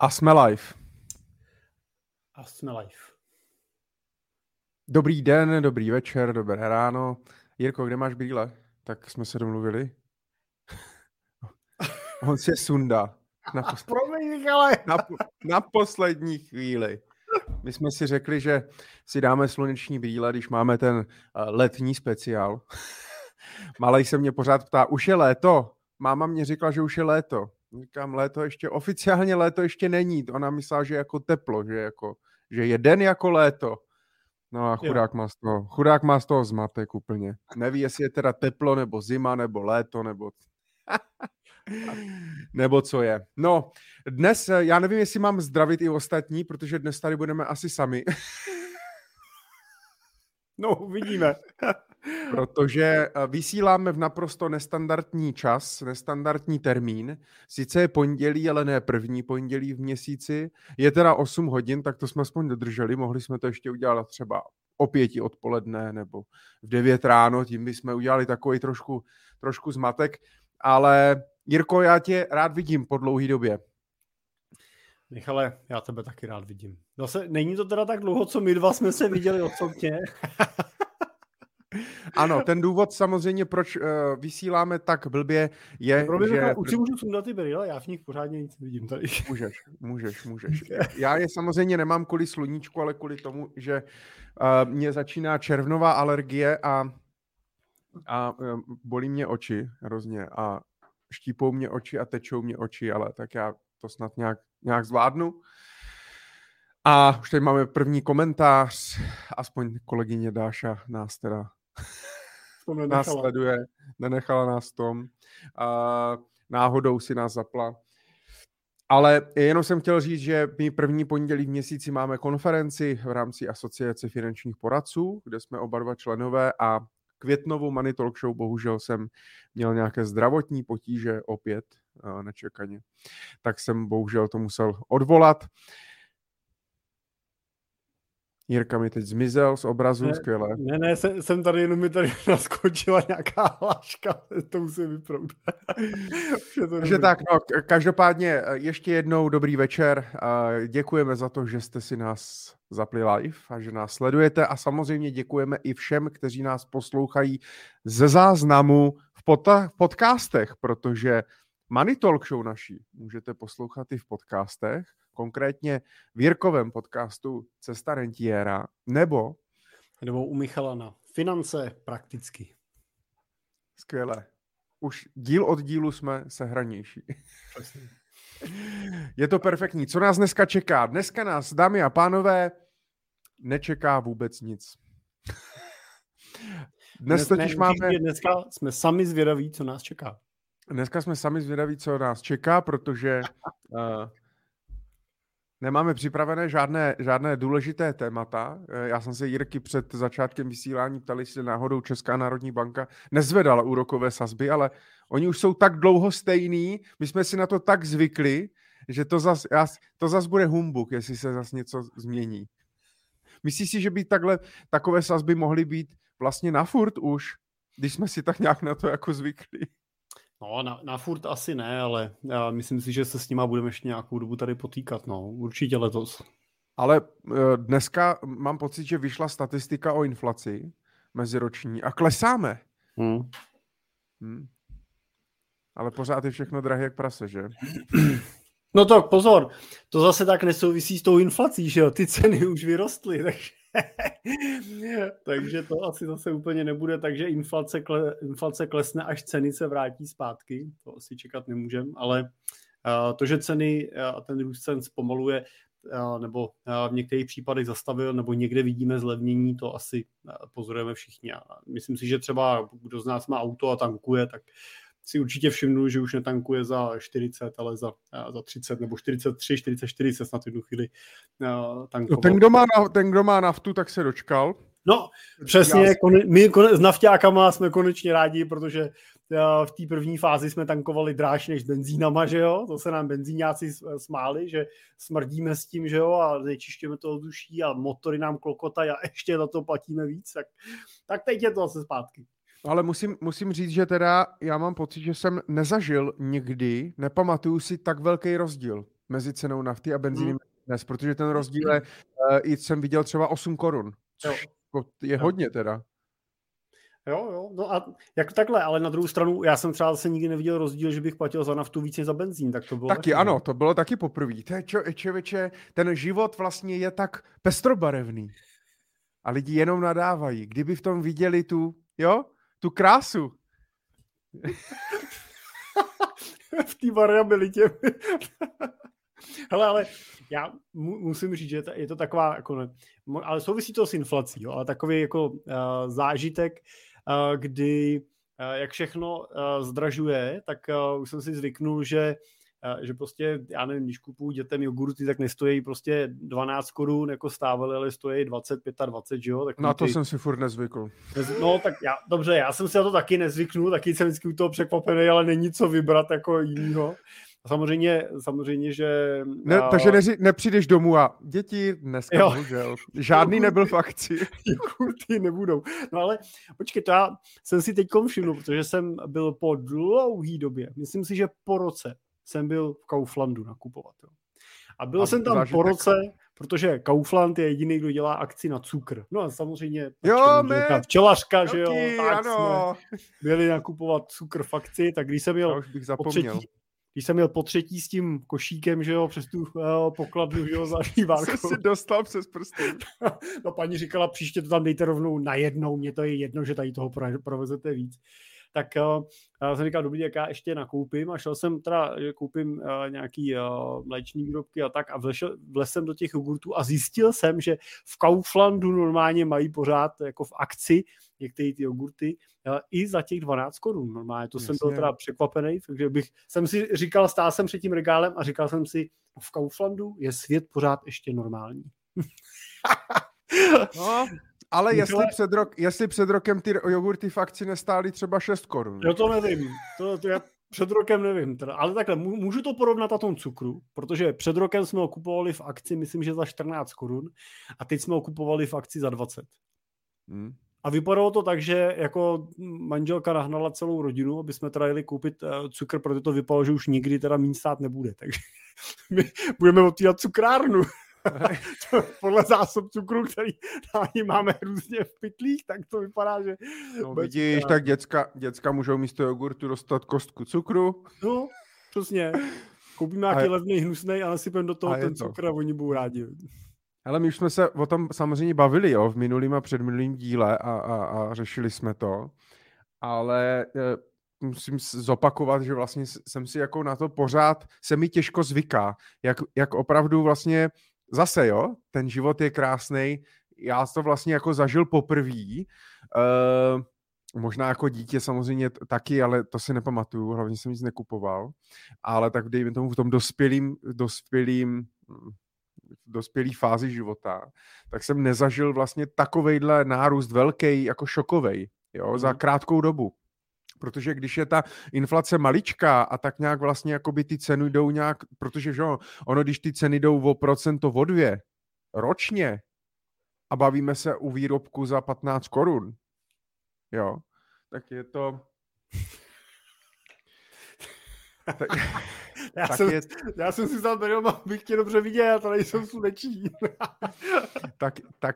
A jsme live. A jsme live. Dobrý den, dobrý večer, dobré ráno. Jirko, kde máš brýle? Tak jsme se domluvili. On se sundá. Na poslední chvíli. My jsme si řekli, že si dáme sluneční brýle, když máme ten letní speciál. Malej se mě pořád ptá, už je léto? Máma mě říkala, že už je léto. Říkám, léto ještě, oficiálně léto ještě není. Ona myslela, že jako teplo, že je den jako léto. No a chudák má z toho zmatek úplně. Neví, jestli je teda teplo, nebo zima, nebo léto, nebo co je. No, dnes, já nevím, jestli mám zdravit i ostatní, protože dnes tady budeme asi sami. No, uvidíme. Protože vysíláme v naprosto nestandardní čas, nestandardní termín. Sice je pondělí, ale ne první pondělí v měsíci. Je teda 8 hodin, tak to jsme aspoň dodrželi. Mohli jsme to ještě udělat třeba o 5 odpoledne nebo v 9 ráno. Tím bychom udělali takový trošku zmatek. Ale Jirko, já tě rád vidím po dlouhé době. Michale, já tebe taky rád vidím. Zase není to teda tak dlouho, co my dva jsme se viděli osobně. Ano, ten důvod samozřejmě, proč vysíláme tak blbě, je, že... Už si můžu sundat ty brýle, já v nich pořádně nic nevidím tady. Můžeš. Já je samozřejmě nemám kvůli sluníčku, ale kvůli tomu, že mě začíná červnová alergie a bolí mě oči hrozně a štípou mě oči a tečou mě oči, ale tak já to snad nějak zvládnu. A už tady máme první komentář, aspoň kolegyně Dáša nás teda nás sleduje, nenechala nás v tom. Náhodou si nás zapla. Ale jenom jsem chtěl říct, že my první pondělí v měsíci máme konferenci v rámci Asociace finančních poradců, kde jsme oba dva členové a květnovou Money Talk Show bohužel jsem měl nějaké zdravotní potíže opět nečekaně. Tak jsem bohužel to musel odvolat. Jirka mi teď zmizel z obrazu, skvěle. Ne, jsem tady, jenom mi tady naskočila nějaká hláška, to musím vyprout. Takže tak, no, každopádně ještě jednou dobrý večer. Děkujeme za to, že jste si nás zapli live a že nás sledujete a samozřejmě děkujeme i všem, kteří nás poslouchají ze záznamu v podcastech, protože Money Talk Show naší můžete poslouchat i v podcastech, konkrétně v Jirkovém podcastu Cesta rentiéra, nebo u Michala na Finance prakticky. Skvěle. Už díl od dílu jsme sehranější. Je to perfektní. Co nás dneska čeká? Dneska nás, dámy a pánové, nečeká vůbec nic. Dneska jsme sami zvědaví, co nás čeká. Dneska jsme sami zvědaví, co nás čeká, protože nemáme připravené žádné důležité témata. Já jsem se Jirky před začátkem vysílání ptal, jestli náhodou Česká národní banka nezvedala úrokové sazby, ale oni už jsou tak dlouho stejný, my jsme si na to tak zvykli, že to zas bude humbuk, jestli se zas něco změní. Myslíš si, že by takové sazby mohly být vlastně na furt už, když jsme si tak nějak na to jako zvykli? No, na furt asi ne, ale já myslím si, že se s nima budeme ještě nějakou dobu tady potýkat, no, určitě letos. Ale dneska mám pocit, že vyšla statistika o inflaci meziroční a klesáme. Ale pořád je všechno drahé jak prase, že? No tak pozor, to zase tak nesouvisí s tou inflací, že jo, ty ceny už vyrostly, takže to asi zase úplně nebude, takže inflace klesne, až ceny se vrátí zpátky, to asi čekat nemůžeme, ale to, že ceny a ten růst cen zpomaluje, nebo v některých případech zastavil, nebo někde vidíme zlevnění, to asi pozorujeme všichni. A myslím si, že třeba kdo z nás má auto a tankuje, tak si určitě všimnu, že už netankuje za 40, ale za 30 nebo 43, 44 se snad jednu chvíli tankoval. Ten, kdo má naftu, tak se dočkal. No, přesně, my s nafťákama jsme konečně rádi, protože v té první fázi jsme tankovali dráž než benzínama, že jo, to se nám benzíňáci smáli, že smrdíme s tím, že jo, a znečišťujeme to ovzduší a motory nám klokotají a ještě za to platíme víc, tak teď je to zase zpátky. Ale musím říct, že teda já mám pocit, že jsem nezažil nikdy, nepamatuju si tak velký rozdíl mezi cenou nafty a benzínem dnes, protože ten rozdíl je, i jsem viděl třeba 8 korun, což je hodně teda. Jo, no a jak takhle, ale na druhou stranu, já jsem třeba zase nikdy neviděl rozdíl, že bych platil za naftu víc než za benzín, tak to bylo taky. Ano, to bylo taky poprvé. Člověče, ten život vlastně je tak pestrobarevný a lidi jenom nadávají. Kdyby v tom viděli tu krásu. V té variabilitě. Hele, ale já musím říct, že je to taková, jako ne, ale souvisí to s inflací, jo, ale takový jako zážitek, kdy jak všechno zdražuje, tak už jsem si zvyknul, že prostě, já nevím, když kupuju dětem jogurty, tak nestojí prostě 12 korun, jako stávaly, ale stojí 20, 25, že jo? Na to jsem si furt nezvykl. No tak dobře, já jsem si na to taky nezvyknul, taky jsem vždycky u toho překvapený, ale není co vybrat jako jinýho. Samozřejmě, že... Takže nepřijdeš domů a děti dneska bohužel. Žádný nebyl v akci. Jogurty nebudou. No ale počkej, to já jsem si teď všiml, protože jsem byl po dlouhý době, myslím si, že po roce jsem byl v Kauflandu nakupovat. Jo. A byl jsem tam po roce, protože Kaufland je jediný, kdo dělá akci na cukr. No a samozřejmě včelařka, že jo, tak ano. Jsme byli nakupovat cukr v akci, tak když jsem jel po třetí s tím košíkem, že jo, přes tu pokladnu, že jo, za šívárkou. Co jsi dostal přes prsty? No paní říkala, příště to tam dejte rovnou najednou, mně to je jedno, že tady toho provezete víc. Tak jsem říkal, dobrý, jak já ještě nakoupím a šel jsem teda, že koupím nějaký mléčný výrobky a tak a vlesl jsem do těch jogurtů a zjistil jsem, že v Kauflandu normálně mají pořád jako v akci některé ty jogurty i za těch 12 korun. Normálně to jsem byl teda překvapený, takže jsem si říkal, stál jsem před tím regálem a říkal jsem si, v Kauflandu je svět pořád ještě normální. No. Ale jestli před rokem ty jogurty v akci nestály třeba 6 korun. Jo, to nevím. To já před rokem nevím. Teda. Ale takhle, můžu to porovnat na tom cukru, protože před rokem jsme ho kupovali v akci, myslím, že za 14 korun a teď jsme ho kupovali v akci za 20. A vypadalo to tak, že jako manželka nahnala celou rodinu, aby jsme teda jeli koupit cukr, protože to vypadalo, že už nikdy teda míň stát nebude. Takže my budeme otvírat cukrárnu. Podle zásob cukru, který máme různě v pytlích, tak to vypadá, že... No vidíš, tak děcka můžou místo jogurtu dostat kostku cukru. No, přesně. Koupíme nějaký levný hnusnej a nasypeme do toho ten cukr a oni budou rádi. Ale my už jsme se o tom samozřejmě bavili, jo, v minulým a předminulým díle a řešili jsme to, ale musím zopakovat, že vlastně jsem si jako na to pořád, se mi těžko zvyká, jak opravdu vlastně zase, jo, ten život je krásnej, já to vlastně jako zažil poprvé, možná jako dítě samozřejmě taky, ale to si nepamatuju, hlavně jsem nic nekupoval, ale tak dejme tomu v tom dospělý fázi života, tak jsem nezažil vlastně takovejhle nárůst velký, jako šokovej, jo, za krátkou dobu. Protože když je ta inflace maličká a tak nějak vlastně jakoby ty ceny jdou nějak, protože že ono, když ty ceny jdou o procento, o 2 ročně a bavíme se u výrobku za 15 korun, jo, tak je to... Já jsem si vzal period, abych tě dobře viděl, já to nejsem slunečí. tak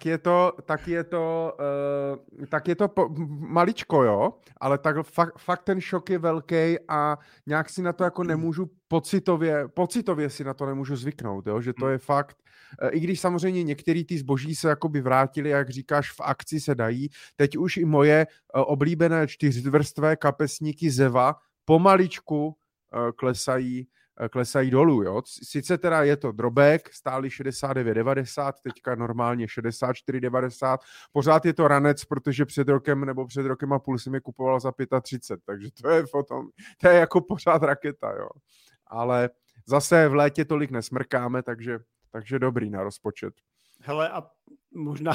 je to maličko, jo, ale tak fakt ten šok je velký a nějak si na to jako nemůžu pocitově si na to nemůžu zvyknout, jo, že to je fakt, i když samozřejmě některý ty zboží se jakoby vrátili, jak říkáš, v akci se dají, teď už i moje oblíbené 4vrstvé kapesníky Zeva pomaličku klesají dolů, jo. Sice teda je to drobek, stály 69,90, teďka normálně 64,90, pořád je to ranec, protože před rokem a půl jsem je kupoval za 35, takže to je jako pořád raketa, jo. Ale zase v létě tolik nesmrkáme, takže dobrý na rozpočet. Hele, a možná...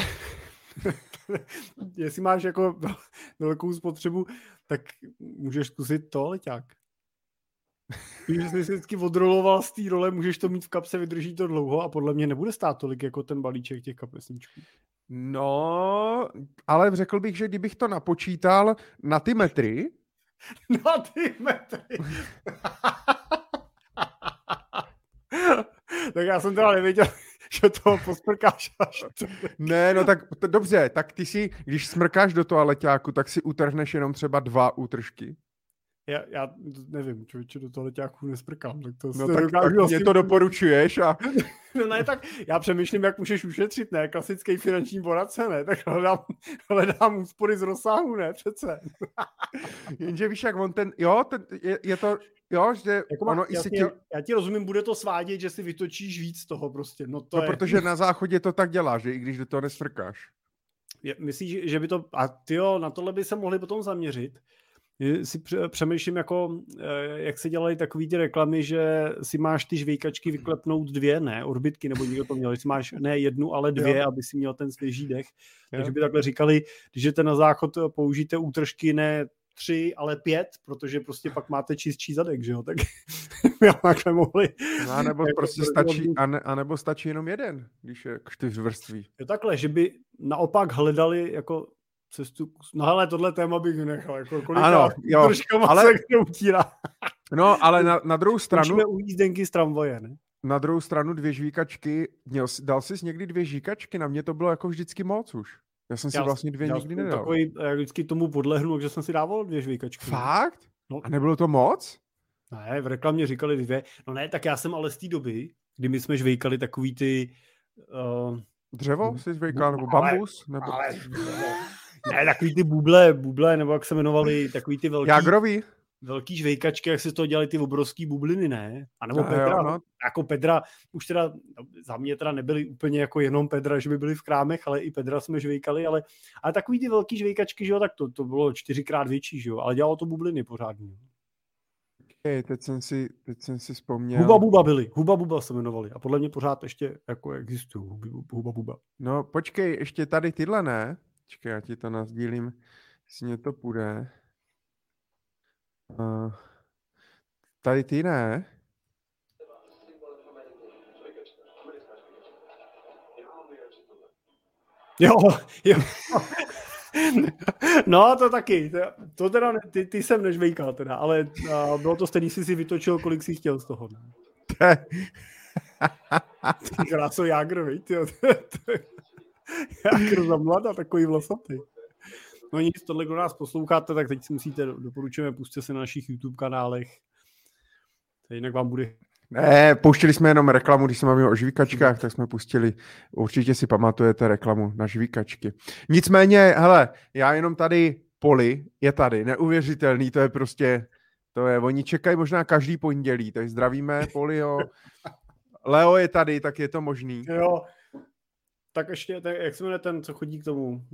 jestli máš jako velkou spotřebu, tak můžeš zkusit to leťák. Když jsi si vždycky odroloval z té role, můžeš to mít v kapse, vydrží to dlouho a podle mě nebude stát tolik jako ten balíček těch kapesníčků. No, ale řekl bych, že kdybych to napočítal na ty metry... Tak já jsem teda nevěděl, že to posprkáš až. Ne, no tak dobře, tak ty si, když smrkáš do toaleťáku, tak si utrhneš jenom třeba 2 útržky. Já nevím, člověče, do toaleťáku nesprkám. Tak to no tak mě to doporučuješ a... No ne, tak já přemýšlím, jak můžeš ušetřit, ne? Klasický finanční poradce, ne? Tak hledám úspory z rozsahu, ne? Přece. Jenže víš, jak on je to, jo, že jako ono i si ti... Já ti rozumím, bude to svádět, že si vytočíš víc toho prostě. No protože na záchodě to tak dělá, že i když do toho nesmrkáš. Myslíš, že by to... A tyjo, na tohle by se mohli potom zaměřit. Si přemýšlím, jako, jak se dělají takový ty reklamy, že si máš ty žvejkačky vyklepnout 2, ne, orbitky, nebo někdo to měl, že si máš ne 1, ale 2, jo. Aby si měl ten svěží dech. Jo. Takže by takhle říkali, když jdete na záchod, použijte útržky ne 3, ale 5, protože prostě pak máte čistší zadek, že jo, tak já takhle mohli. No, a nebo prostě stačí, stačí jenom 1, když je 4vrství. Je takhle, že by naopak hledali jako cestu, no hele, tohle téma bych nechal, jako kolika útržkama se utírá. No, ale na druhou stranu... Učíme u jízdenky z tramvaje, ne? Na druhou stranu 2 žvíkačky, dal jsi někdy 2 žvíkačky, na mě to bylo jako vždycky moc už. Já jsem si vlastně 2 nikdy nedal. Takový, já vždycky tomu podlehnu, takže jsem si dával 2 žvíkačky. Fakt? No. A nebylo to moc? Ne, v reklamě říkali 2. No ne, tak já jsem ale z té doby, kdy my jsme žvejkali takový ty... Dřevo jsi žvejkal, nebo bambus? Ne, takový ty buble, nebo jak se jmenovali, takový ty velký žvejkačky, jak se z toho dělali ty obrovský bubliny, ne? A nebo Pedra, jo, no. Jako Pedra, už teda za mě teda nebyly úplně jako jenom Pedra, že by byly v krámech, ale i Pedra jsme žvejkali, ale takový ty velký žvejkačky, že jo, tak to bylo 4x větší, že jo, ale dělalo to bubliny pořádně. Okay, teď jsem si vzpomněl. Huba Buba se jmenovali a podle mě pořád ještě jako existují Huba Buba. No počkej, ještě tady tyhle ne? Počkej, já ti to nasdílím, jestli mě to půjde. Tady ty ne? Jo. No, to taky. To teda, ty jsem nežvejkal teda, ale bylo to stejný, si vytočil, kolik jsi chtěl z toho. Ty krásou Jágr, viď? Jágr za mladá, takový vlasatý. No nic, tohle, kdo nás posloucháte, tak teď si musíte, doporučujeme, pusťte se na našich YouTube kanálech. To jinak vám bude... Ne, pouštěli jsme jenom reklamu, když jsme mluvili o žvíkačkách, tak jsme pustili, určitě si pamatujete reklamu na žvíkačky. Nicméně, hele, já jenom tady, Poli je tady, neuvěřitelný, to je prostě, oni čekají možná každý pondělí, tak zdravíme Poliho. Leo je tady, tak je to možný. Jo, tak ještě, jak se jmenuje ten, co chodí k tomu,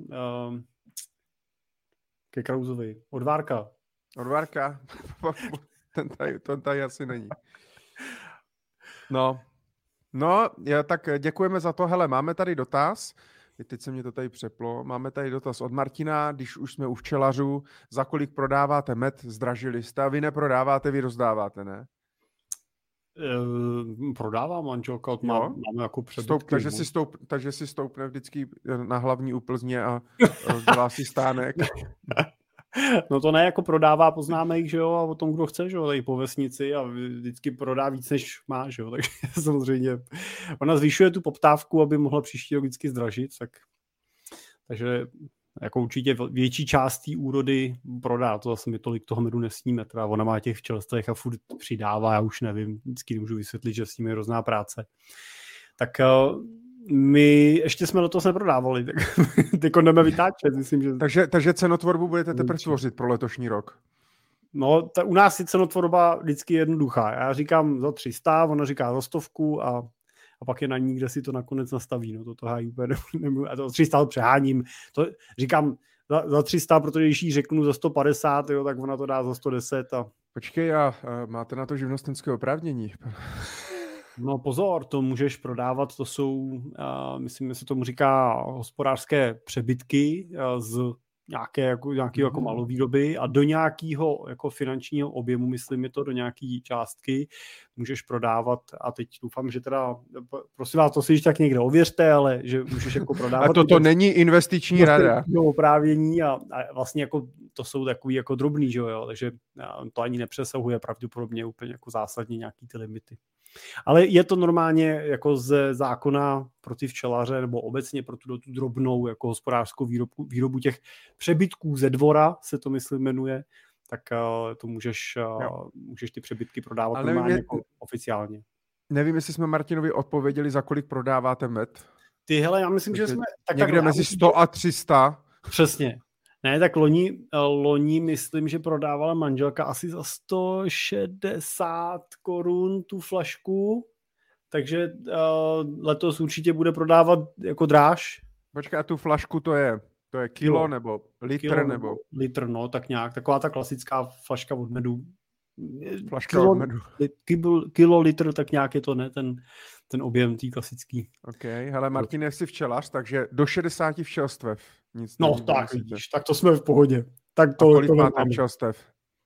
ke Krausovi, Odvárka. Ten tady asi není. No, tak děkujeme za to. Hele, máme tady dotaz. Teď se mě to tady přeplo. Máme tady dotaz od Martina, když už jsme u včelařů. Za kolik prodáváte med? Zdražili jste? Vy neprodáváte, vy rozdáváte, ne? Prodává manželka, máme jako přebytky. Takže si stoupne vždycky na hlavní u Plzně a dělá si stánek. No to ne, jako prodává, poznáme jich, že jo, a o tom, kdo chce, že jo, tady po vesnici a vždycky prodá víc, než má, že jo, takže samozřejmě ona zvyšuje tu poptávku, aby mohla příští rok vždycky zdražit, takže jako určitě větší část té úrody prodá, to zase my tolik toho medu nesníme, teda ona má těch včelstvech a furt přidává, já už nevím, vždycky nemůžu vysvětlit, že s nimi je hrozná práce. Tak my ještě jsme do toho neprodávali, tak teď jdeme vytáčet, myslím, že... Takže cenotvorbu budete teprve tvořit pro letošní rok? No, u nás je cenotvorba vždycky jednoduchá. Já říkám za 300, ona říká za 100 a pak je na ní, kde si to nakonec nastaví. No to hájí úplně nemůžu. A to 300 přeháním. To říkám za 300, protože když jí řeknu za 150, jo, tak ona to dá za 110. Počkej, máte na to živnostenské oprávnění? No pozor, to můžeš prodávat, to jsou, myslím, že se tomu říká hospodářské přebytky z nějakého jako malovýroby a do nějakého jako finančního objemu, myslím, je to do nějaké částky, můžeš prodávat a teď doufám, že teda, prosím vás, to si tak někde ověřte, ale že můžeš jako prodávat. A toto není investiční rada. Oprávnění a vlastně jako to jsou takový jako drobný, že jo, takže to ani nepřesahuje pravděpodobně úplně jako zásadně nějaký ty limity. Ale je to normálně jako ze zákona pro ty včelaře nebo obecně pro tu drobnou jako hospodářskou výrobu těch přebytků ze dvora, se to myslím jmenuje, tak to můžeš ty přebytky prodávat ale normálně jako oficiálně. Nevím, jestli jsme Martinovi odpověděli, za kolik prodáváte med. Ty, hele, já myslím, že jsme... Někde mezi 100 a 300. Přesně. Ne, tak loni myslím, že prodávala manželka asi za 160 korun tu flašku, takže letos určitě bude prodávat jako dráž. Počkej, a tu flašku to je kilo nebo litr nebo? Litr, no, tak nějak. Taková ta klasická flaška od medu. Flaška od medu. Kilo, litr, tak nějak je to, ne, ten objem tý klasický. OK, hele, Martin, jsi včelař, takže do 60 včelstev. Nic no tak vidíš, tak to jsme v pohodě. Tak to, a kolik máte včelstev?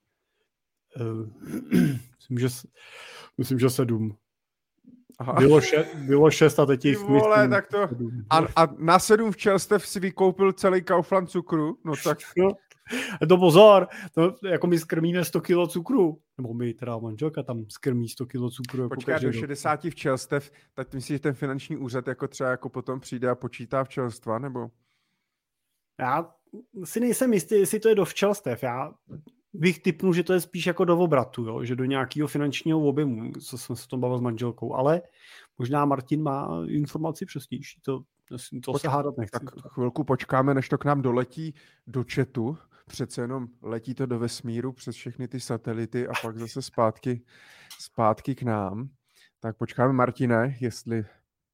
Myslím, že 7. Aha. Bylo 6 a teď jich vole, tak to... A na 7 včelstev si vykoupil celý Kaufland cukru? No tak... No, to pozor, to jako my skrmíme 100 kilo cukru. Nebo my, teda manželka tam skrmí 100 kilo cukru. Počkej, do 60 včelstev, tak myslíš, že ten finanční úřad jako třeba jako potom přijde a počítá včelstva, nebo? Já si nejsem jistý, jestli to je do včelstev. Já bych tipnul, že to je spíš jako do obratu, jo? Že do nějakého finančního objemu, co jsme se o tom bavili s manželkou, ale možná Martin má informaci přesnější, to se hádat nechci. Tak chvilku počkáme, než to k nám doletí do chatu, přece jenom letí to do vesmíru přes všechny ty satelity a pak zase zpátky k nám. Tak počkáme, Martine, jestli...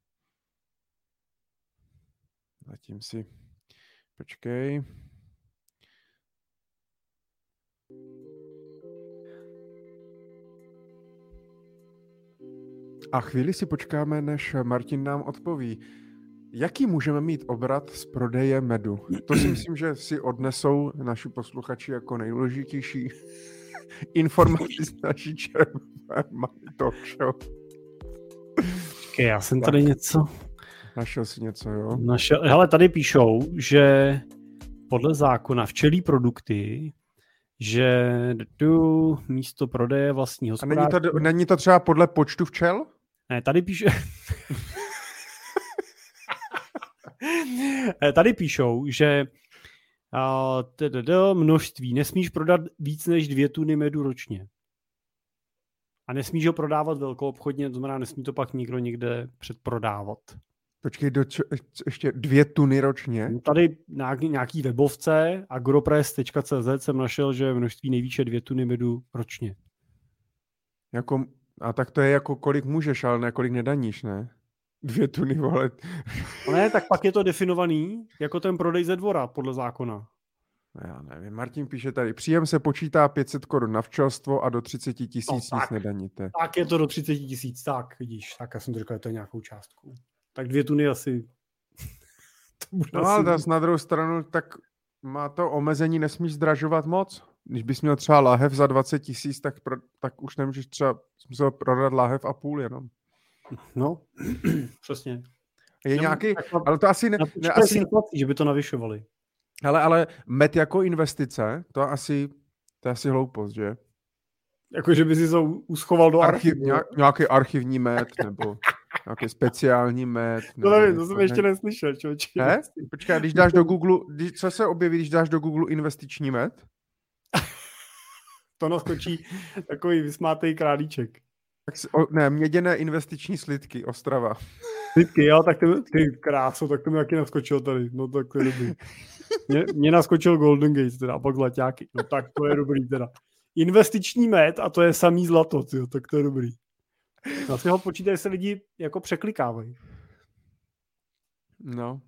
Zatím si... Počkej... A chvíli si počkáme, než Martin nám odpoví. Jaký můžeme mít obrat z prodeje medu? To si myslím, že si odnesou naši posluchači jako nejdůležitější informaci z naší červené talk show. Já jsem tady něco... Našel si něco, jo? Hele, tady píšou, že podle zákona včelí produkty, že místo prodeje vlastního hospodářství... A není to třeba podle počtu včel? Ne, tady píše... Tady píšou, že množství nesmíš prodat víc než 2 tuny medu ročně. A nesmíš ho prodávat velkoobchodně, to znamená, nesmí to pak nikdo někde předprodávat. Počkej, ještě 2 tuny ročně? Tady nějaký webovce agropress.cz jsem našel, že množství nejvýše 2 tuny medu ročně. Jako, a tak to je jako kolik můžeš, ale ne kolik nedaníš, ne? 2 tuny, vole. Ne, tak pak je to definovaný jako ten prodej ze dvora podle zákona. Já nevím, Martin píše tady, příjem se počítá 500 korun na včelstvo a do 30 000 nic nedaníte. Tak je to do 30 000, tak vidíš, tak já jsem to říkal, že to je nějakou částku. Tak 2 tuny asi... No ale na druhou stranu, tak má to omezení, nesmíš zdražovat moc. Když bys měl třeba láhev za 20 000, tak už nemůžeš třeba prodat láhev a půl jenom. No, přesně. Je nějaký, ale to asi... asi inflací, že by to navyšovali. Ale med jako investice, to je asi hloupost, že? Jako, že by si to uschoval do archivu. Nějaký archivní med, nebo nějaký speciální med. To nevím, to jsem ještě neslyšel, člověče. Ne? Počkej, když dáš do Google, co se objeví, když dáš do Google investiční med? To naskočí takový vysmátej králíček. Ne, měděné investiční slitky, Ostrava. Slitky, jo, tak ty kráso, tak to mi taky naskočil tady, no tak to je dobrý. Mě naskočil Golden Gate, teda, a pak zlaťáky, no tak to je dobrý teda. Investiční med a to je samý zlato, tyjo, tak to je dobrý. Na si ho počítají, se lidi jako překlikávají. No.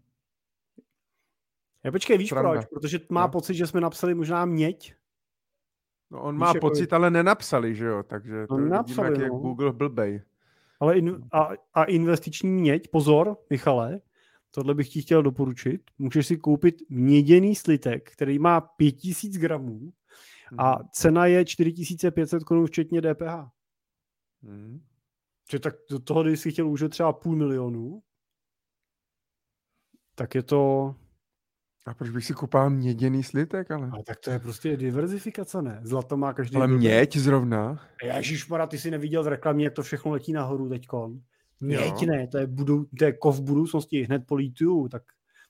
Já počkej, víš proč? Protože má pocit, že jsme napsali možná měď. No on má pocit, ale nenapsali, že jo, takže to vidíme, jak je Google blbej. Ale investiční měď, pozor, Michale, tohle bych ti chtěl doporučit, můžeš si koupit měděný slitek, který má 5000 gramů a cena je 4500 korun včetně DPH. Že tak do toho, když jsi chtěl užít třeba 500 000, tak je to A proč bych si kupoval měděný slitek, ale? Ale tak to je prostě diverzifikace, ne? Zlato má každý. Ale měď zrovna. Ježišmarja, ty si neviděl v reklamě, jak to všechno letí nahoru teďkon. Měď Jo. ne, to je kov budoucnosti, hned po lítiu, tak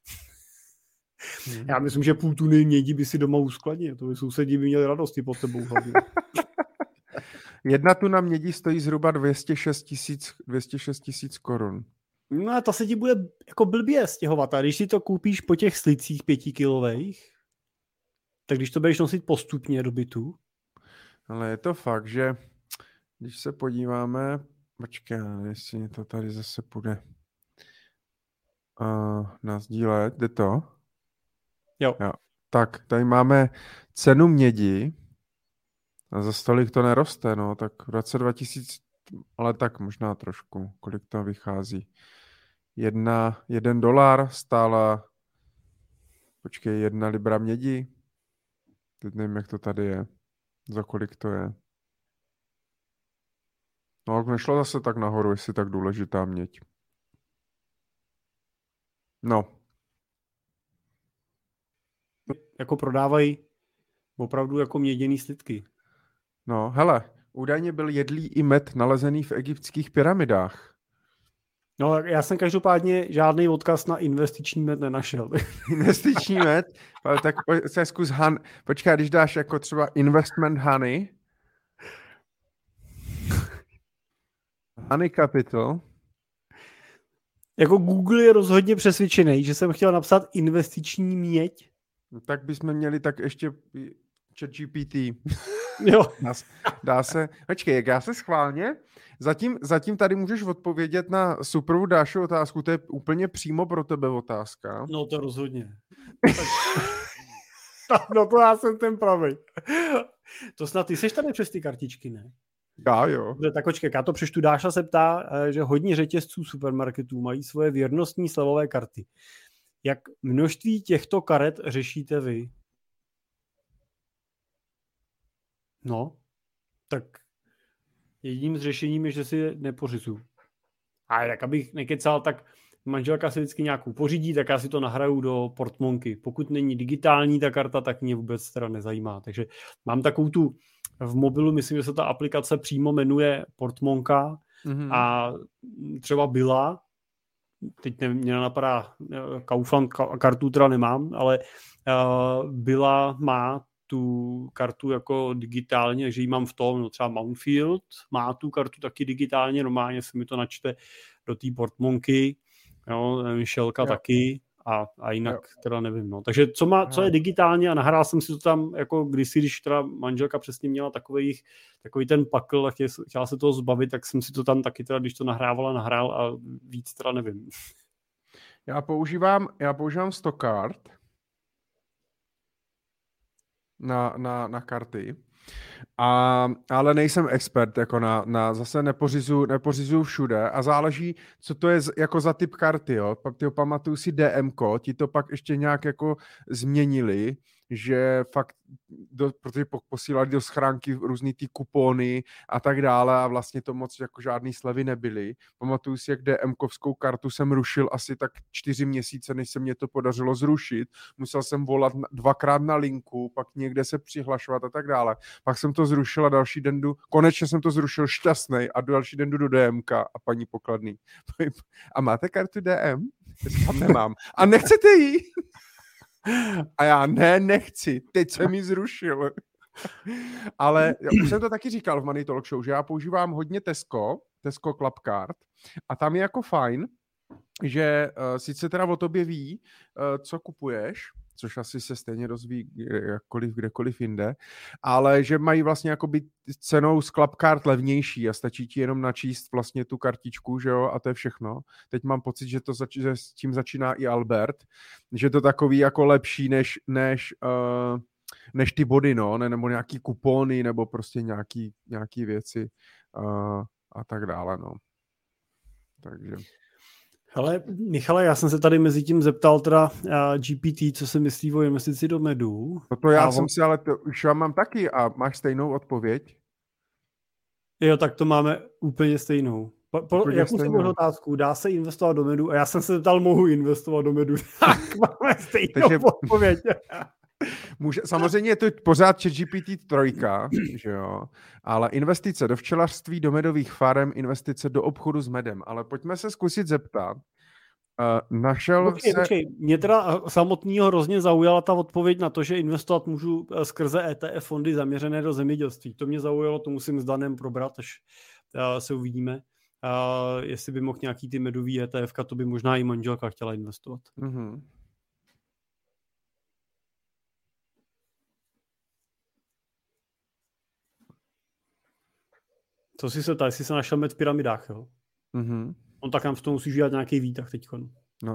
já myslím, že půl tuny mědi by si doma uskladnil, to by sousedí by měli radosti pod tebou hlavně. 1 tuna mědi stojí zhruba 206 tisíc korun. No a to se ti bude jako blbě stěhovat. A když si to koupíš po těch slicích 5kilových, tak když to budeš nosit postupně do bytu. Ale je to fakt, že když se podíváme, počkej, jestli to tady zase půjde nasdílet, jde to? Jo. Tak, tady máme cenu mědi a za stolik to neroste, no, tak v roce 2000, ale tak možná trošku, kolik to vychází. $1 stála, počkej, 1 libra mědi. Teď nevím, jak to tady je. Za kolik to je. No, nešlo zase tak nahoru, jestli tak důležitá měď. No. Jako prodávají opravdu jako měděný slitky. No, hele, údajně byl jedlý i med nalezený v egyptských pyramidách. No, já jsem každopádně žádný odkaz na investiční med nenašel. Investiční med? Tak se zkus počkej, když dáš jako třeba investment honey capital. Jako Google je rozhodně přesvědčený, že jsem chtěl napsat investiční měď. No, tak bychom měli tak ještě ChatGPT. Jo. Dá se. Počkej, jak já se schválně. Zatím tady můžeš odpovědět na superovou Dášu otázku, to je úplně přímo pro tebe otázka. No to rozhodně. No to já jsem ten pravý. To snad ty seš tady přes ty kartičky, ne? Já jo. Tak počkej, já to přečtu. Dáša se ptá, že hodně řetězců supermarketů mají svoje věrnostní slevové karty. Jak množství těchto karet řešíte vy? No, tak jedním z řešením je, že si je nepořizu. A tak abych nekecal, tak manželka si vždycky nějakou pořídí, tak já si to nahraju do portmonky. Pokud není digitální ta karta, tak mě vůbec teda nezajímá. Takže mám takovou tu v mobilu, myslím, že se ta aplikace přímo jmenuje portmonka a třeba byla, teď mě napadá Kaufland kartu teda nemám, ale byla má tu kartu jako digitálně, takže ji mám v tom, no třeba Mountfield má tu kartu taky digitálně, normálně se mi to načte do té portmonky, jo, Michelka taky a jinak teda nevím, no. Takže co je digitálně a nahrál jsem si to tam jako kdysi, když teda manželka přesně měla takový ten pakl a chtěla se toho zbavit, tak jsem si to tam taky teda, když to nahrál a víc teda nevím. Já používám Stockcard na karty, ale nejsem expert, jako zase nepořizuju všude a záleží, co to je jako za typ karty, jo. Pak pamatuju si DMko, ti to pak ještě nějak jako změnili, že fakt, protože posílali do schránky různý ty kupony a tak dále a vlastně to moc jako žádný slevy nebyly. Pamatuju si, jak DMkovskou kartu jsem rušil asi tak 4 měsíce, než se mě to podařilo zrušit. Musel jsem volat 2krát na linku, pak někde se přihlašovat a tak dále. Pak jsem to zrušil a další den konečně jsem to zrušil šťastnej a další den jdu do DMka a paní pokladný. A máte kartu DM? Tam nemám. A nechcete ji? A já nechci, teď jsem ji zrušil. Ale už jsem to taky říkal v Money Talk Show, že já používám hodně Tesco Clubcard a tam je jako fajn, že sice teda o tobě ví, co kupuješ, což asi se stejně dozví jakkoliv, kdekoliv jinde, ale že mají vlastně jakoby cenou z Clubcard levnější a stačí ti jenom načíst vlastně tu kartičku, že jo, a to je všechno. Teď mám pocit, že že s tím začíná i Albert, že to takový jako lepší než ty body, no, nebo nějaký kupony, nebo prostě nějaký věci a tak dále, no. Takže... Hele, Michale, já jsem se tady mezi tím zeptal teda GPT, co si myslí o investici do medu. No to já jsem si, ale to už já mám taky a máš stejnou odpověď? Jo, tak to máme úplně stejnou. Jakou jsem měl otázku? Dá se investovat do medu? A já jsem se ptal, mohu investovat do medu. Tak máme stejnou odpověď. Samozřejmě je to pořád ChatGPT 3, že jo? Ale investice do včelařství, do medových farem, investice do obchodu s medem. Ale pojďme se zkusit zeptat. Počkej, mě teda samotného hrozně zaujala ta odpověď na to, že investovat můžu skrze ETF fondy zaměřené do zemědělství. To mě zaujalo, to musím s Danem probrat, až se uvidíme. Jestli by mohl nějaký ty medový ETF, to by možná i manželka chtěla investovat. Mm-hmm. Co si se ptá, jestli se našel med v pyramidách, jo? Mm-hmm. On tak nám v tom musí dělat nějaký výtah teď. No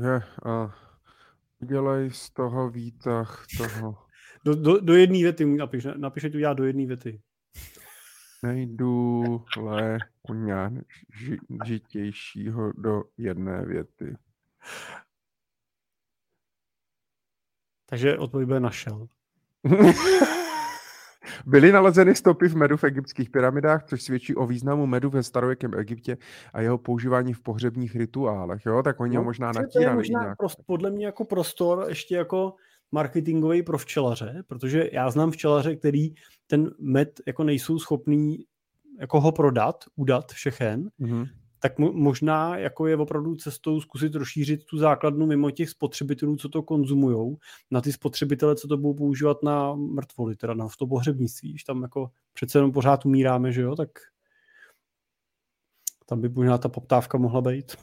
udělej z toho výtah toho. Do jedné věty napiš, ať udělá do jedné věty. Nejdůle žitějšího do jedné věty. Takže odpověď bude našel. Byly nalezeny stopy v medu v egyptských pyramidách, což svědčí o významu medu ve starověkém Egyptě a jeho používání v pohřebních rituálech. Jo? Tak oni ho možná natírali. Podle mě jako prostor ještě jako marketingový pro včelaře, protože já znám včelaře, který ten med jako nejsou schopný jako ho udat všechen, tak možná jako je opravdu cestou zkusit rozšířit tu základnu mimo těch spotřebitelů, co to konzumujou, na ty spotřebitele, co to budou používat na mrtvoly, teda na to pohřebnictví. Když tam jako přece jenom pořád umíráme, že jo, tak tam by možná ta poptávka mohla být.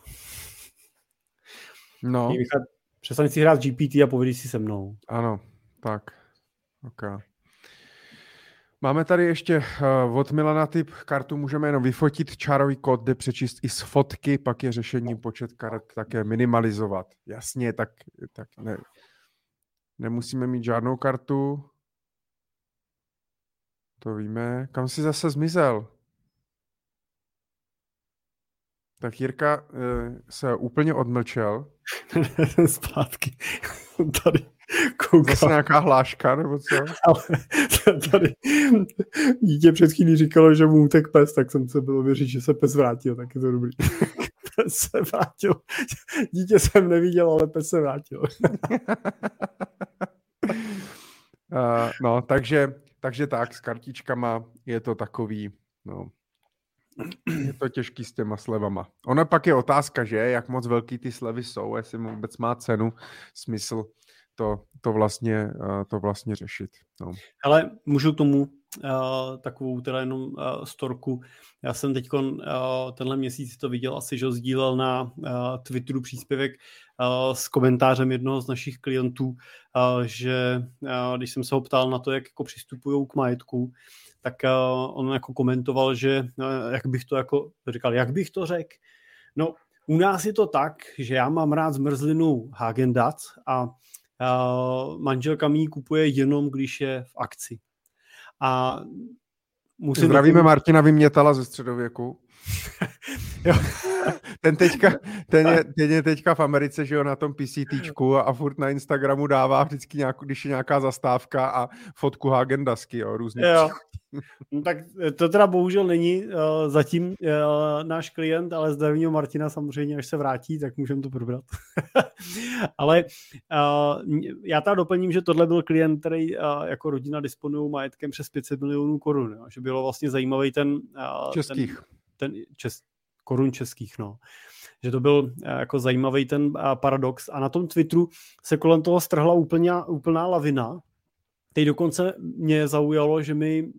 No. Přestaň si hrát GPT a povedeš si se mnou. Ano, tak. Okay. Máme tady ještě od Milana tip, kartu můžeme jenom vyfotit, čárový kód jde přečíst i z fotky, pak je řešení počet karet také minimalizovat. Jasně, tak ne. Nemusíme mít žádnou kartu. To víme. Kam jsi zase zmizel? Tak Jirka se úplně odmlčel. Zpátky. Tady koukám. Zase nějaká hláška, nebo co? Ale tady dítě před chvílí říkalo, že mu utek pes, tak jsem se bylo věřit, že se pes vrátil, tak je to dobrý. Pes se vrátil. Dítě jsem neviděl, ale pes se vrátil. No, takže tak, s kartičkama je to takový, no, je to těžký s těma slevama. Ona pak je otázka, že, jak moc velký ty slevy jsou, jestli vůbec má cenu, smysl to vlastně řešit. No. Ale můžu k tomu takovou teda jenom storku. Já jsem teď tenhle měsíc to viděl, asi že ho sdílel na Twitteru příspěvek s komentářem jednoho z našich klientů, že když jsem se ho ptal na to, jak jako přistupují k majetku, tak on jako komentoval, že jak bych to řekl. No, u nás je to tak, že já mám rád zmrzlinu Häagen-Dazs a manželka mi ji kupuje jenom, když je v akci. A zdravíme Martina Vymětala ze středověku. ten je teďka v Americe, že jo, na tom PCTčku a furt na Instagramu dává vždycky když je nějaká zastávka a fotku Häagen-Dazsky, jo, různý. Jo. No, tak to teda bohužel není zatím náš klient, ale zdravíme Martina samozřejmě, až se vrátí, tak můžeme to probrat. Ale já teda doplním, že tohle byl klient, který jako rodina disponují majetkem přes 500 milionů korun, jo, že bylo vlastně zajímavý českých. Korun českých, no. Že to byl jako zajímavý ten paradox a na tom Twitteru se kolem toho strhla úplná lavina. Teď dokonce mě zaujalo, že mi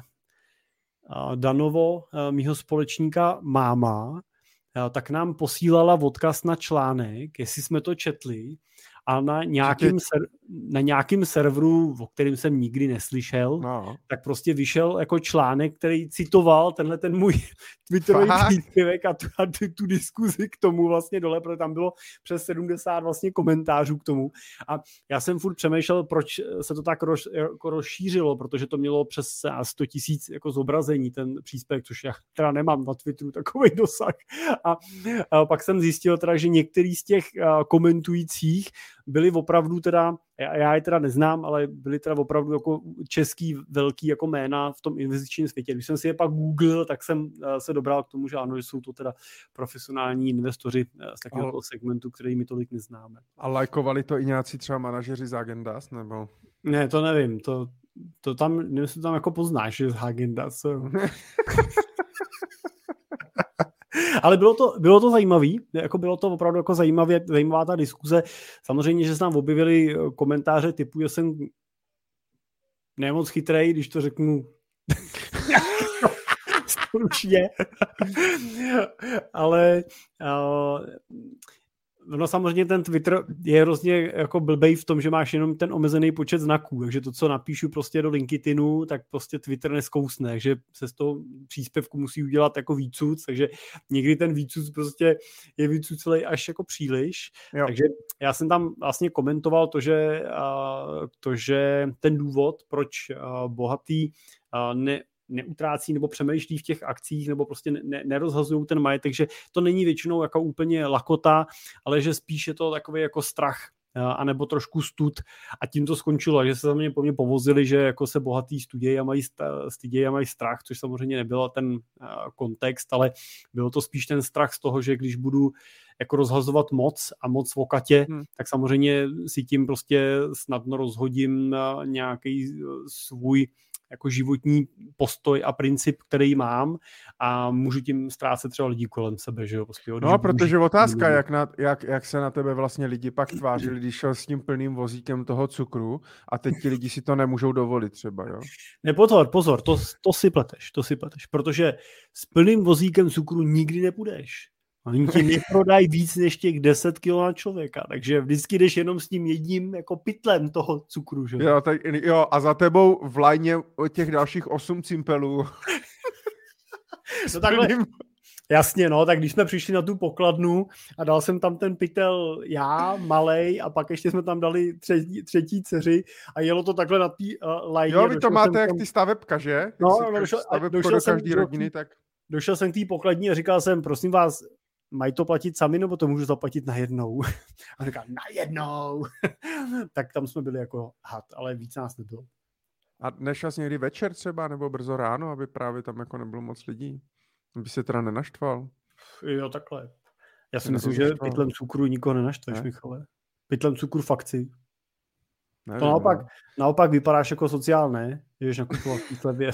Danovo, mýho společníka máma, tak nám posílala odkaz na článek, jestli jsme to četli, a na nějakým serveru, o kterém jsem nikdy neslyšel, tak prostě vyšel jako článek, který citoval tenhle ten můj twitterový příspěvek a tu diskuzi k tomu vlastně dole, protože tam bylo přes 70 vlastně komentářů k tomu. A já jsem furt přemýšlel, proč se to tak rozšířilo, protože to mělo přes 100 000 jako zobrazení, ten příspěvek, což já teda nemám na Twitteru takový dosah. A pak jsem zjistil teda, že některý z těch komentujících byli opravdu teda, já je teda neznám, ale byli teda opravdu jako český velký jako jména v tom investičním světě. Když jsem si je pak googlil, tak jsem se dobral k tomu, že ano, že jsou to teda profesionální investoři z takového segmentu, který my tolik neznáme. A lajkovali to i nějací třeba manažeři z Agendas, nebo? Ne, to nevím, to tam, nevím, jestli to tam jako poznáš, že z Agendas. Ale bylo to zajímavý, jako bylo to opravdu jako zajímavá ta diskuze. Samozřejmě, že se tam objevily komentáře typu, že jsem nemoc chytrej, když to řeknu stručně. Ale no samozřejmě ten Twitter je hrozně jako blbej v tom, že máš jenom ten omezený počet znaků, takže to, co napíšu prostě do LinkedInu, tak prostě Twitter neskousne, takže se z toho příspěvku musí udělat jako výcuc, takže někdy ten výcuc prostě je vycucelej až jako příliš. Jo. Takže já jsem tam vlastně komentoval to, že ten důvod, proč bohatý neutrácí nebo přemýšlí v těch akcích nebo prostě nerozhazují ten majetek, takže to není většinou jako úplně lakota, ale že spíš je to takový jako strach anebo trošku stud a tím to skončilo, že se za mě po mně povozili, že jako se bohatý stydějí a mají strach, což samozřejmě nebyl ten kontext, ale bylo to spíš ten strach z toho, že když budu jako rozhazovat moc a moc v okatě, tak samozřejmě si tím prostě snadno rozhodím nějaký svůj jako životní postoj a princip, který mám a můžu tím ztrácet třeba lidí kolem sebe, že jo? Prostě, no, protože otázka, jak se na tebe vlastně lidi pak tvářili, když šel s tím plným vozíkem toho cukru a teď ti lidi si to nemůžou dovolit třeba, jo? Ne, pozor, to si pleteš, protože s plným vozíkem cukru nikdy nepůjdeš. Oni ti neprodají víc než těch 10 kg na člověka, takže vždycky jdeš jenom s tím jedním jako pytlem toho cukru, že? Jo, a za tebou v lajně těch dalších 8 cimpelů. No takhle, jasně, no, tak když jsme přišli na tu pokladnu a dal jsem tam ten pytel já, malej, a pak ještě jsme tam dali třetí dceři a jelo to takhle na té lajně. Jo, vy to máte jak ty stavebka, že? No, došel jsem každý rodiny, tak... Došel jsem k té pokladní a říkal jsem, prosím vás, mají to platit sami, nebo to můžu zaplatit najednou? A říkal, najednou! Tak tam jsme byli jako had, ale víc nás nebylo. A nešel jsi někdy večer třeba, nebo brzo ráno, aby právě tam jako nebylo moc lidí? Aby se teda nenaštval? Jo, takhle. Já si myslím, že pytlem cukru nikoho nenaštveš, Michale. Pytlem cukru fakci. Nevím, to naopak vypadáš jako sociál, ne? Jdeš nakupovat v slevě.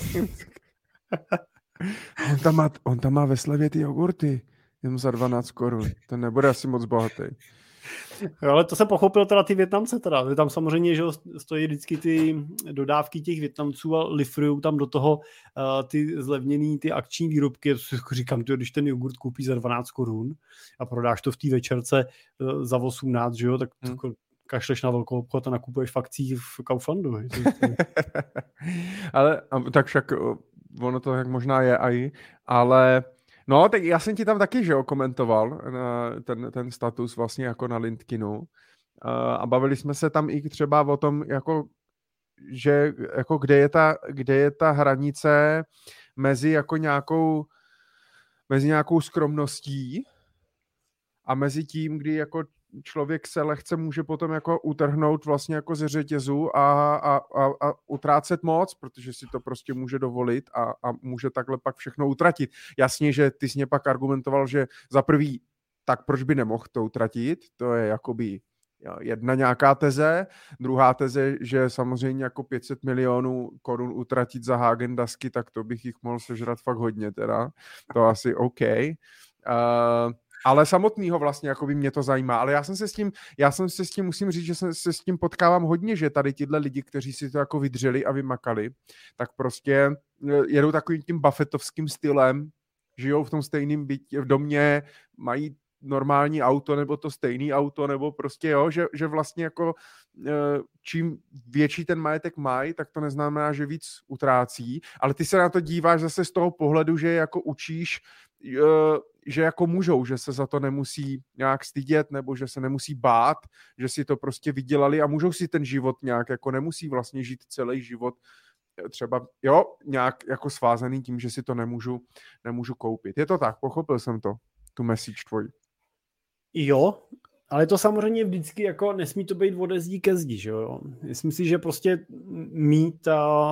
On tam má ve slevě ty jogurty. Jenom za 12 korun. To nebude asi moc bohatý. Jo, ale to se pochopil teda ty Vietnamce teda. Tam samozřejmě, že stojí vždycky ty dodávky těch Vietnamců a lifrujou tam do toho ty zlevněný, ty akční výrobky. Říkám, když ten jogurt koupíš za 12 korun a prodáš to v té večerce za 18, že jo, tak kašleš na velkou obchod a nakupuješ fakcí v Kauflandu. Ale tak však ono to jak možná je aj, ale no, tak já jsem ti tam taky, že jo, komentoval ten status vlastně jako na LinkedInu a bavili jsme se tam i třeba o tom, jako, že jako kde je ta hranice mezi jako nějakou skromností a mezi tím, kdy jako člověk se lehce může potom jako utrhnout vlastně jako ze řetězu a utrácet moc, protože si to prostě může dovolit a může takhle pak všechno utratit. Jasně, že ty jsi mě pak argumentoval, že za prvý, tak proč by nemohl to utratit, to je jakoby jedna nějaká teze, druhá teze, že samozřejmě jako 500 milionů korun utratit za Häagen-Dazsky, tak to bych jich mohl sežrat fakt hodně teda, to asi OK. Ale samotnýho vlastně jako by mě to zajímá, ale já jsem se s tím, musím říct, že se s tím potkávám hodně, že tady tyhle lidi, kteří si to jako vydřeli a vymakali, tak prostě jedou takovým tím buffettovským stylem, žijou v tom stejném bytě, v domě, mají normální auto nebo to stejný auto, nebo prostě jo, že vlastně jako čím větší ten majetek mají, tak to neznamená, že víc utrácí, ale ty se na to díváš zase z toho pohledu, že jako učíš, že jako můžou, že se za to nemusí nějak stydět, nebo že se nemusí bát, že si to prostě vydělali a můžou si ten život nějak, jako nemusí vlastně žít celý život třeba, jo, nějak jako svázaný tím, že si to nemůžu koupit. Je to tak, pochopil jsem to, tu message tvoji. Jo, Ale to samozřejmě vždycky jako nesmí to být ode zdí ke zdi, že jo. Myslím si, že prostě mít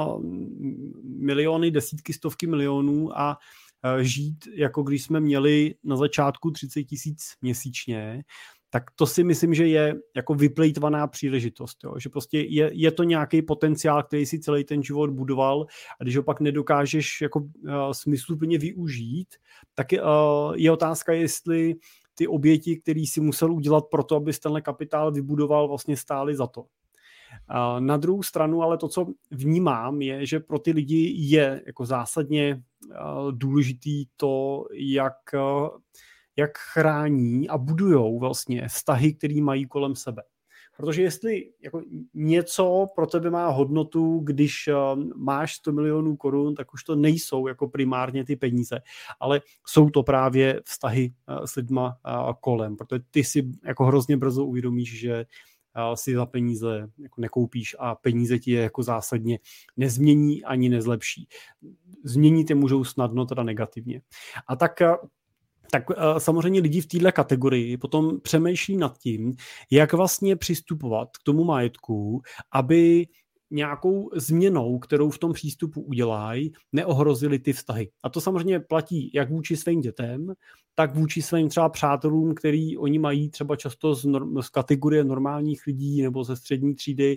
miliony, desítky, stovky milionů a žít, jako když jsme měli na začátku 30 000 měsíčně, tak to si myslím, že je jako vyplejtvaná příležitost. Jo? Že prostě je to nějaký potenciál, který si celý ten život budoval a když ho pak nedokážeš jako smysluplně využít, tak je otázka, jestli ty oběti, které si musel udělat pro to, aby tenhle kapitál vybudoval, vlastně stály za to. Na druhou stranu, ale to, co vnímám, je, že pro ty lidi je jako zásadně důležitý to, jak chrání a budujou vlastně vztahy, které mají kolem sebe. Protože jestli jako něco pro tebe má hodnotu, když máš 100 milionů korun, tak už to nejsou jako primárně ty peníze, ale jsou to právě vztahy s lidma kolem, protože ty si jako hrozně brzo uvědomíš, že si za peníze jako nekoupíš a peníze ti je jako zásadně nezmění ani nezlepší. Změnit je můžou snadno teda negativně. A tak samozřejmě lidi v této kategorii potom přemýšlí nad tím, jak vlastně přistupovat k tomu majetku, aby nějakou změnou, kterou v tom přístupu udělají, neohrozili ty vztahy. A to samozřejmě platí jak vůči svým dětem, tak vůči svým třeba přátelům, který oni mají třeba často z kategorie normálních lidí nebo ze střední třídy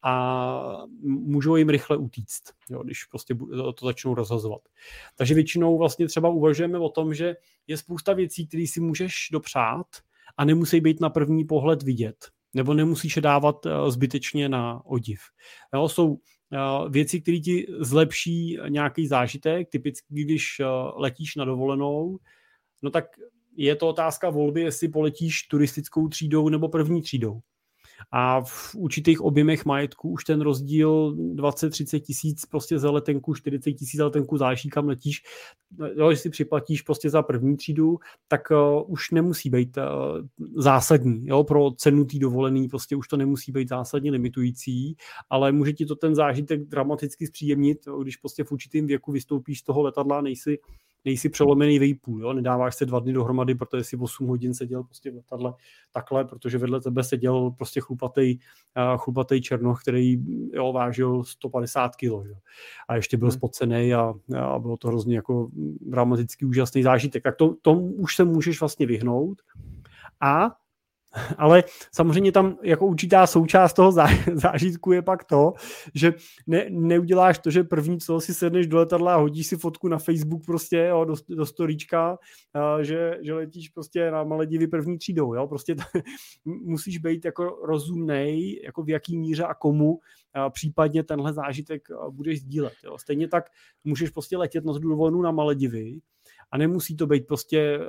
a můžou jim rychle utíct, jo, když prostě to začnou rozhazovat. Takže většinou vlastně třeba uvažujeme o tom, že je spousta věcí, které si můžeš dopřát a nemusí být na první pohled vidět. Nebo nemusíš je dávat zbytečně na odiv. Jo, jsou věci, které ti zlepší nějaký zážitek, typicky když letíš na dovolenou, no tak je to otázka volby, jestli poletíš turistickou třídou nebo první třídou. A v určitých objemech majetku už ten rozdíl 20-30 tisíc prostě za letenku, 40 tisíc za letenku, záleží kam letíš. Jo, když si připlatíš prostě za první třídu, tak už nemusí být zásadní. Jo, pro cenu té dovolený prostě už to nemusí být zásadně limitující, ale může ti to ten zážitek dramaticky zpříjemnit, když prostě v určitém věku vystoupíš z toho letadla, nejsi přelomený vejpůl, jo? Nedáváš se 2 dny dohromady, protože si 8 hodin seděl prostě v letadle takhle, protože vedle tebe seděl prostě chlupatej černoch, který vážil 150 kg. Jo? A ještě byl spocený a bylo to hrozně jako dramaticky úžasný zážitek. Tak tomu už se můžeš vlastně vyhnout. Ale samozřejmě tam jako určitá součást toho zážitku je pak to, že neuděláš to, že první co si sedneš do letadla a hodíš si fotku na Facebook prostě jo, do storíčka, že letíš prostě na Maledivy první třídou. Jo? Prostě musíš být jako rozumnej, jako v jaký míře a komu případně tenhle zážitek budeš sdílet. Jo? Stejně tak můžeš prostě letět na dovolenou na Maledivy a nemusí to být prostě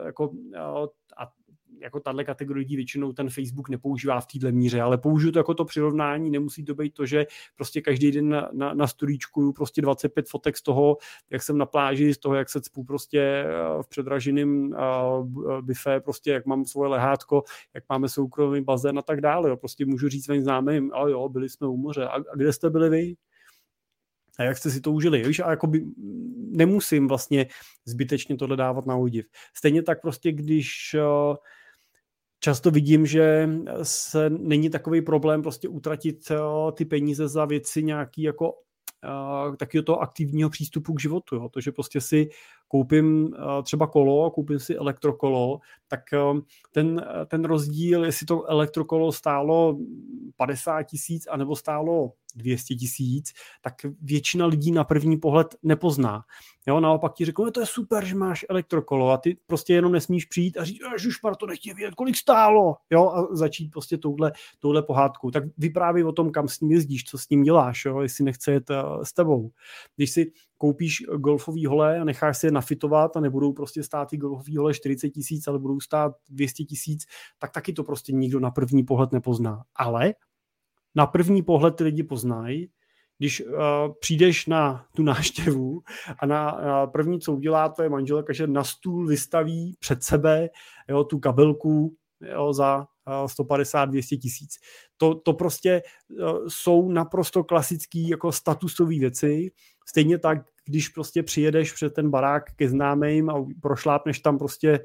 jako tahle kategorie lidí většinou ten Facebook nepoužívá v této míře, ale použiju to jako to přirovnání, nemusí to být to, že prostě každý den na storíčku prostě 25 fotek z toho, jak jsem na pláži, z toho, jak se cpu prostě v předraženém bife, prostě jak mám svoje lehátko, jak máme soukromý bazén a tak dále. Jo. Prostě můžu říct svým známým, ale jo, byli jsme u moře. A kde jste byli vy? A jak jste si to užili? Víš, a jakoby nemusím vlastně zbytečně tohle dávat na odiv. Stejně tak prostě, když často vidím, že není takový problém prostě utratit ty peníze za věci nějaký jako takového toho aktivního přístupu k životu. Jo. To, že prostě si koupím třeba kolo, koupím si elektrokolo, tak ten rozdíl, jestli to elektrokolo stálo 50 000 anebo stálo 200 000, tak většina lidí na první pohled nepozná. Jo, naopak ti řeknou, to je super, že máš elektrokolo a ty prostě jenom nesmíš přijít a říct, ježišmar, to nechtěj vědět, kolik stálo, jo, a začít prostě touhle pohádkou. Tak vyprávěj o tom, kam s ním jezdíš, co s ním děláš, jo, jestli nechce jet s tebou. Když si koupíš golfový hole a necháš si je nafitovat a nebudou prostě stát ty golfový hole 40 000, ale budou stát 200 000, tak taky to prostě nikdo na první pohled nepozná. Ale na první pohled ty lidi poznají, když přijdeš na tu návštěvu a na první, co udělá tvoje manželka, že na stůl vystaví před sebe jo, tu kabelku jo, za 150-200 tisíc. To prostě jsou naprosto klasické jako statusové věci. Stejně tak, když prostě přijedeš před ten barák ke známým a prošlápneš tam prostě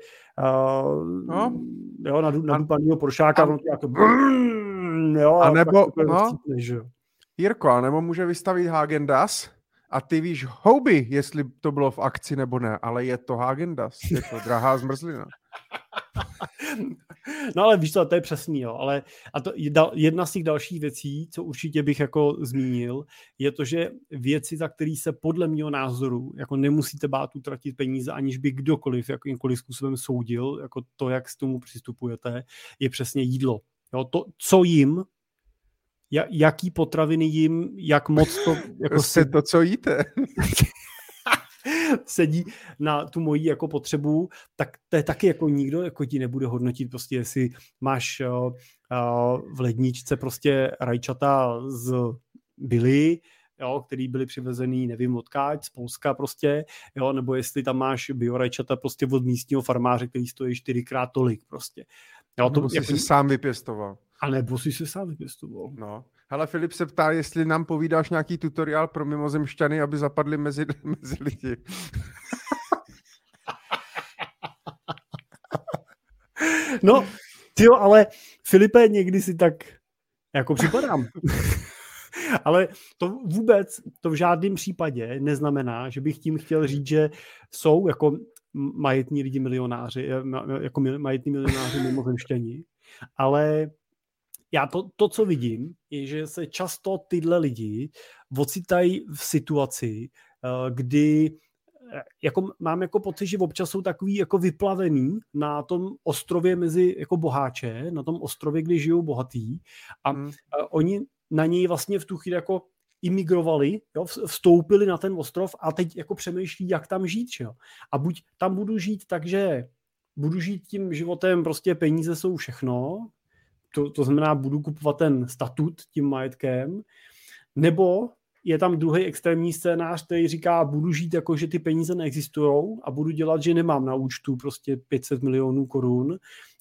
nadupanýho Poršáka, a nebo Jirko, a nebo může vystavit Häagen-Dazs a ty víš houby, jestli to bylo v akci nebo ne, ale je to Häagen-Dazs, je to drahá zmrzlina. No ale víš co, to je přesný, jo, ale a to jedna z těch dalších věcí, co určitě bych jako zmínil, je to, že věci, za který se podle mého názoru jako nemusíte bát utratit peníze, aniž by kdokoliv jakýmkoliv způsobem soudil, jako to, jak k tomu přistupujete, je přesně jídlo. Jo, to, co jim, jaký potraviny jim, jak moc to... Jako to, co jíte. sedí na tu moji jako potřebu, tak to je taky jako nikdo jako ti nebude hodnotit prostě, jestli máš v ledničce prostě rajčata z Billy, jo, který byly přivezený, nevím odkáď, z Polska prostě, jo, nebo jestli tam máš biorajčata prostě od místního farmáře, který stojí 4x tolik prostě. Jo, to nebo jsi jako... se sám vypěstoval. A nebo jsi se sám vypěstoval. No. Hele, Filip se ptá, jestli nám povídáš nějaký tutoriál pro mimozemšťany, aby zapadli mezi lidi. No, tyjo, ale Filipe, někdy si tak jako připadám. Ale to vůbec, to v žádném případě neznamená, že bych tím chtěl říct, že jsou jako majetní lidi milionáři, jako majetní milionáři mimozemšťani, ale já to, co vidím, je, že se často tyhle lidi ocitají v situaci, kdy jako mám jako pocit, že občas jsou takový jako vyplavený na tom ostrově mezi jako boháče, na tom ostrově, kde žijou bohatý a oni na něj vlastně v tu chvíli jako imigrovali, jo, vstoupili na ten ostrov a teď jako přemýšlí, jak tam žít. Jo. A buď tam budu žít tak, že budu žít tím životem, prostě peníze jsou všechno, to znamená, budu kupovat ten statut tím majetkem, nebo je tam druhý extrémní scénář, který říká, budu žít jako, že ty peníze neexistujou a budu dělat, že nemám na účtu prostě 500 milionů korun.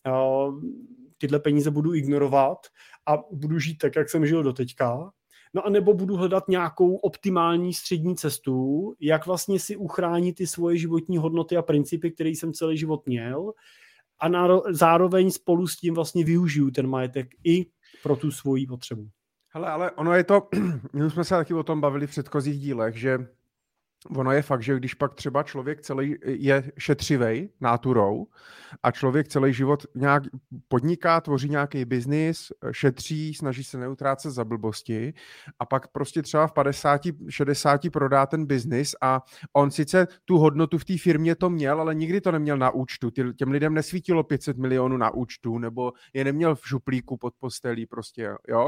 Tyhle peníze budu ignorovat a budu žít tak, jak jsem žil doteďka. No a nebo budu hledat nějakou optimální střední cestu, jak vlastně si uchránit ty svoje životní hodnoty a principy, které jsem celý život měl, a zároveň spolu s tím vlastně využiju ten majetek i pro tu svoji potřebu. Hele, ale ono je to, my jsme se taky o tom bavili v předchozích dílech, že ono je fakt, že když pak třeba člověk celý je šetřivej náturou a člověk celý život nějak podniká, tvoří nějaký biznis, šetří, snaží se neutrácet za blbosti a pak prostě třeba v 50, 60 prodá ten biznis a on sice tu hodnotu v té firmě to měl, ale nikdy to neměl na účtu. Těm lidem nesvítilo 500 milionů na účtu nebo je neměl v župlíku pod postelí prostě, jo.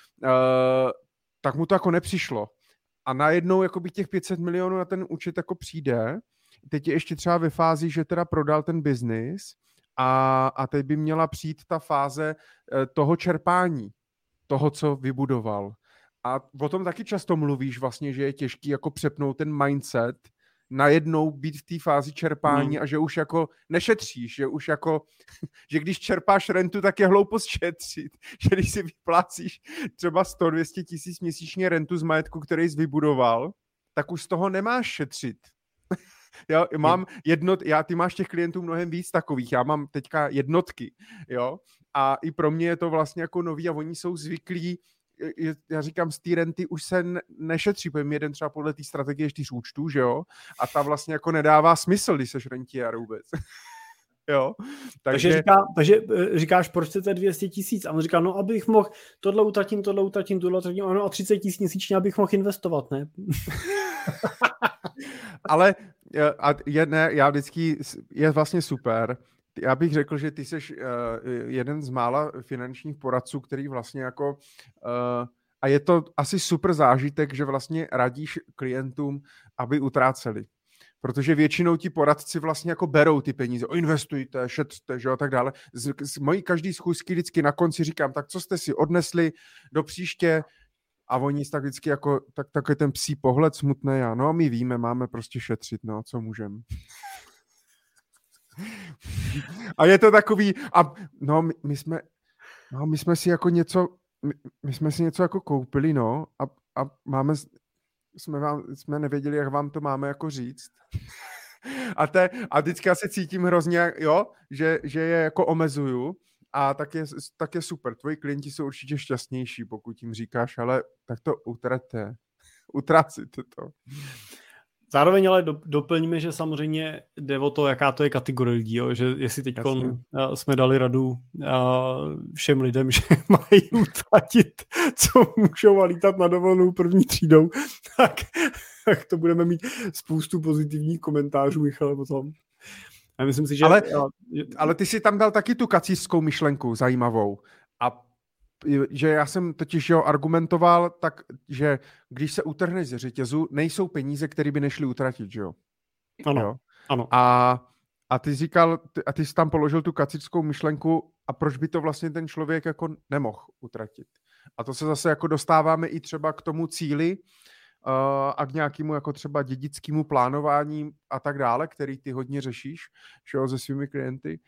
Tak mu to jako nepřišlo. A najednou jakoby těch 500 milionů na ten účet jako přijde. Teď je ještě třeba ve fázi, že teda prodal ten biznis a teď by měla přijít ta fáze toho čerpání, toho, co vybudoval. A o tom taky často mluvíš vlastně, že je těžký jako přepnout ten mindset, najednou být v té fázi čerpání a že už jako nešetříš, že už jako, že když čerpáš rentu, tak je hloupost šetřit, že když si vyplácíš třeba 100-200 tisíc měsíčně rentu z majetku, který jsi vybudoval, tak už z toho nemáš šetřit. Jo, ty máš těch klientů mnohem víc takových, já mám teďka jednotky, jo, a i pro mě je to vlastně jako nový a oni jsou zvyklí, já říkám, z té renty už se nešetří, pojďme jeden třeba podle té strategie 4 účtů, že jo, a ta vlastně jako nedává smysl, když seš rentiér vůbec. Jo, takže říkáš, proč chcete 200 tisíc? A on říká, no abych mohl, tohle utratím, ano, a 30 tisíc měsíčně, abych mohl investovat, ne? Ale já vždycky, je vlastně super. Já bych řekl, že ty jsi jeden z mála finančních poradců, který vlastně jako, a je to asi super zážitek, že vlastně radíš klientům, aby utráceli. Protože většinou ti poradci vlastně jako berou ty peníze, investujte, šetřte, že jo, a tak dále. Z mojí každý schůzky vždycky na konci říkám, tak co jste si odnesli do příště, a oni tak vždycky jako, takový ten psí pohled smutný, a no my víme, máme prostě šetřit, no, co můžeme. A je to takový, a no my jsme si jako něco, my jsme si něco jako koupili, no, a máme, jsme nevěděli, jak vám to máme jako říct. A vždycky já se cítím hrozně, jo, že je jako omezuju a tak je super. Tvoji klienti jsou určitě šťastnější, pokud jim říkáš, ale tak to utrácíte to. Zároveň ale doplníme, že samozřejmě jde o to, jaká to je kategorie lidí, jo? Že jestli teď jsme dali radu všem lidem, že mají utratit, co můžou a lítat na dovolenou první třídou, tak to budeme mít spoustu pozitivních komentářů, Michale, potom. A myslím si, že... Ale ty si tam dal taky tu kacířskou myšlenku zajímavou. A že já jsem totiž argumentoval tak, že když se utrhneš ze řetězu, nejsou peníze, které by nešly utratit, že jo? Ano, jo? Ano. A ty říkal, a ty jsi tam položil tu kacířskou myšlenku a proč by to vlastně ten člověk jako nemohl utratit. A to se zase jako dostáváme i třeba k tomu cíli a k nějakému jako třeba dědickému plánování a tak dále, který ty hodně řešíš, že jo, se svými klienty,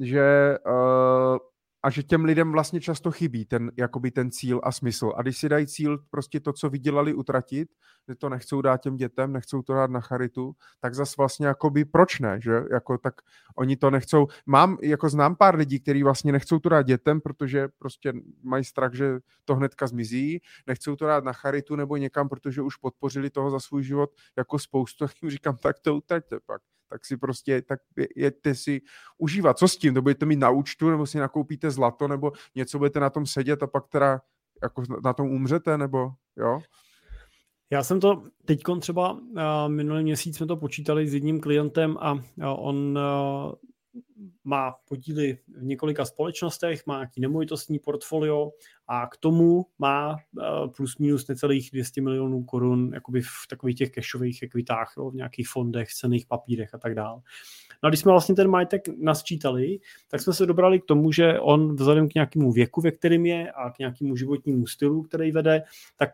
a že těm lidem vlastně často chybí ten cíl a smysl. A když si dají cíl prostě to, co vydělali, utratit, že to nechcou dát těm dětem, nechcou to dát na charitu, tak zas vlastně jakoby proč ne, že? Jako tak oni to nechcou. Znám pár lidí, kteří vlastně nechcou to dát dětem, protože prostě mají strach, že to hnedka zmizí, nechcou to dát na charitu nebo někam, protože už podpořili toho za svůj život jako spoustu, tak jim říkám, tak to utraťte pak. Tak si prostě, tak jeďte si užívat. Co s tím? To budete mít na účtu, nebo si nakoupíte zlato, nebo něco budete na tom sedět a pak teda jako na tom umřete, nebo jo? Já jsem to teďkon třeba minulý měsíc jsme to počítali s jedním klientem a on má podíly v několika společnostech, má nějaký nemovitostní portfolio a k tomu má plus minus necelých 200 milionů korun jakoby v takových těch cashových ekvitách, jo, v nějakých fondech, cenných papírech a tak dále. No a když jsme vlastně ten majetek nasčítali, tak jsme se dobrali k tomu, že on vzhledem k nějakému věku, ve kterém je a k nějakému životnímu stylu, který vede, tak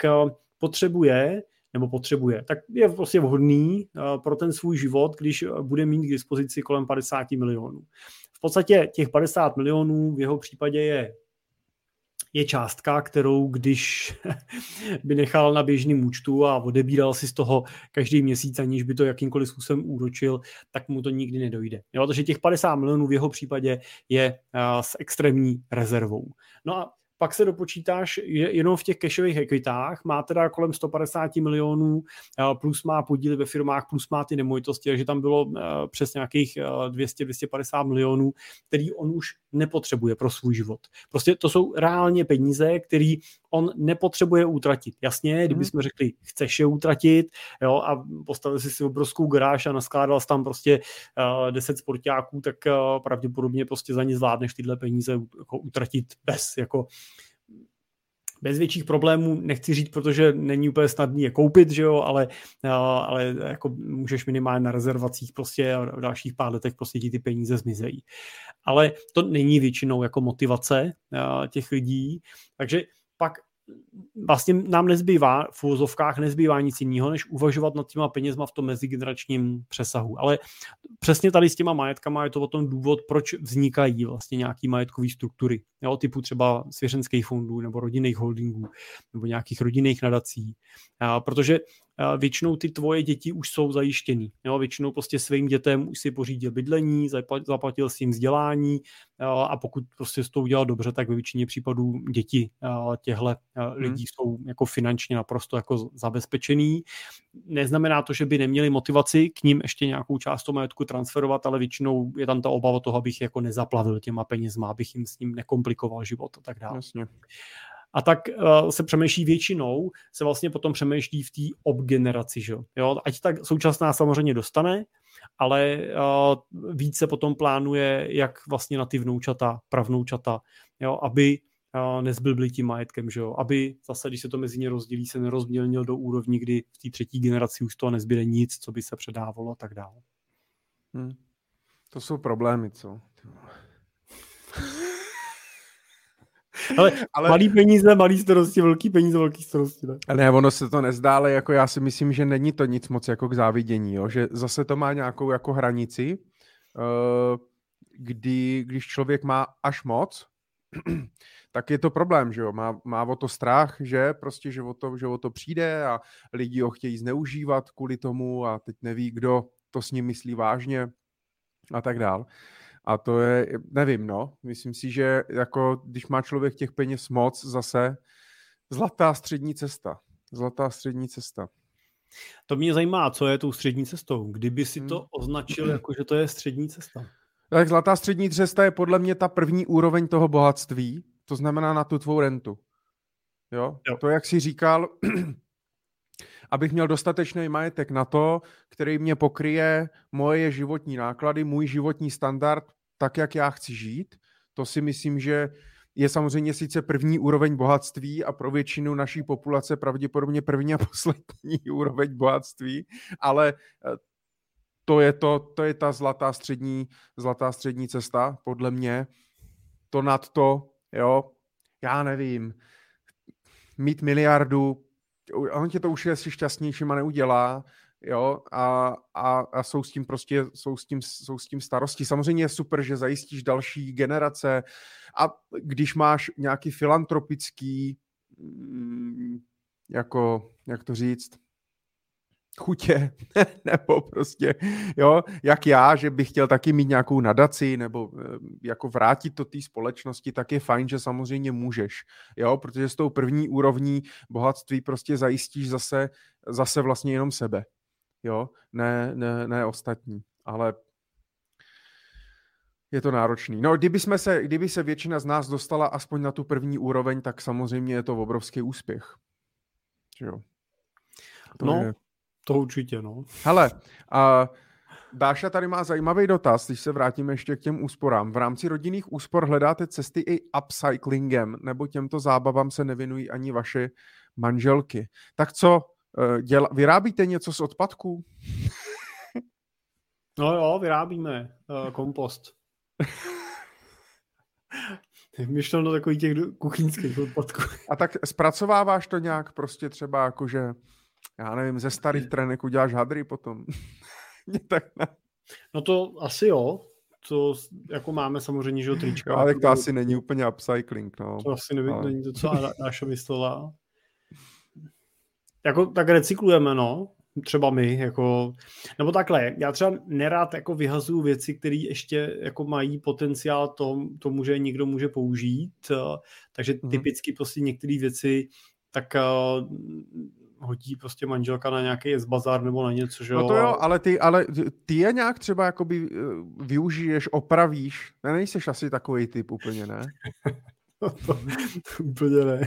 tak je prostě vhodný pro ten svůj život, když bude mít k dispozici kolem 50 milionů. V podstatě těch 50 milionů v jeho případě je částka, kterou když by nechal na běžným účtu a odebíral si z toho každý měsíc, aniž by to jakýmkoliv způsobem úročil, tak mu to nikdy nedojde. Jo, takže těch 50 milionů v jeho případě je s extrémní rezervou. No a pak se dopočítáš, že jenom v těch cashových ekvitách má teda kolem 150 milionů, plus má podíly ve firmách, plus má ty nemovitosti, takže tam bylo přes nějakých 200-250 milionů, který on už nepotřebuje pro svůj život. Prostě to jsou reálně peníze, který on nepotřebuje utratit. Jasně, kdybychom řekli, chceš je utratit, jo, a postavil si obrovskou garáž a naskládal jsi tam prostě 10 sportáků, tak pravděpodobně prostě za ně zvládneš tyhle peníze jako utratit bez větších problémů, nechci říct, protože není úplně snadný je koupit, že jo, ale jako můžeš minimálně na rezervacích prostě a v dalších pár letech prostě ti ty peníze zmizejí. Ale to není většinou jako motivace těch lidí, takže pak vlastně nám nezbývá, v uvozovkách nezbývá nic jiného, než uvažovat nad těma penězma v tom mezigeneračním přesahu. Ale přesně tady s těma majetkama je to o tom důvod, proč vznikají vlastně nějaký majetkové struktury, jo, typu třeba svěřenských fondů nebo rodinných holdingů nebo nějakých rodinných nadací. Protože většinou ty tvoje děti už jsou zajištěný. Jo? Většinou prostě svým dětem už si pořídil bydlení, zaplatil si jim vzdělání a pokud prostě to udělal dobře, tak ve většině případů děti těchto lidí jsou jako finančně naprosto jako zabezpečený. Neznamená to, že by neměli motivaci k ním ještě nějakou část toho majetku transferovat, ale většinou je tam ta obava toho, abych jako nezaplavil těma penězma, abych jim s ním nekomplikoval život a tak dále. Jasně. A tak se přemýšlí většinou, se vlastně potom přemýšlí v té obgeneraci, že jo. Ať tak současná samozřejmě dostane, ale více potom plánuje, jak vlastně na ty vnoučata, pravnoučata, jo, aby nezblbli tím majetkem, že jo. Aby zase, když se to mezi ně rozdělí, se nerozmělnil do úrovni, kdy v té třetí generaci už toho nezbyde nic, co by se předávalo a tak dále. To jsou problémy, co? Ale malý peníze, malý starosti, velký peníze, velký starosti. Ne? Ne, ono se to nezdá, ale jako já si myslím, že není to nic moc jako k závidění, jo? Že zase to má nějakou jako hranici, když člověk má až moc, tak je to problém, že jo, má o to strach, že prostě, že o to přijde a lidi ho chtějí zneužívat kvůli tomu a teď neví, kdo to s ním myslí vážně a tak dál. A to je, nevím, no, myslím si, že jako když má člověk těch peněz moc zase, zlatá střední cesta. To mě zajímá, co je tou střední cestou. Kdyby si to označil jako, že to je střední cesta. Tak zlatá střední cesta je podle mě ta první úroveň toho bohatství, to znamená na tu tvou rentu. Jo? To, jak jsi říkal, abych měl dostatečný majetek na to, který mě pokryje moje životní náklady, můj životní standard, tak, jak já chci žít. To si myslím, že je samozřejmě sice první úroveň bohatství a pro většinu naší populace pravděpodobně první a poslední úroveň bohatství, ale to je ta zlatá střední cesta, podle mě. To nad to, jo, já nevím, mít miliardu, on tě to už asi šťastnějšíma neudělá, jo, a jsou s tím starosti. Samozřejmě je super, že zajistíš další generace a když máš nějaký filantropický, jako, jak to říct, chutě, nebo prostě, jo, jak já, že bych chtěl taky mít nějakou nadaci, nebo jako vrátit to té společnosti, tak je fajn, že samozřejmě můžeš, jo, protože s tou první úrovní bohatství prostě zajistíš zase vlastně jenom sebe, jo, ne ostatní, ale je to náročný. No, kdyby se většina z nás dostala aspoň na tu první úroveň, tak samozřejmě je to obrovský úspěch, jo. To určitě, no. Hele, Dáša tady má zajímavý dotaz, když se vrátíme ještě k těm úsporám. V rámci rodinných úspor hledáte cesty i upcyclingem, nebo těmto zábavám se nevěnují ani vaše manželky. Tak co, vyrábíte něco z odpadků? No jo, vyrábíme kompost. Myšlel do takových těch kuchyňských odpadků. A tak zpracováváš to nějak prostě třeba jakože, já nevím, ze starých trenek uděláš hadry potom? Tak ne. No to asi jo. To jako máme samozřejmě, že trička. Ale to asi není úplně upcycling, no. To asi není to, co Dáša myslela. Jako tak recyklujeme, no. Třeba my, jako, nebo takhle, já třeba nerád jako vyhazuju věci, které ještě jako mají potenciál tomu, že někdo může použít, takže typicky prostě některé věci tak hodí prostě manželka na nějaký S-bazar nebo na něco, že jo. No to jo, ale ty je nějak třeba jakoby využiješ, opravíš, nejseš asi takový typ úplně, ne? to úplně ne.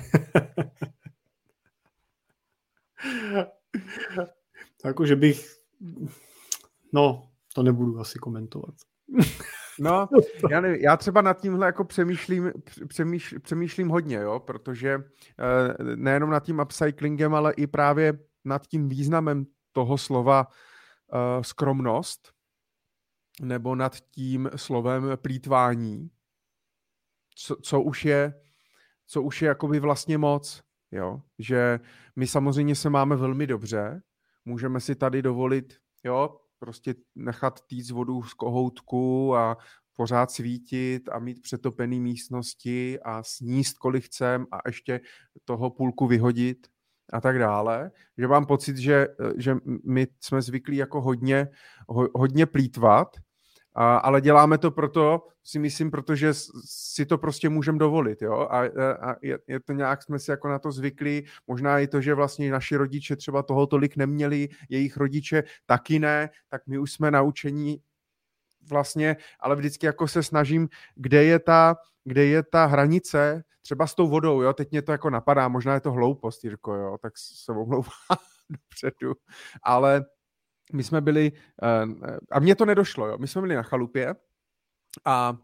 Jako, že bych... No, to nebudu asi komentovat. No, já třeba nad tímhle jako přemýšlím hodně, jo, protože nejenom nad tím upcyclingem, ale i právě nad tím významem toho slova skromnost, nebo nad tím slovem plýtvání, co už je jakoby vlastně moc, jo, že my samozřejmě se máme velmi dobře, můžeme si tady dovolit, jo, prostě nechat týct vodu z kohoutku a pořád svítit a mít přetopený místnosti a sníst kolik chcem a ještě toho půlku vyhodit a tak dále. Že mám pocit, že my jsme zvyklí jako hodně plýtvat, ale děláme to proto, si myslím, protože si to prostě můžeme dovolit, jo, a je to nějak, jsme si jako na to zvyklí, možná i to, že vlastně naši rodiče třeba toho tolik neměli, jejich rodiče taky ne, tak my už jsme naučení vlastně, ale vždycky jako se snažím, kde je ta hranice, třeba s tou vodou, jo, teď mě to jako napadá, možná je to hloupost, Jirko, jo, tak se omlouvám dopředu, ale my jsme byli, a mně to nedošlo, jo, my jsme byli na chalupě a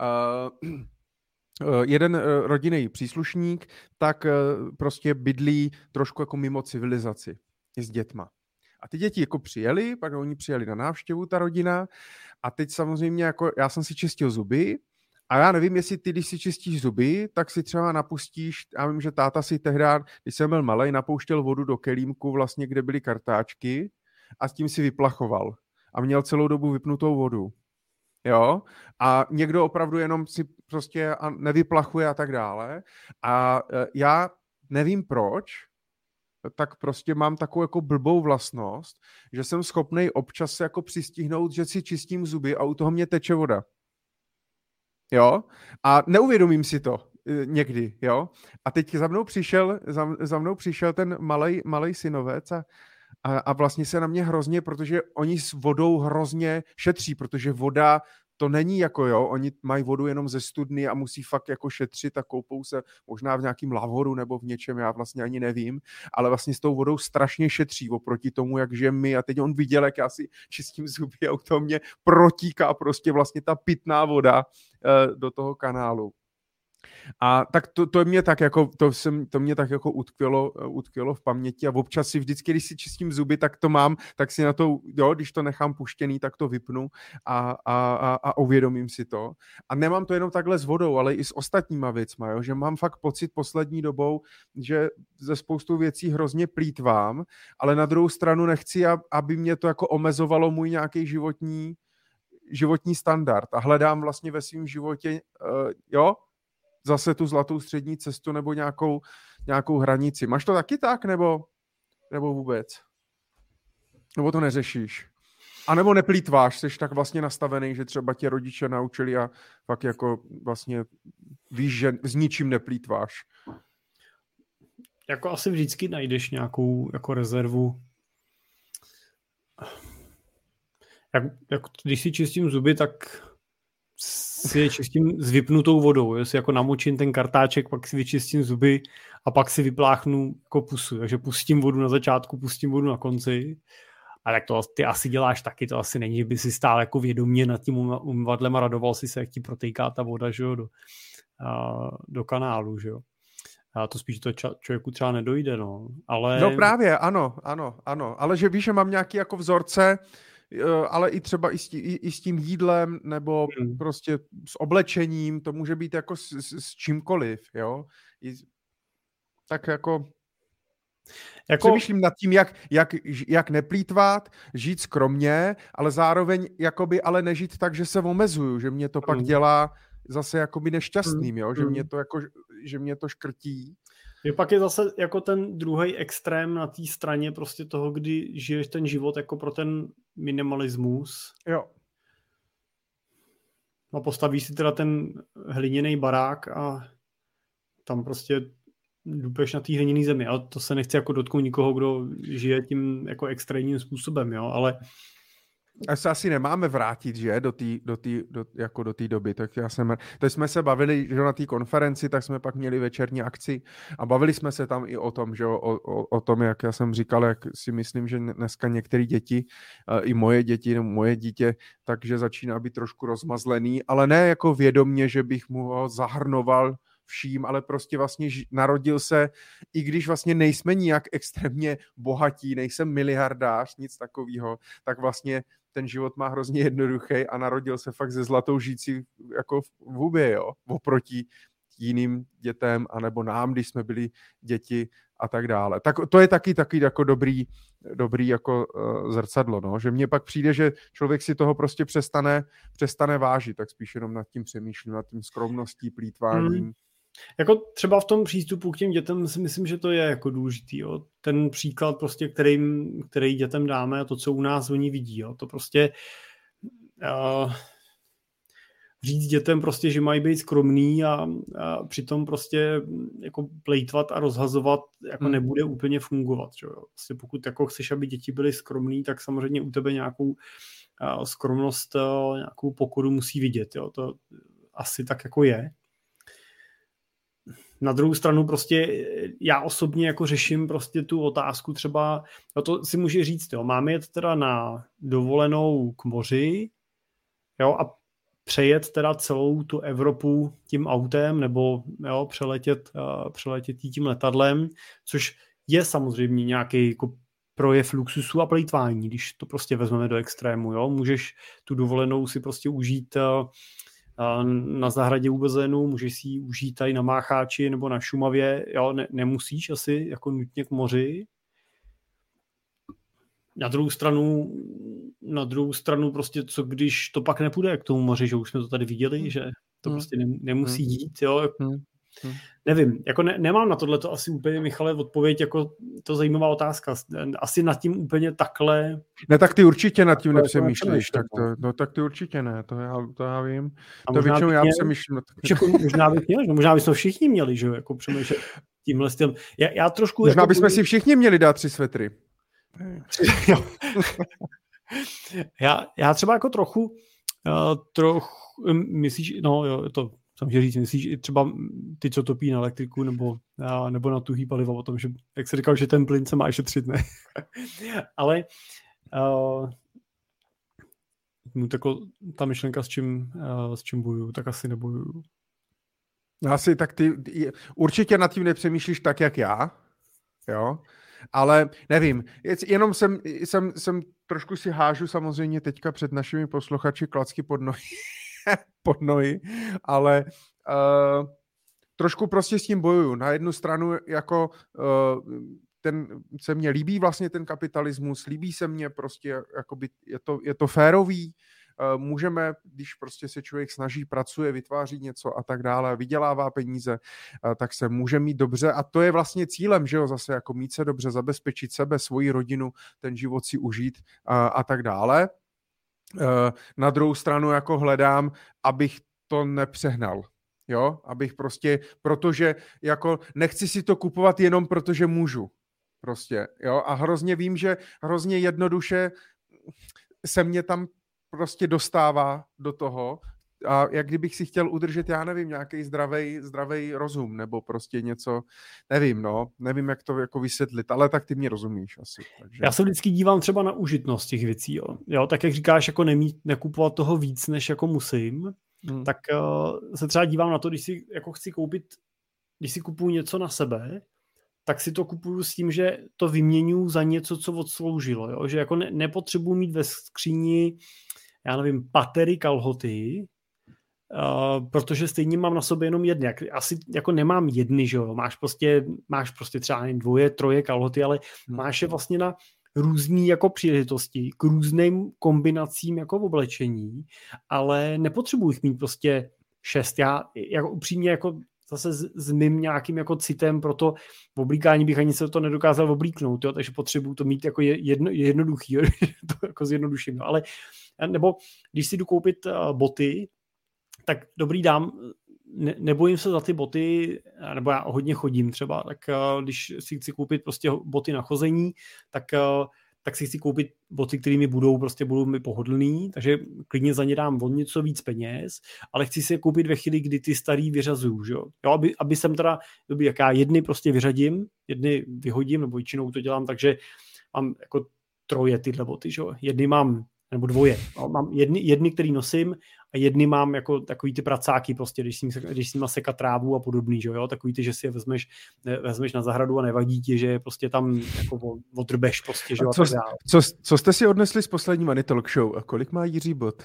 jeden rodinný příslušník tak prostě bydlí trošku jako mimo civilizaci s dětma. A ty děti jako přijeli, pak oni přijeli na návštěvu, ta rodina, a teď samozřejmě jako já jsem si čistil zuby a já nevím, jestli ty, když si čistíš zuby, tak si třeba napustíš, já vím, že táta si tehdy, když jsem byl malej, napouštěl vodu do kelímku vlastně, kde byly kartáčky a s tím si vyplachoval a měl celou dobu vypnutou vodu. jo, a někdo opravdu jenom si prostě nevyplachuje a tak dále. A já nevím proč, tak prostě mám takovou jako blbou vlastnost, že jsem schopnej občas se jako přistihnout, že si čistím zuby a u toho mě teče voda. Jo? A neuvědomím si to někdy, jo? A teď za mnou přišel ten malej synovec a vlastně se na mě hrozně, protože oni s vodou hrozně šetří, protože voda to není jako, jo, oni mají vodu jenom ze studny a musí fakt jako šetřit a koupou se možná v nějakým lavoru nebo v něčem, já vlastně ani nevím, ale vlastně s tou vodou strašně šetří oproti tomu, jak žijeme my. A teď on viděl, jak já si čistím zuby a u toho mě protíká prostě vlastně ta pitná voda do toho kanálu. A tak to mě tak jako, to mě tak jako utkvělo v paměti a občas si vždycky, když si čistím zuby, tak to mám, tak si na to, jo, když to nechám puštěný, tak to vypnu a uvědomím si to. A nemám to jenom takhle s vodou, ale i s ostatníma věcma, jo, že mám fakt pocit poslední dobou, že ze spoustu věcí hrozně plýtvám, ale na druhou stranu nechci, aby mě to jako omezovalo můj nějaký životní standard a hledám vlastně ve svém životě, jo, zase tu zlatou střední cestu nebo nějakou hranici. Máš to taky tak, nebo vůbec? Nebo to neřešíš? A nebo neplýtváš, jsi tak vlastně nastavený, že třeba tě rodiče naučili a fakt jako vlastně víš, že s ničím neplýtváš. Jako asi vždycky najdeš nějakou jako rezervu. Jak když si čistím zuby, tak si je čistím s vypnutou vodou. Jestli jako namočím ten kartáček, pak si vyčistím zuby a pak si vypláchnu jako pusu. Takže pustím vodu na začátku, pustím vodu na konci. A tak to ty asi děláš taky, to asi není, že by si stál jako vědomě nad tím umyvadlem a radoval si se, jak ti protejká ta voda, že jo, do kanálu, že jo. A to spíš to člověku třeba nedojde, no. Ale... No právě, ano. Ale že víš, že mám nějaký jako vzorce, ale i třeba i s tím jídlem nebo prostě s oblečením, to může být jako s čímkoliv, jo. Tak jako přemýšlím nad tím, jak neplýtvat, žít skromně, ale zároveň jakoby ale nežít tak, že se omezuju, že mě to pak dělá zase jakoby nešťastným, jo, že mě to škrtí. Je pak je zase jako ten druhý extrém na té straně prostě toho, kdy žiješ ten život jako pro ten minimalismus. Jo. A postavíš si teda ten hliněný barák a tam prostě dupeš na té hliněné zemi. A to se nechce jako dotknout nikoho, kdo žije tím jako extrémním způsobem, jo, ale A se asi nemáme vrátit, že, do té doby. Tak teď jsme se bavili, že na té konferenci, tak jsme pak měli večerní akci a bavili jsme se tam i o tom, že o tom, jak já jsem říkal, jak si myslím, že dneska některé děti, i moje děti, nebo moje dítě, takže začíná být trošku rozmazlený, ale ne jako vědomně, že bych mu ho zahrnoval vším, ale prostě vlastně narodil se, i když vlastně nejsme nijak extrémně bohatí, nejsem miliardář, nic takového, tak vlastně ten život má hrozně jednoduchý a narodil se fakt se zlatou žící jako v hubě, jo, oproti jiným dětem, anebo nám, když jsme byli děti a tak dále. Tak to je taky jako dobrý jako zrcadlo, no, že mně pak přijde, že člověk si toho prostě přestane vážit, tak spíš jenom nad tím přemýšlím, nad tím skromností, plýtváním. Jako třeba v tom přístupu k těm dětem si myslím, že to je jako důležitý. Jo. Ten příklad prostě, který dětem dáme a to, co u nás oni vidí. Jo. To prostě říct dětem prostě, že mají být skromný a přitom prostě jako plejtvat a rozhazovat jako nebude úplně fungovat. Že jo. Prostě pokud jako chceš, aby děti byly skromný, tak samozřejmě u tebe nějakou skromnost, nějakou pokoru musí vidět. Jo. To asi tak jako je. Na druhou stranu prostě já osobně jako řeším prostě tu otázku třeba, no to si může říct, jo, máme jet teda na dovolenou k moři, jo, a přejet teda celou tu Evropu tím autem nebo jo, přeletět tím letadlem, což je samozřejmě nějaký jako projev luxusu a plýtvání, když to prostě vezmeme do extrému, jo, můžeš tu dovolenou si prostě užít na zahradě u bazénu, můžeš si ji užít tady na Mácháči nebo na Šumavě, jo, nemusíš asi jako nutně k moři. Na druhou stranu prostě co když to pak nepůjde k tomu moři, že už jsme to tady viděli, že to prostě nemusí dít, jo. Nevím, jako nemám na tohleto asi úplně, Michale, odpověď, jako to zajímavá otázka. Asi nad tím úplně takhle... Ne, tak ty určitě nad tím nepřemýšlíš, tak ty určitě ne, to já vím. A to většinou já přemýšlím. Možná bych měl, možná bychom všichni měli, že jo, jako přemýšlet tímhle stylem. Já trošku... Možná jako bychom si všichni měli dát 3 svetry. já třeba jako trochu myslíš, no jo, to jsem chtěl říct, myslíš i třeba ty, co topí na elektriku nebo na tuhý palivo, o tom, že, jak jsi říkal, že ten plyn se má šetřit, ne? Ale ta myšlenka, s čím bojuju, tak asi nebojuju. Asi tak ty určitě nad tím nepřemýšlíš tak, jak já, jo? Ale nevím, jenom jsem trošku si hážu samozřejmě teďka před našimi posluchači klacky pod nohy, ale trošku prostě s tím bojuju. Na jednu stranu jako se mně líbí vlastně ten kapitalismus, líbí se mně prostě, jakoby je to férový, můžeme, když prostě se člověk snaží, pracuje, vytváří něco a tak dále, vydělává peníze, tak se může mít dobře a to je vlastně cílem, že jo, zase jako mít se dobře, zabezpečit sebe, svoji rodinu, ten život si užít a tak dále. Na druhou stranu jako hledám, abych to nepřehnal, jo, abych prostě, protože jako nechci si to kupovat jenom protože můžu, prostě, jo, a hrozně vím, že hrozně jednoduše se mě tam prostě dostává do toho a jak kdybych si chtěl udržet, já nevím, nějaký zdravej rozum, nebo prostě něco, nevím, jak to jako vysvětlit, ale tak ty mě rozumíš asi. Takže. Já se vždycky dívám třeba na užitnost těch věcí, jo, tak jak říkáš, jako nekupovat toho víc, než jako musím, tak se třeba dívám na to, když si jako chci koupit, když si kupuju něco na sebe, tak si to kupuju s tím, že to vyměňuji za něco, co odsloužilo, jo, že jako nepotřebuji mít ve skříni, já nevím, patery, kalhoty, protože stejně mám na sobě jenom jedny. Asi jako nemám jedny, že jo, máš prostě třeba 2, 3 kalhoty, ale máš je vlastně na různý jako příležitosti, k různým kombinacím jako v oblečení, ale nepotřebuji jich mít prostě 6. Já jako upřímně jako zase s mým nějakým jako citem pro to v oblíkání bych ani se to nedokázal oblíknout, jo, takže potřebuji to mít jako jednoduchý, jo, to jako zjednoduším, no, ale nebo když si jdu koupit boty, tak dobrý nebojím se za ty boty, nebo já hodně chodím třeba, tak když si chci koupit prostě boty na chození, tak si chci koupit boty, které mi budou mi pohodlný, takže klidně za ně dám o něco víc peněz, ale chci si je koupit ve chvíli, kdy ty starý vyřazuju, že jo? Aby jsem teda, jak já jedny prostě vyřadím, jedny vyhodím, nebo většinou to dělám, takže mám jako 3 tyhle boty, že jo? Jedny mám, nebo 2. Mám jedny, který nosím a jedny mám jako takový ty pracáky prostě, když s nima seka trávu a podobný, že jo, takový ty, že si je vezmeš na zahradu a nevadí ti, že prostě tam jako odrbeš prostě, že jo. Co jste si odnesli z poslední Money Talk Show a kolik má Jiří bot?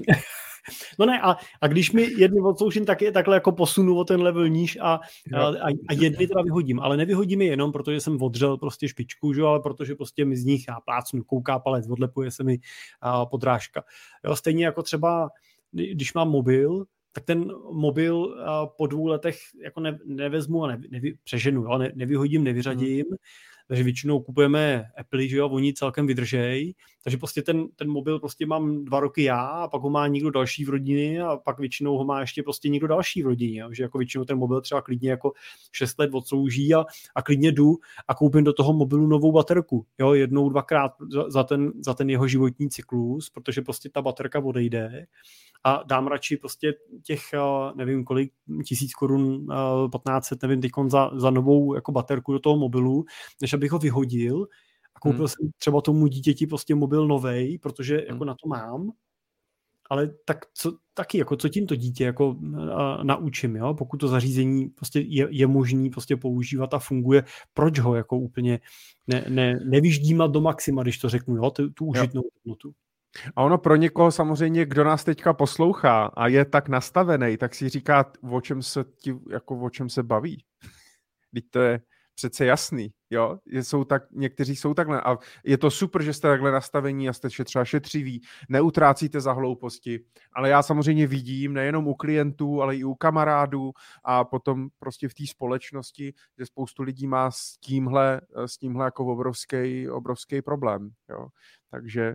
No ne, a když mi jedny odsloužím, tak je takhle jako posunu o ten level níž a jedny teda vyhodím, ale nevyhodím je jenom, protože jsem odřel prostě špičku, že? Ale protože prostě mi z nich já plácnu, kouká palec, odlepuje se mi podrážka. Jo, stejně jako třeba, když mám mobil, tak ten mobil po 2 letech jako nevezmu a přeženu, jo? Nevyhodím, nevyřadím, takže většinou kupujeme Apple, že jo, oni celkem vydržej, takže prostě ten mobil prostě mám 2 roky já a pak ho má někdo další v rodině a pak většinou ho má ještě prostě někdo další v rodině, jo? Že jako většinou ten mobil třeba klidně jako 6 let odslouží a klidně jdu a koupím do toho mobilu novou baterku, jo, 1, 2krát za ten jeho životní cyklus, protože prostě ta baterka odejde a dám radši prostě těch, nevím kolik, 1000 korun, 1500, nevím, teďkon za novou jako baterku do toho mobilu, než abych ho vyhodil a koupil jsem třeba tomu dítěti prostě mobil novej, protože jako na to mám, ale tak co tím to dítě jako naučím, jo? Pokud to zařízení prostě je možný prostě používat a funguje, proč ho jako úplně nevyždímat do maxima, když to řeknu, jo? Tu užitnou hodnotu. A ono pro někoho samozřejmě, kdo nás teďka poslouchá a je tak nastavený, tak si říká, o čem se baví. Teď to je přece jasný, jo, někteří jsou takhle a je to super, že jste takhle nastavení a jste třeba šetřiví, neutrácíte za hlouposti, ale já samozřejmě vidím nejenom u klientů, ale i u kamarádů a potom prostě v té společnosti, že spoustu lidí má s tímhle jako obrovský problém, jo, takže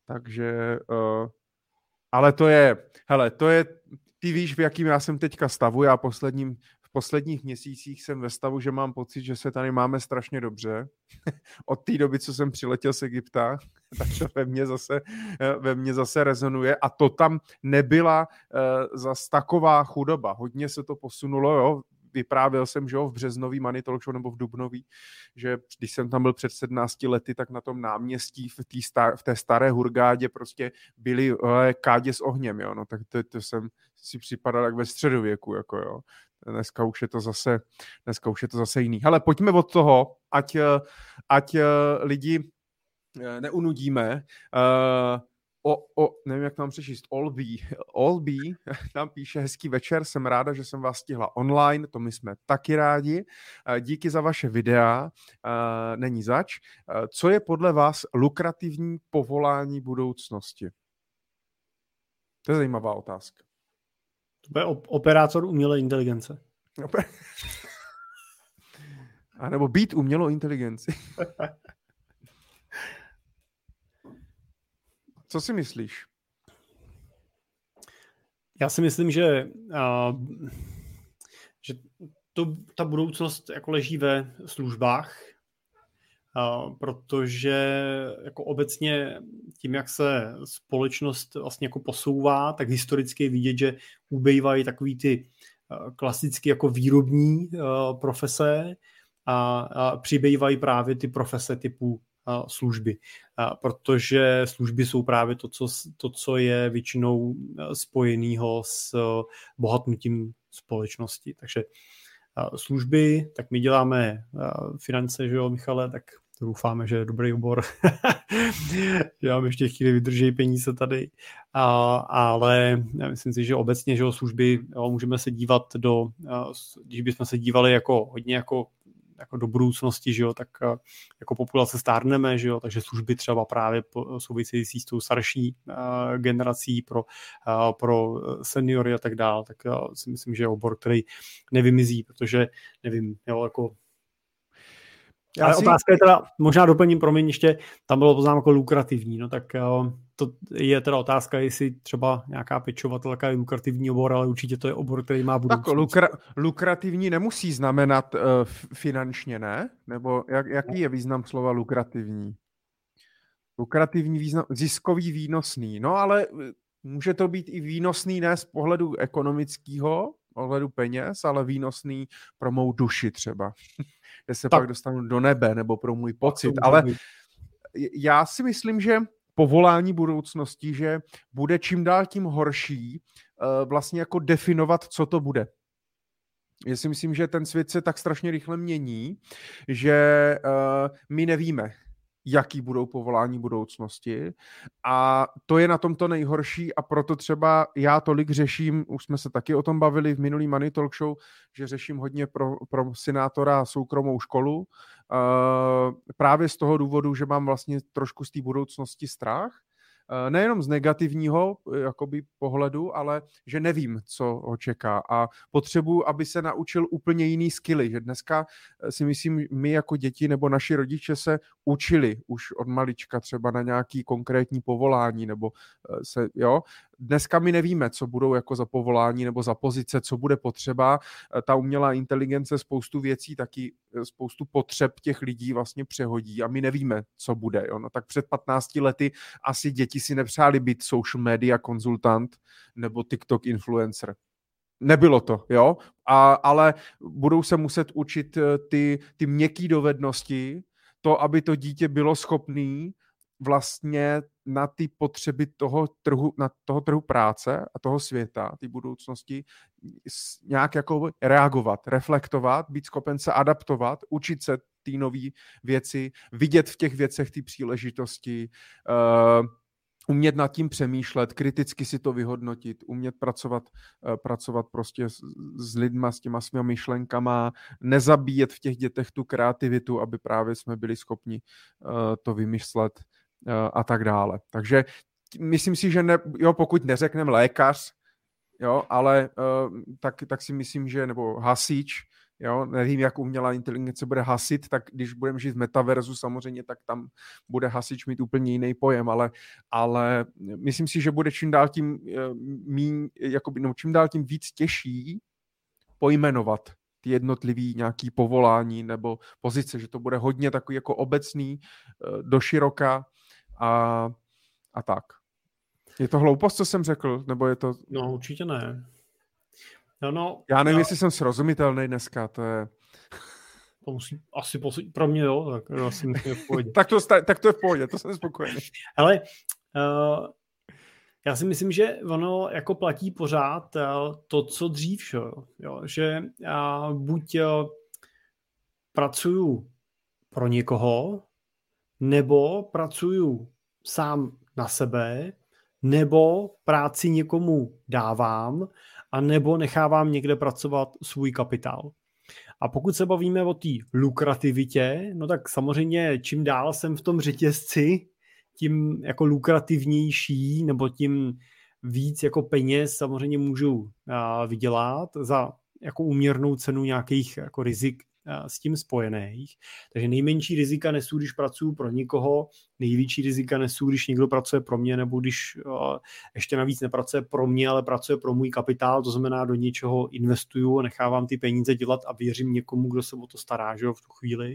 ale to je, ty víš, v jakým já jsem teďka stavu, já v posledních měsících jsem ve stavu, že mám pocit, že se tady máme strašně dobře. Od té doby, co jsem přiletěl z Egypta, tak to ve mně zase rezonuje a to tam nebyla zas taková chudoba. Hodně se to posunulo, jo. Vyprávěl jsem, že jo, v březnový Money Talk Show nebo v dubnový, že když jsem tam byl před 17 lety, tak na tom náměstí v té staré Hurgádě prostě byly kádě s ohněm, jo, no tak to jsem si připadal jak ve středověku, jako jo. Dneska už je to zase jiný. Hele, pojďme od toho, ať lidi neunudíme. Nevím, jak to mám přečíst, Olby tam píše, hezký večer, jsem ráda, že jsem vás stihla online, to my jsme taky rádi. Díky za vaše videa, není zač. Co je podle vás lukrativní povolání budoucnosti? To je zajímavá otázka. To je operátor umělé inteligence. A nebo být umělou inteligenci. Co si myslíš? Já si myslím, že ta budoucnost jako leží ve službách, protože jako obecně tím, jak se společnost vlastně jako posouvá, tak historicky je vidět, že ubývají takový ty klasicky jako výrobní profese a přibývají právě ty profese typu služby, protože služby jsou právě to, co je většinou spojenýho s bohatnutím společnosti. Takže služby, tak my děláme finance, že jo, Michale, tak doufáme, že je dobrý obor. Že vám ještě chvíli vydrží peníze tady. Ale já myslím si, že obecně, že jo, služby, jo, můžeme se dívat když bychom se dívali jako hodně jako do budoucnosti, že jo, tak jako populace stárneme, že jo, takže služby třeba právě související s tou starší generací pro seniory a tak dál, tak si myslím, že je obor, který nevymizí, protože nevím, jo, jako ale otázka je teda, možná doplním, promiň, ještě, tam bylo poznámko lukrativní, no tak to je teda otázka, jestli třeba nějaká pečovatelka je lukrativní obor, ale určitě to je obor, který má budoucnost. Tak lukrativní nemusí znamenat finančně, ne? Nebo jaký je význam slova lukrativní? Lukrativní význam, ziskový, výnosný. No ale může to být i výnosný ne z pohledu ekonomického, ohledu peněz, ale výnosný pro mou duši třeba, kde se pak dostanu do nebe, nebo pro můj pocit. Ale já si myslím, že povolání budoucnosti, že bude čím dál tím horší vlastně jako definovat, co to bude. Já si myslím, že ten svět se tak strašně rychle mění, že my nevíme, jaký budou povolání budoucnosti a to je na tom to nejhorší a proto třeba já tolik řeším, už jsme se taky o tom bavili v minulý Money Talk Show, že řeším hodně pro senátora soukromou školu, právě z toho důvodu, že mám vlastně trošku z té budoucnosti strach, nejenom z negativního jakoby pohledu, ale že nevím, co ho čeká a potřebuji, aby se naučil úplně jiný skilly, že dneska si myslím, my jako děti nebo naši rodiče se učili už od malička třeba na nějaký konkrétní povolání nebo dneska my nevíme, co budou jako za povolání nebo za pozice, co bude potřeba. Ta umělá inteligence spoustu věcí, taky spoustu potřeb těch lidí vlastně přehodí a my nevíme, co bude. Jo? No, tak před 15 lety asi děti si nepřáli být social media konzultant nebo TikTok influencer. Nebylo to, jo? Ale budou se muset učit ty měkké dovednosti, to, aby to dítě bylo schopné vlastně na ty potřeby toho trhu práce a toho světa, ty budoucnosti nějak jako reagovat, reflektovat, být schopen se adaptovat, učit se ty nové věci, vidět v těch věcech ty příležitosti, umět nad tím přemýšlet, kriticky si to vyhodnotit, umět pracovat prostě s lidma, s těma svými myšlenkama, nezabíjet v těch dětech tu kreativitu, aby právě jsme byli schopni to vymyslet a tak dále. Takže myslím si, že pokud neřekneme lékař, jo, ale tak si myslím, že nebo hasič, jo, nevím, jak umělá inteligence bude hasit, tak když budeme žít v metaverzu samozřejmě, tak tam bude hasič mít úplně jiný pojem, ale myslím si, že bude čím dál tím čím dál tím víc těžší pojmenovat ty jednotlivý nějaký povolání nebo pozice, že to bude hodně takový jako obecný, doširoka a tak. Je to hloupost, co jsem řekl, nebo je to... No, určitě ne. Já nevím, jestli jsem srozumitelný dneska, to je... To musí asi pro mě, jo, tak asi musíme v pohodě. tak to je v pohodě, to jsem spokojený. Ale já si myslím, že ono jako platí pořád to, co dřív, jo, že buď pracuju pro někoho, nebo pracuju sám na sebe, nebo práci někomu dávám, a nebo nechávám někde pracovat svůj kapitál. A pokud se bavíme o té lukrativitě, no tak samozřejmě čím dál jsem v tom řetězci, tím jako lukrativnější, nebo tím víc jako peněz samozřejmě můžu vydělat za jako úměrnou cenu nějakých jako rizik s tím spojených. Takže nejmenší rizika nesu, když pracuji pro někoho, největší rizika nesu, když někdo pracuje pro mě, nebo když ještě navíc nepracuje pro mě, ale pracuje pro můj kapitál, to znamená do něčeho investuju, nechávám ty peníze dělat a věřím někomu, kdo se o to stará, že jo, v tu chvíli.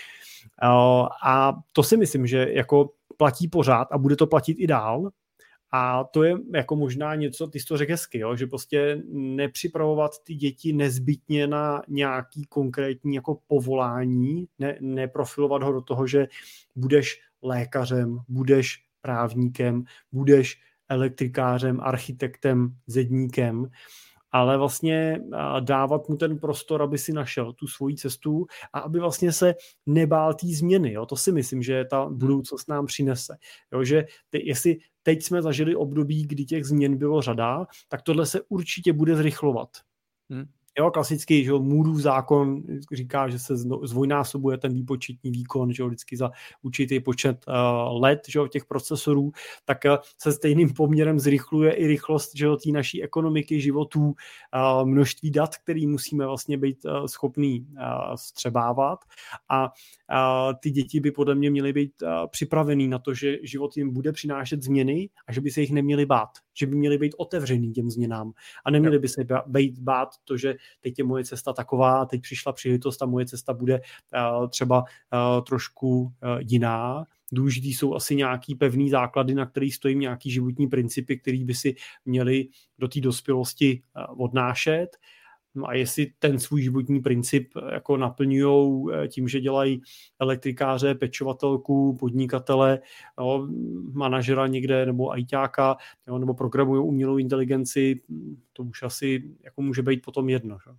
A to si myslím, že jako platí pořád a bude to platit i dál. A to je jako možná něco, ty jsi to řekl hezky, jo? Že prostě nepřipravovat ty děti nezbytně na nějaký konkrétní jako povolání, neprofilovat ho do toho, že budeš lékařem, budeš právníkem, budeš elektrikářem, architektem, zedníkem, ale vlastně dávat mu ten prostor, aby si našel tu svoji cestu a aby vlastně se nebál té změny. Jo? To si myslím, že ta budoucnost nám přinese. Jo? Že jestli teď jsme zažili období, kdy těch změn bylo řada, tak tohle se určitě bude zrychlovat. Jo, klasický, že Mooreův zákon říká, že se zdvojnásobuje ten výpočetní výkon, že vždycky za určitý počet let, že těch procesorů, tak se stejným poměrem zrychluje i rychlost, že té naší ekonomiky, životů, množství dat, který musíme vlastně být schopný vstřebávat a ty děti by podle mě měly být připravený na to, že život jim bude přinášet změny a že by se jich neměli bát, že by měli být otevřený těm změnám a neměli by se bát to, že teď je moje cesta taková, teď přišla příležitost a moje cesta bude třeba trošku jiná. Důležitý jsou asi nějaký pevný základy, na kterých stojí nějaký životní principy, který by si měli do té dospělosti odnášet. No a jestli ten svůj životní princip jako naplňujou tím, že dělají elektrikáře, pečovatelku, podnikatele, jo, manažera někde nebo ajťáka, jo, nebo programují umělou inteligenci, to už asi jako může být potom jedno. Že?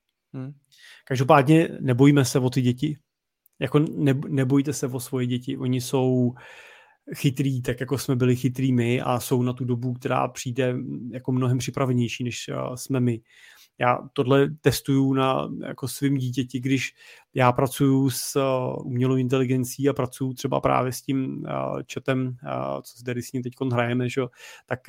Každopádně nebojíme se o ty děti. Jako nebojte se o svoje děti. Oni jsou chytrý, tak jako jsme byli chytrý my a jsou na tu dobu, která přijde jako mnohem připravenější, než jsme my. Já tohle testuju na jako svým dítěti, když já pracuju s umělou inteligencí a pracuju třeba právě s tím chatem, co zde s ním teď hrajeme, že? Tak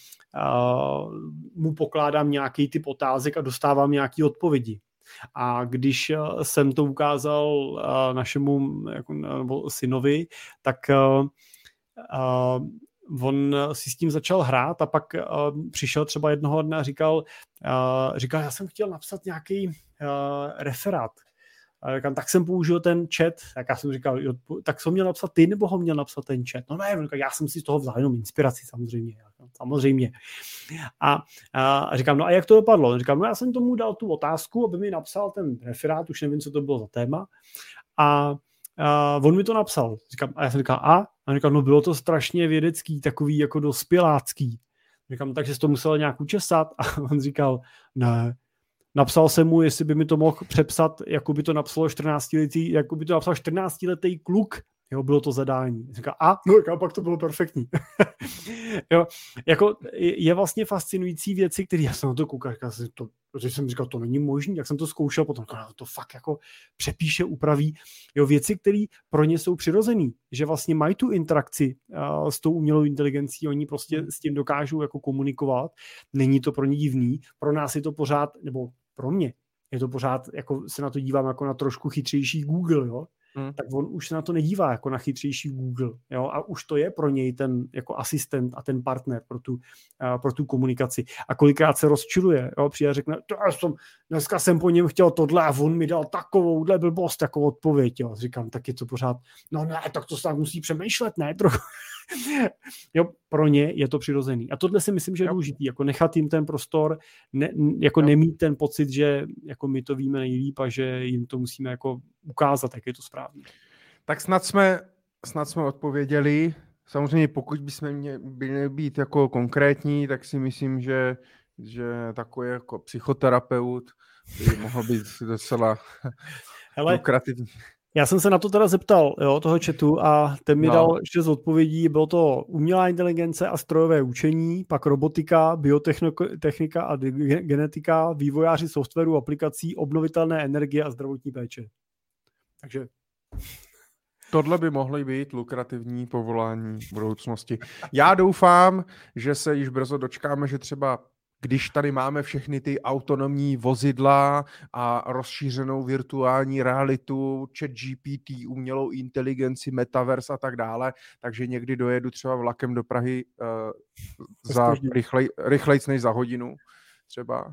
mu pokládám nějaký typ otázek a dostávám nějaké odpovědi. A když jsem to ukázal našemu jako, synovi, tak on si s tím začal hrát a pak přišel třeba jednoho dne a říkal, já jsem chtěl napsat nějaký referát. Tak jsem použil ten chat, tak já jsem říkal, tak jsem měl napsat ty, nebo ho měl napsat ten chat? No ne, já jsem si z toho vzal jenom inspiraci, samozřejmě. A říkám, no a jak to dopadlo? Říkám, no já jsem tomu dal tu otázku, aby mi napsal ten referát, už nevím, co to bylo za téma. A on mi to napsal. A já jsem říkal, a říkal, no bylo to strašně vědecký, takový jako dospělácký. Říkám, takže jsi to musel nějak učesat? A on říkal, ne. Napsal jsem mu, jestli by mi to mohl přepsat, jako by to napsal 14-letý kluk Jo, bylo to zadání. Říká, no, pak to bylo perfektní. Jo, jako je vlastně fascinující věci, které já jsem na to koukal, protože jsem říkal, to není možné, jak jsem to zkoušel, potom to fakt jako přepíše, upraví. Jo, věci, které pro ně jsou přirozený, že vlastně mají tu interakci s tou umělou inteligencí, oni prostě s tím dokážou jako komunikovat, není to pro ně divný, pro nás je to pořád, nebo pro mě, je to pořád, jako se na to dívám jako na trošku chytřejší Google, jo, tak on už se na to nedívá jako na chytřejší Google, jo, a už to je pro něj ten jako asistent a ten partner pro tu komunikaci. A kolikrát se rozčiluje, jo, přijde a řekne, dneska jsem po něm chtěl tohle a on mi dal takovouhle blbost, takovou odpověď, jo. Říkám, tak je to pořád, no ne, tak to se tak musí přemýšlet, ne, trochu. Jo, pro ně je to přirozený. A tohle si myslím, že je důležitý, jako nechat jim ten prostor, nemít ten pocit, že jako my to víme nejlíp a že jim to musíme jako ukázat, jak je to správně. Tak snad jsme odpověděli. Samozřejmě pokud bychom měli být jako konkrétní, tak si myslím, že takový jako psychoterapeut by mohl být docela lukrativní. Já jsem se na to teda zeptal, jo, toho chatu, a ten mi dal 6 odpovědí. Bylo to umělá inteligence a strojové učení, pak robotika, biotechnika a genetika, vývojáři softwaru, aplikací, obnovitelné energie a zdravotní péče. Takže tohle by mohly být lukrativní povolání v budoucnosti. Já doufám, že se již brzo dočkáme, že třeba když tady máme všechny ty autonomní vozidla a rozšířenou virtuální realitu, ChatGPT, umělou inteligenci, metaverse a tak dále, takže někdy dojedu třeba vlakem do Prahy za rychlejc než za hodinu třeba.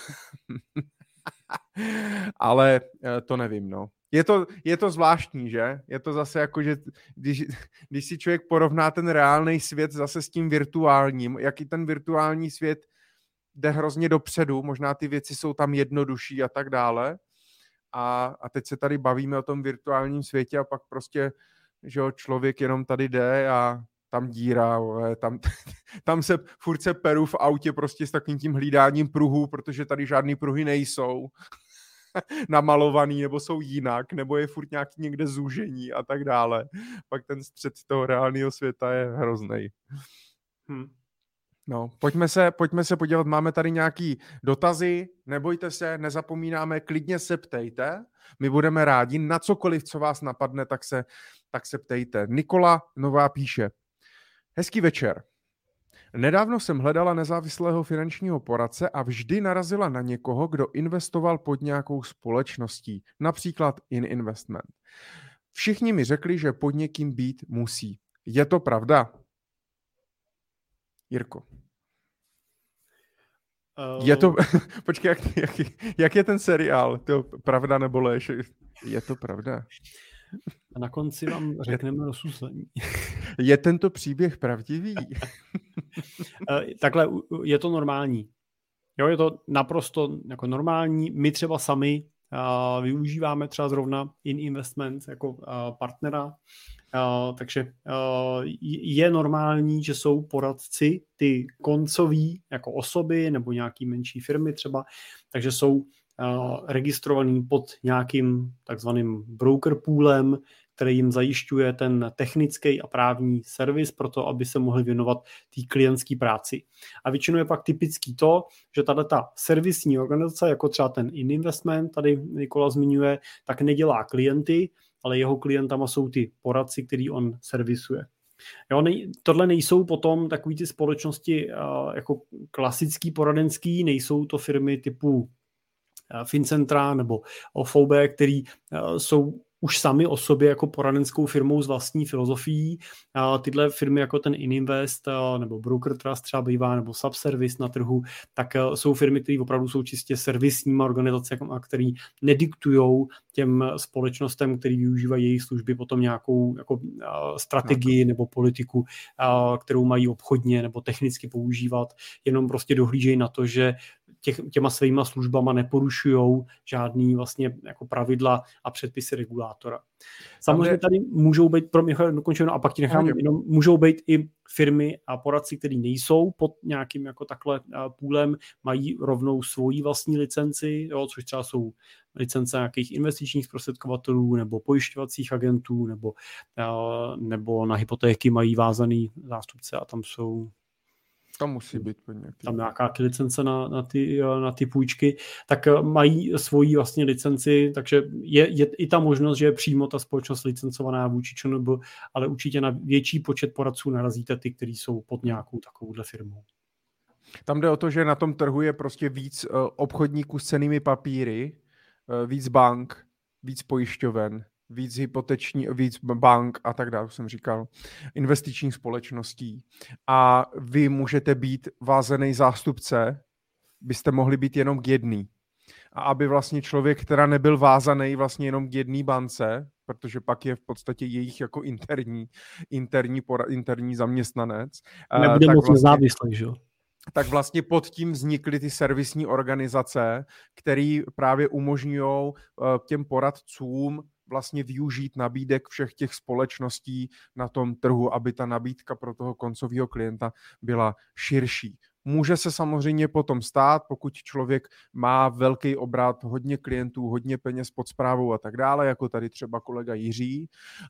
Ale to nevím, no. Je to zvláštní, že? Je to zase jako, že když si člověk porovná ten reálný svět zase s tím virtuálním, jaký ten virtuální svět jde hrozně dopředu, možná ty věci jsou tam jednodušší a tak dále. A teď se tady bavíme o tom virtuálním světě a pak prostě, že člověk jenom tady jde a tam díra, tam se furt se peru v autě prostě s takovým tím hlídáním pruhů, protože tady žádný pruhy nejsou namalovaný, nebo jsou jinak, nebo je furt nějaký někde zúžení a tak dále. Pak ten střed toho reálného světa je hroznej. No, pojďme se podívat, máme tady nějaký dotazy, nebojte se, nezapomínáme, klidně se ptejte, my budeme rádi, na cokoliv, co vás napadne, tak se ptejte. Nikola Nová píše, hezký večer. Nedávno jsem hledala nezávislého finančního poradce a vždy narazila na někoho, kdo investoval pod nějakou společností, například Ininvestment. Všichni mi řekli, že pod někým být musí. Je to pravda? Jirko. Je to... Počkej, jak je ten seriál? To pravda nebo lež? Je to pravda? A na konci vám řekneme rozsuzení. Je tento příběh pravdivý? Takhle, je to normální. Jo, je to naprosto jako normální. My třeba sami využíváme třeba zrovna Ininvestment jako partnera, takže je normální, že jsou poradci ty koncoví jako osoby nebo nějaký menší firmy třeba, takže jsou registrovaný pod nějakým takzvaným broker poolem, který jim zajišťuje ten technický a právní servis pro to, aby se mohli věnovat té klientské práci. A většinou je pak typický to, že tato servisní organizace, jako třeba ten Ininvestment, tady Nikola zmiňuje, tak nedělá klienty, ale jeho klientama jsou ty poradci, který on servisuje. Jo, tohle nejsou potom takový ty společnosti jako klasický poradenský, nejsou to firmy typu Fincentra nebo OVB, který jsou už sami o sobě jako poradenskou firmou s vlastní filozofií. Tyhle firmy jako ten Ininvest nebo Broker Trust třeba bývá, nebo Subservice na trhu, tak jsou firmy, které opravdu jsou čistě servisníma organizacemi, které nediktujou těm společnostem, které využívají jejich služby, potom nějakou jako strategii nebo politiku, kterou mají obchodně nebo technicky používat, jenom prostě dohlížejí na to, že těma svýma službama neporušujou žádný vlastně jako pravidla a předpisy regulátora. Samozřejmě tady můžou být, pro mě dokončeno a pak ti nechám, jenom můžou být i firmy a poradci, který nejsou pod nějakým jako takhle půlem, mají rovnou svoji vlastní licenci, jo, což třeba jsou licence nějakých investičních zprostředkovatelů nebo pojišťovacích agentů nebo na hypotéky mají vázaný zástupce a tam jsou tam musí být tam nějaká licence na ty půjčky, tak mají svoji vlastně licenci, takže je i ta možnost, že je přímo ta společnost licencovaná vůči ČNB, ale určitě na větší počet poradců narazíte ty, kteří jsou pod nějakou takovouhle firmou. Tam jde o to, že na tom trhu je prostě víc obchodníků s cennými papíry, víc bank, víc pojišťoven, víc víc bank a tak dále, jsem říkal, investičních společností. A vy můžete být vázaný zástupce, byste mohli být jenom k jedný. A aby vlastně člověk, která nebyl vázaný vlastně jenom k jedné bance, protože pak je v podstatě jejich jako interní zaměstnanec. Nebude moc nezávislý, že jo? Tak vlastně pod tím vznikly ty servisní organizace, které právě umožňují těm poradcům vlastně využít nabídek všech těch společností na tom trhu, aby ta nabídka pro toho koncového klienta byla širší. Může se samozřejmě potom stát, pokud člověk má velký obrat, hodně klientů, hodně peněz pod správou a tak dále, jako tady třeba kolega Jiří,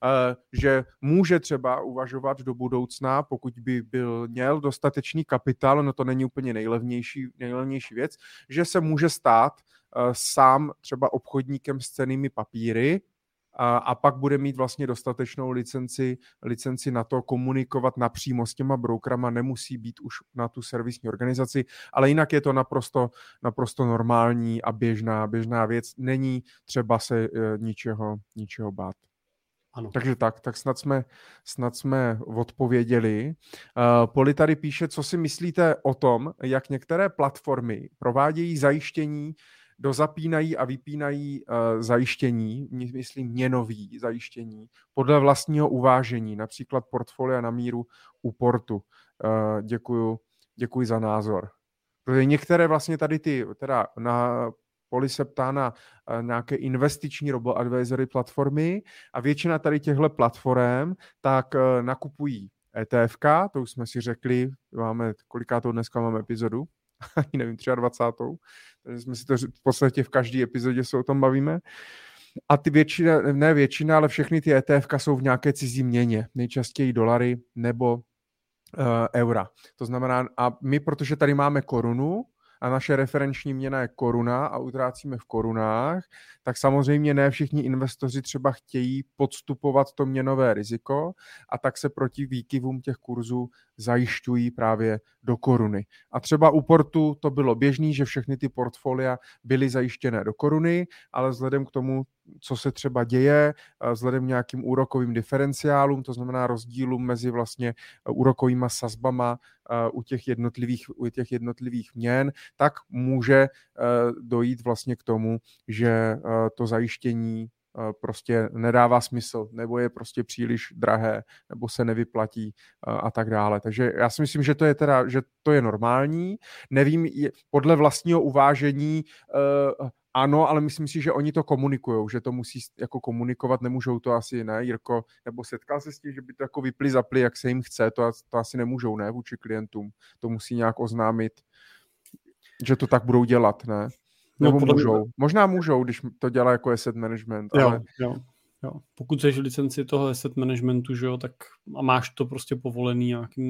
že může třeba uvažovat do budoucna, pokud by měl dostatečný kapitál, no to není úplně nejlevnější věc, že se může stát sám třeba obchodníkem s cennými papíry, a pak bude mít vlastně dostatečnou licenci na to komunikovat napřímo s těma brokerama, nemusí být už na tu servisní organizaci, ale jinak je to naprosto normální a běžná věc. Není třeba se ničeho bát. Ano. Takže tak snad jsme odpověděli. Poli tady píše, co si myslíte o tom, jak některé platformy provádějí zajištění, dozapínají a vypínají zajištění, myslím měnový zajištění, podle vlastního uvážení, například portfolia na míru u portu. Děkuji za názor. Protože některé vlastně tady na Poli se ptá na nějaké investiční robo-advisory platformy a většina tady těchto platform tak nakupují ETFK, to už jsme si řekli, kolikátou dneska máme epizodu, ani nevím, 23. Takže jsme si to v podstatě v každé epizodě se o tom bavíme. A ty většina, ale všechny ty ETFka jsou v nějaké cizí měně, nejčastěji dolary nebo eura. To znamená, a my, protože tady máme korunu a naše referenční měna je koruna a utrácíme v korunách, tak samozřejmě ne všichni investoři třeba chtějí podstupovat to měnové riziko a tak se proti výkyvům těch kurzů zajišťují právě do koruny. A třeba u portu to bylo běžný, že všechny ty portfolia byly zajištěné do koruny, ale vzhledem k tomu, co se třeba děje, vzhledem k nějakým úrokovým diferenciálům, to znamená rozdílům mezi vlastně úrokovýma sazbama u těch jednotlivých měn, tak může dojít vlastně k tomu, že to zajištění prostě nedává smysl, nebo je prostě příliš drahé, nebo se nevyplatí a tak dále. Takže já si myslím, že to je normální. Nevím, podle vlastního uvážení ano, ale myslím si, že oni to komunikujou, že to musí jako komunikovat, nemůžou to asi, ne, Jirko, nebo setkal se s tím, že by to jako zapli, jak se jim chce, to asi nemůžou, ne, vůči klientům. To musí nějak oznámit, že to tak budou dělat, ne? Nebo můžou. Možná můžou, když to dělá jako asset management. Ale... Jo. Pokud jsi licenci toho asset managementu, že jo, tak a máš to prostě povolený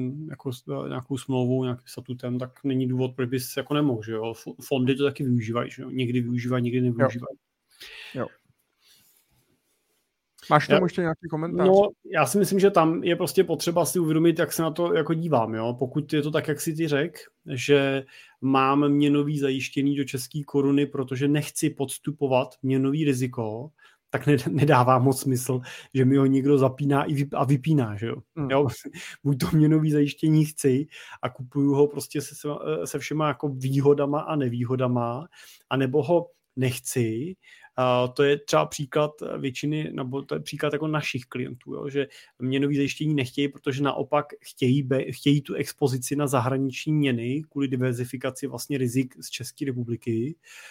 nějakou smlouvou, nějakým statutem, tak není důvod, proč bys jako nemohl, že jo. Fondy to taky využívají, že jo. Někdy využívají, někdy nevyužívají. Jo. Máš tam ještě nějaký komentář? No, já si myslím, že tam je prostě potřeba si uvědomit, jak se na to jako dívám, jo. Pokud je to tak, jak si ty řekl, že mám měnový zajištění do české koruny, protože nechci podstupovat měnový riziko, tak nedává moc smysl, že mi ho někdo zapíná a vypíná, že jo. Jo? Buď to měnový zajištění chci a kupuju ho prostě se všema jako výhodama a nevýhodama, anebo ho nechci. To je třeba příklad většiny, nebo to je příklad jako našich klientů, jo? Že měnový zajištění nechtějí, protože naopak chtějí tu expozici na zahraniční měny kvůli diverzifikaci vlastně rizik z České republiky.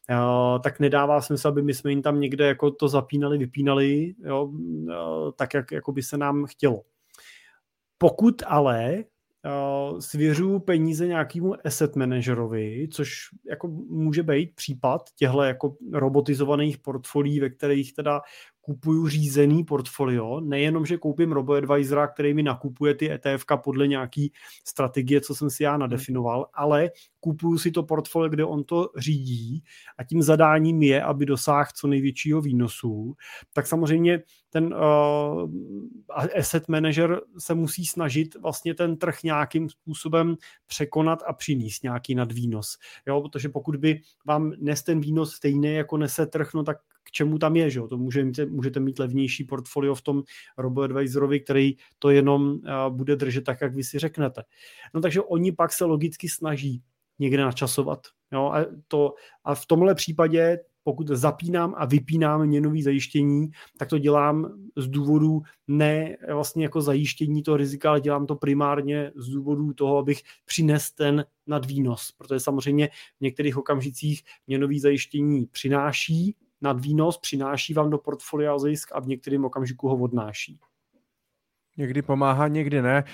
tak nedává smysl, aby my jsme jim tam někde jako to zapínali, vypínali, jo, tak, jak jako by se nám chtělo. Pokud ale svěřuju peníze nějakému asset managerovi, což jako může být případ těchto jako robotizovaných portfolií, ve kterých teda kupuju řízený portfolio, nejenom, že koupím robo-advisora, který mi nakupuje ty ETF-ka podle nějaký strategie, co jsem si já nadefinoval, ale kupuju si to portfolio, kde on to řídí a tím zadáním je, aby dosáhl co největšího výnosu, tak samozřejmě ten asset manager se musí snažit vlastně ten trh nějakým způsobem překonat a přinést nějaký nadvýnos. Jo, protože pokud by vám nes ten výnos stejný, jako nese trh, no tak k čemu tam je, že jo? To můžete mít levnější portfolio v tom robo-advisorovi, který to jenom bude držet tak, jak vy si řeknete. No takže oni pak se logicky snaží někde načasovat. Jo? A v tomhle případě, pokud zapínám a vypínám měnový zajištění, tak to dělám z důvodu ne vlastně jako zajištění toho rizika, ale dělám to primárně z důvodu toho, abych přinesl ten nadvýnos. Protože samozřejmě v některých okamžicích měnový zajištění přináší nadvýnos, přináší vám do portfolia zisk a v některém okamžiku ho odnáší. Někdy pomáhá, někdy ne.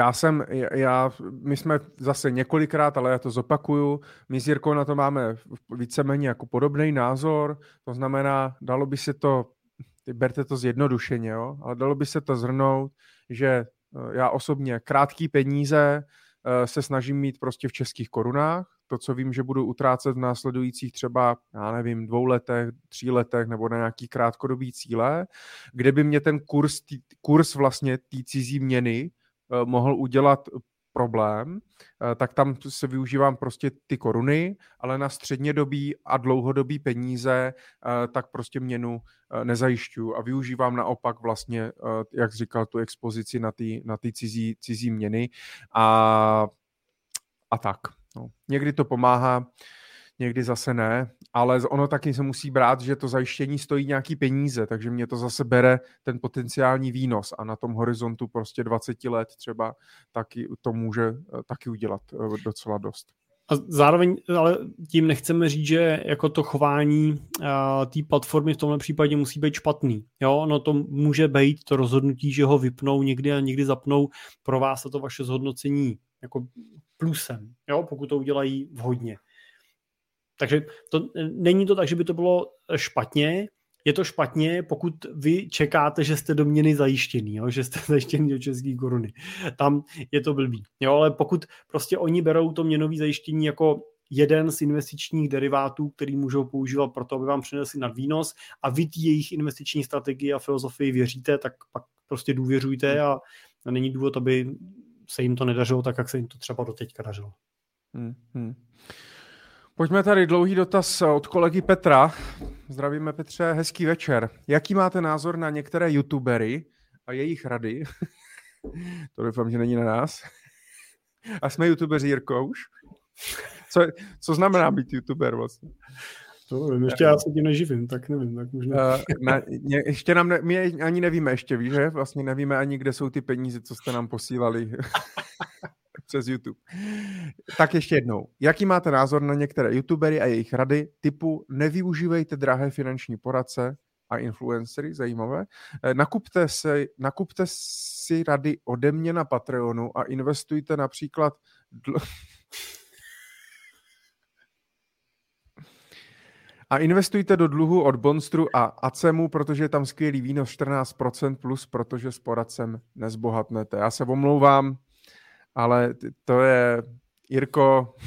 My jsme zase několikrát, ale já to zopakuju, my s Jirkou na to máme víceméně jako podobný názor, to znamená, dalo by se to, berte to zjednodušeně, jo? Ale dalo by se to shrnout, že já osobně krátký peníze se snažím mít prostě v českých korunách, to, co vím, že budu utrácet v následujících třeba, já nevím, 2 letech, 3 letech nebo na nějaký krátkodobý cíle, kde by mě ten kurz vlastně té cizí měny mohl udělat problém, tak tam se využívám prostě ty koruny, ale na střednědobý a dlouhodobý peníze tak prostě měnu nezajišťuju a využívám naopak vlastně, jak jsi říkal, tu expozici na ty cizí měny a tak. No. Někdy to pomáhá, někdy zase ne, ale ono taky se musí brát, že to zajištění stojí nějaký peníze, takže mě to zase bere ten potenciální výnos a na tom horizontu prostě 20 let třeba taky to může taky udělat docela dost. A zároveň ale tím nechceme říct, že jako to chování té platformy v tomhle případě musí být špatný. Jo, no to může být to rozhodnutí, že ho vypnou někdy a někdy zapnou, pro vás a to vaše zhodnocení jako plusem, jo, pokud to udělají vhodně. Takže není to tak, že by to bylo špatně, je to špatně, pokud vy čekáte, že jste do měny zajištěný, jo, že jste zajištěný do české koruny. Tam je to blbý. Jo, ale pokud prostě oni berou to měnové zajištění jako jeden z investičních derivátů, který můžou používat pro to, aby vám přinesli nadvýnos a vy jejich investiční strategii a filozofii věříte, tak pak prostě důvěřujte a není důvod, aby se jim to nedařilo tak, jak se jim to třeba doteďka dařilo. Pojďme tady, dlouhý dotaz od kolegy Petra. Zdravíme, Petře, hezký večer. Jaký máte názor na některé youtubery a jejich rady? To doufám, že není na nás. A jsme youtubeři, Jirko, už? Co znamená být youtuber vlastně? To nevím, ještě já se tím neživím, tak nevím. Tak možná... ještě my ani nevíme ještě, víš, že? Vlastně nevíme ani, kde jsou ty peníze, co jste nám posílali přes YouTube. Tak ještě jednou. Jaký máte názor na některé youtubery a jejich rady typu nevyužívejte drahé finanční poradce a influencery, zajímavé. Nakupte si rady ode mě na Patreonu a investujte například investujte do dluhu od Bonstru a Acemu, protože je tam skvělý výnos 14% plus, protože s poradcem nezbohatnete. Já se omlouvám, ale to je, Jirko,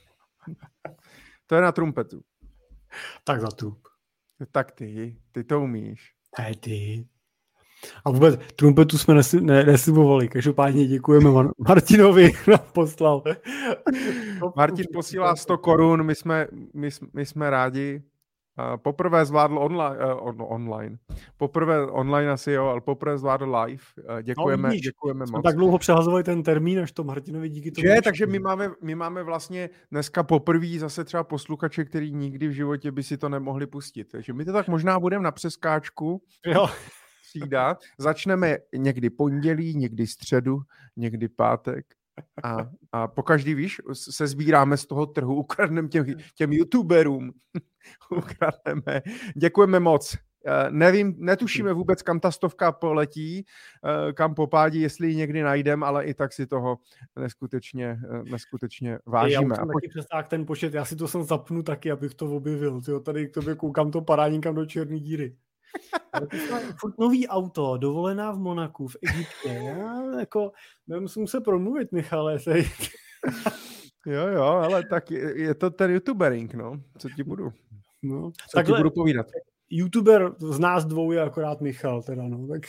to je na trumpetu. Tak za trup. Tak ty to umíš. Hej ty. A vůbec trumpetu jsme neslibovali. Každopádně děkujeme Martinovi, nám poslal. Martin posílá 100 korun, my jsme rádi. Poprvé zvládl online. Poprvé online asi jo, ale poprvé zvládl live. Děkujeme moc. Tak dlouho přehazovali ten termín, až to Martinovi díky tomu. Takže my máme vlastně dneska poprvé zase třeba posluchače, který nikdy v životě by si to nemohli pustit. Takže my to tak možná budeme na přeskáčku. Jo. Začneme někdy pondělí, někdy středu, někdy pátek A pokaždý, víš, se sbíráme z toho trhu, ukradneme těm youtuberům. Ukradneme. Děkujeme moc. Nevím, netušíme vůbec, kam ta 100 poletí, kam popádí, jestli ji někdy najdem, ale i tak si toho neskutečně vážíme. Já už taky přesták ten počet, já si to sem zapnu taky, abych to objevil. Tyjo, tady k tobě koukám, to padá někam do černé díry. Furt nový auto, dovolená v Monaku, v Egyptě. Já jako nemusím se promluvit, Michale. Jo, ale tak je to ten youtubering, no. Co ti budu? No, co ti budu povídat? YouTuber z nás dvou je akorát Michal, teda no, tak...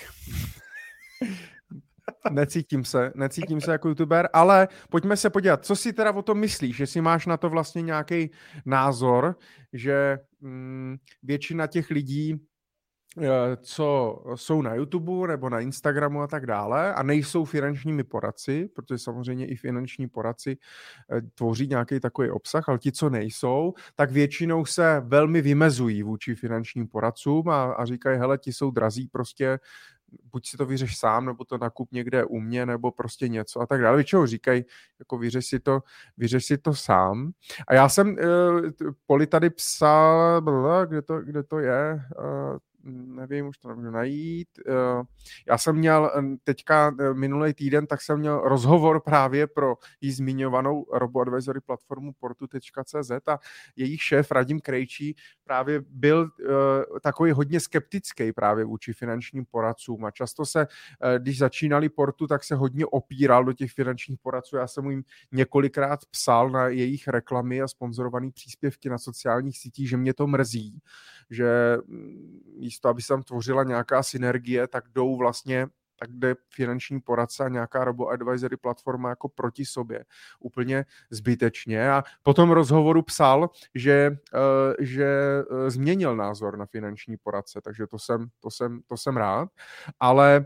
Necítím se jako youtuber, ale pojďme se podívat, co si teda o tom myslíš, jestli máš na to vlastně nějaký názor, že většina těch lidí, co jsou na YouTube nebo na Instagramu a tak dále a nejsou finančními poradci, protože samozřejmě i finanční poradci tvoří nějaký takový obsah, ale ti, co nejsou, tak většinou se velmi vymezují vůči finančním poradcům a říkají, hele, ti jsou drazí, prostě buď si to vyřeš sám, nebo to nakup někde u mě, nebo prostě něco a tak dále. Většinou říkají, jako vyřeš si to sám. A já jsem Poli tady psal, kde to je, nevím, už to nemůžu najít. Já jsem měl teďka minulý týden, tak jsem měl rozhovor právě pro jí zmiňovanou roboadvisory platformu portu.cz a jejich šéf Radim Krejčí právě byl takový hodně skeptický právě vůči finančním poradcům a často se, když začínali Portu, tak se hodně opíral do těch finančních poradců. Já jsem jim několikrát psal na jejich reklamy a sponzorované příspěvky na sociálních sítích, že mě to mrzí, že místo, aby se tam tvořila nějaká synergie, tak jde finanční poradce a nějaká robo-advisory platforma jako proti sobě. Úplně zbytečně. A po tom rozhovoru psal, že změnil názor na finanční poradce, takže to jsem rád. Ale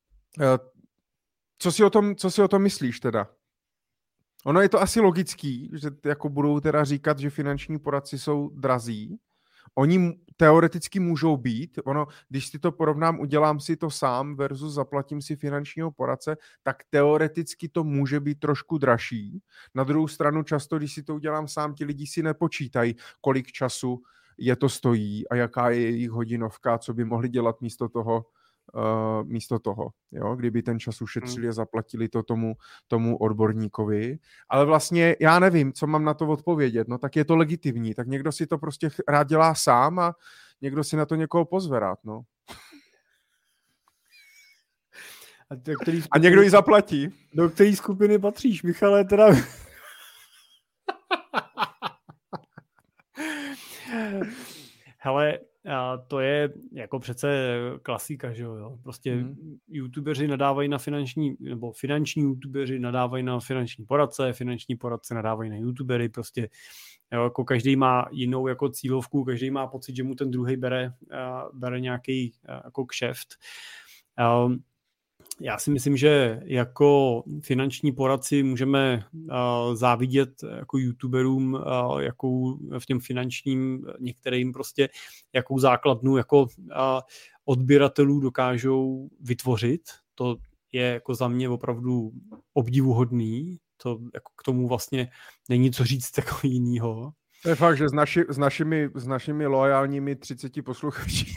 co si o tom myslíš teda? Ono je to asi logický, že jako budou teda říkat, že finanční poradci jsou drazí. Oni teoreticky můžou být, když si to porovnám, udělám si to sám versus zaplatím si finančního poradce, tak teoreticky to může být trošku dražší. Na druhou stranu často, když si to udělám sám, ti lidi si nepočítají, kolik času je to stojí a jaká je jejich hodinovka, co by mohli dělat místo toho, jo? Kdyby ten čas ušetřili a zaplatili to tomu odborníkovi. Ale vlastně já nevím, co mám na to odpovědět. No tak je to legitimní. Tak někdo si to prostě rád dělá sám a někdo si na to někoho pozve rád, no. A někdo ji zaplatí. Do které skupiny patříš, Michale, teda... Hele, to je jako přece klasika, že jo. Prostě youtubeři nadávají na finanční youtubeři nadávají na finanční poradce nadávají na youtubery, prostě jo, jako každý má jinou jako cílovku, každý má pocit, že mu ten druhý bere nějaký jako kšeft. Já si myslím, že jako finanční poradci můžeme závidět jako youtuberům, jakou v těm finančním některým prostě, jakou základnu jako odběratelů dokážou vytvořit. To je jako za mě opravdu obdivuhodný. To jako k tomu vlastně není co říct jako jinýho. To je fakt, že s našimi loajálními 30 posluchači.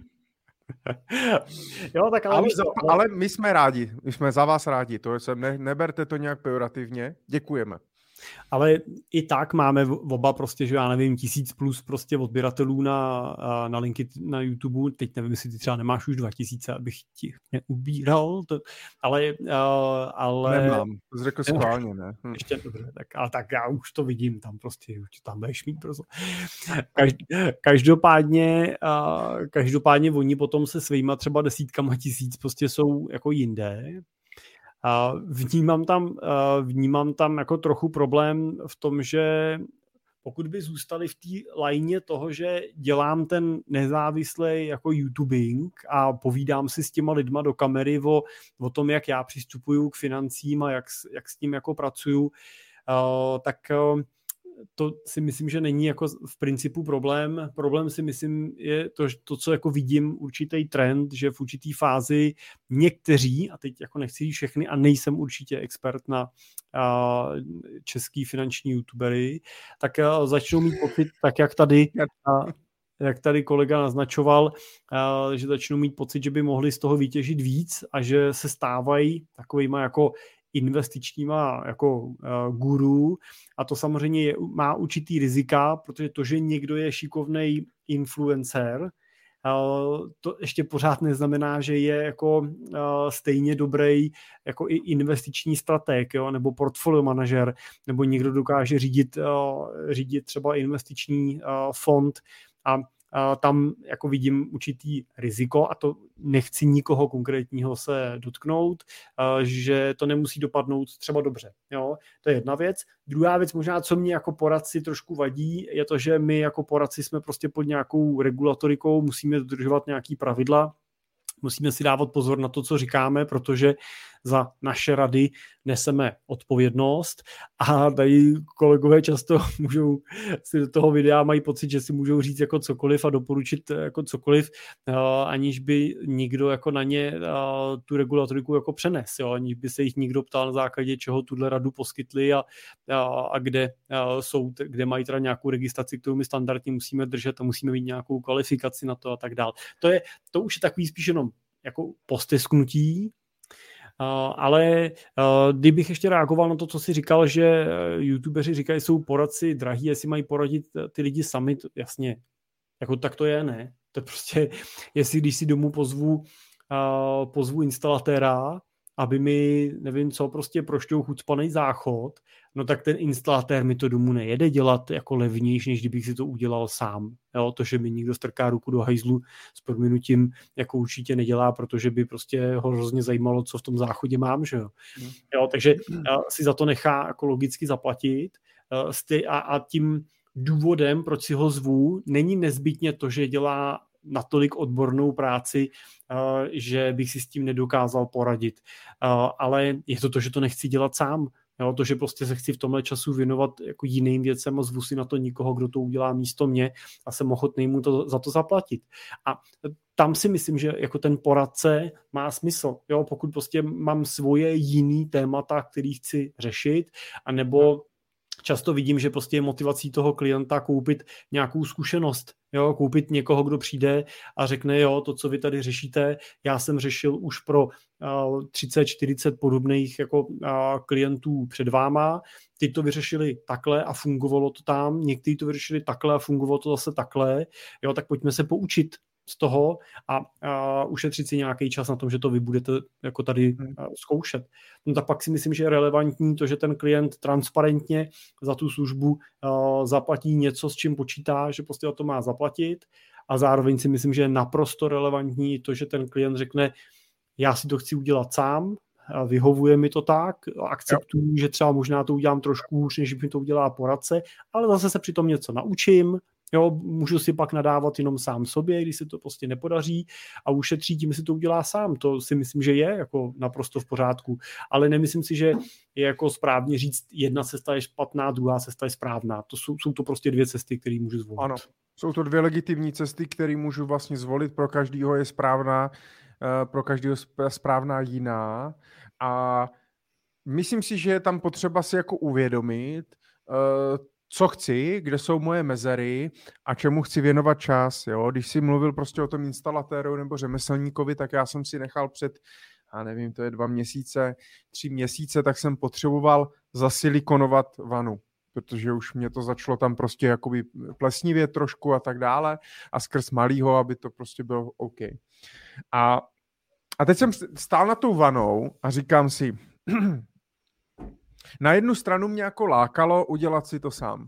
Jo, tak ale my jsme rádi, my jsme za vás rádi, neberte to nějak pejorativně, děkujeme. Ale i tak máme oba prostě, že já nevím, 1000 plus prostě odběratelů na linky na YouTube, teď nevím, jestli ty třeba nemáš už 2000, abych ti neubíral, ale... Nemám, to jsi řekl schválně, ne? Ještě dobře, tak já už to vidím, tam prostě, už tam budeš mít prostě. Každopádně oni potom se svýma třeba desítkama tisíc prostě jsou jako jinde. Vnímám tam jako trochu problém v tom, že pokud by zůstali v té lajně toho, že dělám ten nezávislý jako YouTubing a povídám si s těma lidma do kamery o tom, jak já přistupuju k financím a jak s tím jako pracuju, tak to si myslím, že není jako v principu problém. Problém si myslím je to, co jako vidím určitý trend, že v určitý fázi někteří, a teď jako nechci říct všechny a nejsem určitě expert na český finanční youtubery, tak začnou mít pocit, tak jak tady kolega naznačoval, že začnou mít pocit, že by mohli z toho vytěžit víc a že se stávají takovýma jako investičníma jako guru a to samozřejmě má určitý rizika, protože to, že někdo je šikovnej influencer, to ještě pořád neznamená, že je jako stejně dobrý jako i investiční strateg, jo, nebo portfolio manažer, nebo někdo dokáže řídit třeba investiční fond a tam jako vidím určitý riziko a to nechci nikoho konkrétního se dotknout, že to nemusí dopadnout třeba dobře. Jo? To je jedna věc. Druhá věc možná, co mě jako poradci trošku vadí, je to, že my jako poradci jsme prostě pod nějakou regulatorikou, musíme dodržovat nějaký pravidla, musíme si dávat pozor na to, co říkáme, protože za naše rady neseme odpovědnost a tady kolegové často můžou si do toho videa mají pocit, že si můžou říct jako cokoliv a doporučit jako cokoliv, aniž by nikdo jako na ně tu regulatoriku jako přenes, jo? Aniž by se jich nikdo ptal na základě čeho tuhle radu poskytli a kde mají teda nějakou registraci, kterou my standardně musíme držet a musíme mít nějakou kvalifikaci na to a tak dál. To už je takový spíš jenom jako postesknutí, ale kdybych ještě reagoval na to, co jsi říkal, že youtubeři říkají, jsou poradci drahý, jestli mají poradit ty lidi sami, to, jasně, jako tak to je, ne? To je prostě, jestli když si domů pozvu instalatéra, aby mi, nevím co, prostě prošťou chucpanej záchod, no tak ten instalatér mi to domů nejede dělat jako levnější, než kdybych si to udělal sám. Jo, to, že mi někdo strká ruku do hajzlu s prominutím, jako určitě nedělá, protože by prostě ho hrozně zajímalo, co v tom záchodě mám, že jo. Jo, takže si za to nechá jako logicky zaplatit a tím důvodem, proč si ho zvu, není nezbytně to, že dělá natolik odbornou práci, že bych si s tím nedokázal poradit. Ale je to, že to nechci dělat sám. Jo, to, že prostě se chci v tomhle času věnovat jako jiným věcem a zvu si na to nikoho, kdo to udělá místo mě a jsem ochotný mu za to zaplatit. A tam si myslím, že jako ten poradce má smysl. Jo, pokud prostě mám svoje jiný témata, který chci řešit, anebo často vidím, že prostě je motivací toho klienta koupit nějakou zkušenost, jo, koupit někoho, kdo přijde a řekne, jo, to, co vy tady řešíte, já jsem řešil už pro 30-40 podobných jako klientů před váma, ty to vyřešili takhle a fungovalo to tam, někteří to vyřešili takhle a fungovalo to zase takhle, jo, tak pojďme se poučit z toho a ušetřit si nějaký čas na tom, že to vy budete jako tady zkoušet. No tak pak si myslím, že je relevantní to, že ten klient transparentně za tu službu zaplatí něco, s čím počítá, že prostě o to má zaplatit a zároveň si myslím, že je naprosto relevantní to, že ten klient řekne, já si to chci udělat sám, vyhovuje mi to tak, akceptuju, že třeba možná to udělám trošku hůř, než mi to udělá poradce, ale zase se přitom něco naučím. Jo, můžu si pak nadávat jenom sám sobě, když se to prostě nepodaří a ušetří tím, si to udělá sám. To si myslím, že je jako naprosto v pořádku. Ale nemyslím si, že je jako správně říct, jedna cesta je špatná, druhá cesta je správná. To jsou to prostě dvě cesty, které můžu zvolit. Ano, jsou to dvě legitimní cesty, které můžu vlastně zvolit. Pro každého je správná, pro každého správná jiná. A myslím si, že je tam potřeba si jako uvědomit, co chci, kde jsou moje mezery a čemu chci věnovat čas. Jo? Když jsi mluvil prostě o tom instalatéru nebo řemeslníkovi, tak já jsem si nechal před, já nevím, to je 2 měsíce, 3 měsíce, tak jsem potřeboval zasilikonovat vanu, protože už mě to začalo tam prostě jakoby plesnivět trošku a tak dále a skrz malýho, aby to prostě bylo OK. A teď jsem stál nad tou vanou a říkám si, na jednu stranu mě jako lákalo udělat si to sám.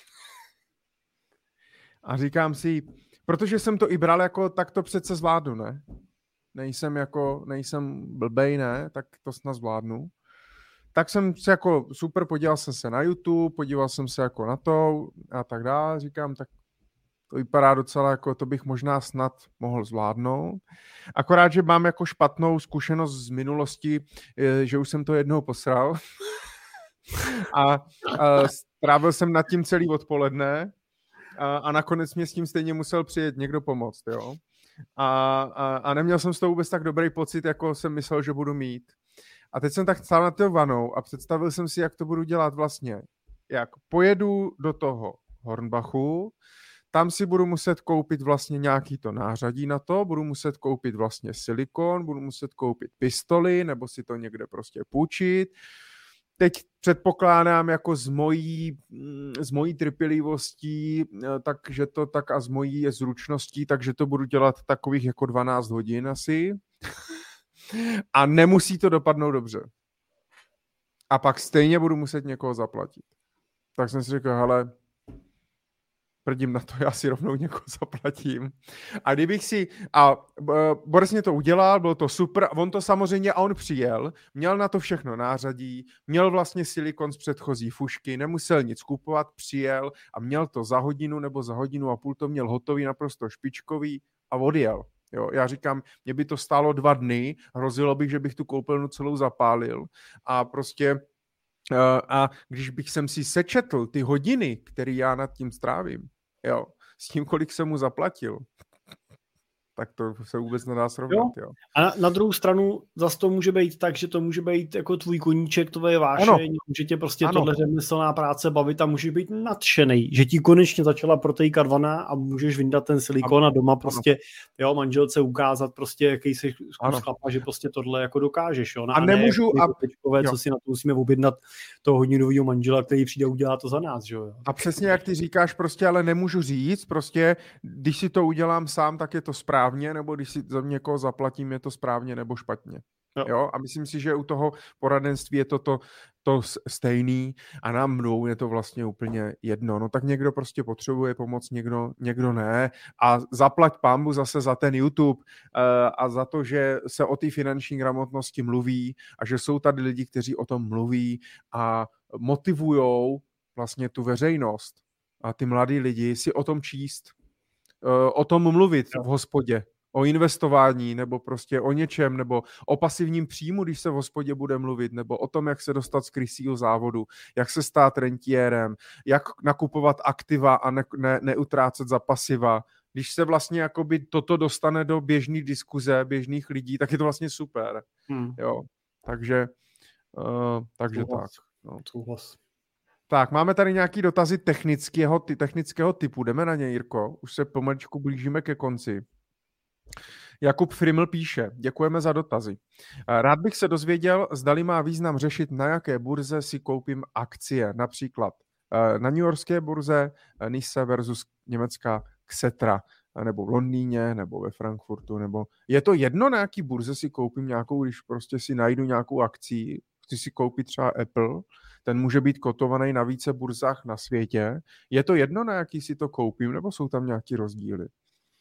A říkám si, protože jsem to i bral jako, tak to přece zvládnu, ne? Nejsem blbej, ne? Tak to snad zvládnu. Tak jsem se jako, super, podíval jsem se na YouTube, podíval jsem se jako na to a tak dále. Říkám, tak to vypadá docela jako, to bych možná snad mohl zvládnout. Akorát, že mám jako špatnou zkušenost z minulosti, že už jsem to jednou posral. A Trávil jsem nad tím celý odpoledne a nakonec mě s tím stejně musel přijet někdo pomoct, jo. A neměl jsem z toho vůbec tak dobrý pocit, jako jsem myslel, že budu mít. A teď jsem tak stál nad tou vanou a představil jsem si, jak to budu dělat vlastně. Jak pojedu do toho Hornbachu, tam si budu muset koupit vlastně nějaký to nářadí na to, budu muset koupit vlastně silikon, budu muset koupit pistoli, nebo si to někde prostě půjčit. Teď předpokládám jako z mojí trpělivostí, takže to tak a z mojí zručností, takže to budu dělat takových jako 12 hodin asi. A nemusí to dopadnout dobře. A pak stejně budu muset někoho zaplatit. Tak jsem si řekl, hele, prdím na to, já si rovnou někoho zaplatím. A kdybych si... Boris mě to udělal, bylo to super, on to samozřejmě, a on přijel, měl na to všechno nářadí, měl vlastně silikon z předchozí fušky, nemusel nic kupovat, přijel a měl to za hodinu nebo za hodinu a půl, to měl hotový, naprosto špičkový a odjel. Jo, já říkám, mě by to stálo 2 dny, hrozilo bych, že bych tu koupelnu celou zapálil a prostě a když bych jsem si sečetl ty hodiny, které já nad tím strávím, jo, s tím, kolik jsem mu zaplatil, tak to se vůbec nedá srovnat. Jo. A na druhou stranu zase to může být tak, že to může být jako tvůj koníček, tvoje vášeň, může tě prostě tohle řemeslná práce bavit a můžeš být nadšenej, že ti konečně začala protékat vana a můžeš vyndat ten silikon a doma prostě jo, manželce ukázat prostě, jaký jsi zkus chlapa, že prostě tohle jako dokážeš. Jo. A nemůžu... co si na to musíme objednat toho hodinového manžela, který přijde a udělá to za nás. Že jo. A přesně jak ty říkáš, prostě ale nemůžu říct, prostě když si to udělám sám, tak je to správně, nebo když si za někoho zaplatím, je to správně nebo špatně. Jo? A myslím si, že u toho poradenství je to stejný a nám mnou je to vlastně úplně jedno. No tak někdo prostě potřebuje pomoc, někdo ne. A zaplať pánbu zase za ten YouTube a za to, že se o té finanční gramotnosti mluví a že jsou tady lidi, kteří o tom mluví a motivujou vlastně tu veřejnost a ty mladí lidi si o tom číst. O tom mluvit v hospodě, o investování, nebo prostě o něčem, nebo o pasivním příjmu, když se v hospodě bude mluvit, nebo o tom, jak se dostat z krysího závodu, jak se stát rentiérem, jak nakupovat aktiva a neutrácet za pasiva. Když se vlastně jakoby toto dostane do běžné diskuze, běžných lidí, tak je to vlastně super. Jo. Takže tak. No. Tak, máme tady nějaký dotazy technického typu. Jdeme na ně, Jirko. Už se pomaličku blížíme ke konci. Jakub Friml píše, děkujeme za dotazy. Rád bych se dozvěděl, zdali má význam řešit, na jaké burze si koupím akcie. Například na newyorské burze NYSE versus německá Xetra, nebo v Londýně, nebo ve Frankfurtu, nebo... Je to jedno, na jaký burze si koupím nějakou, když prostě si najdu nějakou akci, chci si koupit třeba Apple, ten může být kotovaný na více burzách na světě. Je to jedno, na jaký si to koupím, nebo jsou tam nějaký rozdíly?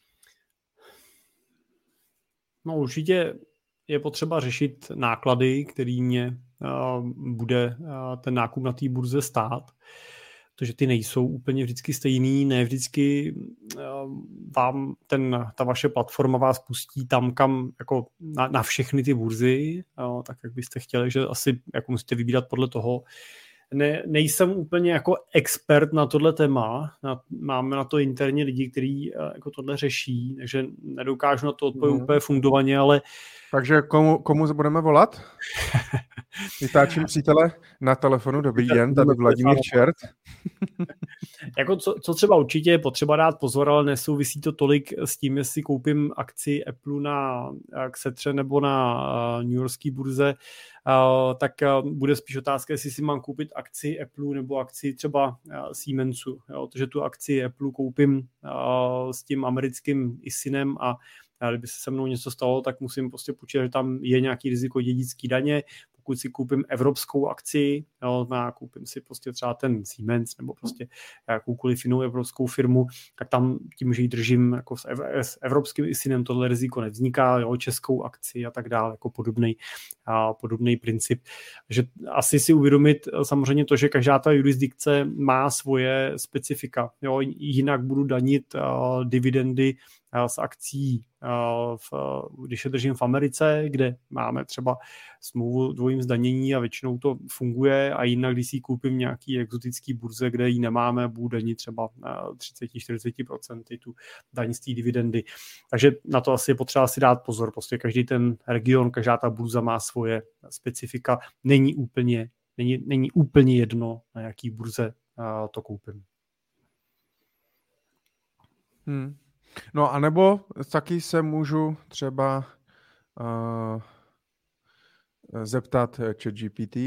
No určitě je potřeba řešit náklady, který mě bude ten nákup na té burze stát, protože ty nejsou úplně vždycky stejný, ne vždycky vám ta vaše platforma vás pustí tam, kam jako na všechny ty burzy, tak jak byste chtěli, že asi jako musíte vybírat podle toho. Nejsem úplně jako expert na tohle téma, máme na to interně lidi, kteří jako tohle řeší, takže nedokážu na to odpovědět úplně fundovaně, ale... Takže komu budeme volat? Vytáčím přítele na telefonu, dobrý den, tady Vladimír Čert. Jako co třeba určitě je potřeba dát pozor, ale nesouvisí to tolik s tím, jestli koupím akci Apple na Xetře nebo na newyorské burze, tak bude spíš otázka, jestli si mám koupit akci Apple nebo akci třeba Siemensu, jo? Protože tu akci Apple koupím s tím americkým ISINem a kdyby se mnou něco stalo, tak musím prostě počítat, že tam je nějaký riziko dědické daně. Pokud si koupím evropskou akci, jo, koupím si prostě třeba ten Siemens nebo prostě jakoukoliv jinou evropskou firmu, tak tam tím, že ji držím jako s evropským ISINem, tohle riziko nevzniká, jo, českou akci a tak dále, jako podobný princip. Takže asi si uvědomit samozřejmě to, že každá ta jurisdikce má svoje specifika. Jo, jinak budu danit dividendy z akcí, když je držím v Americe, kde máme třeba smlouvu dvojím minimálním zdanění a většinou to funguje a jinak, když si koupím nějaký exotický burze, kde ji nemáme, bude danit třeba 30-40% tu daň z té dividendy. Takže na to asi je potřeba si dát pozor. Prostě každý ten region, každá ta burza má svoje specifika. Není úplně jedno, na jaký burze to koupím. No a nebo taky se můžu třeba zeptat ChatGPT.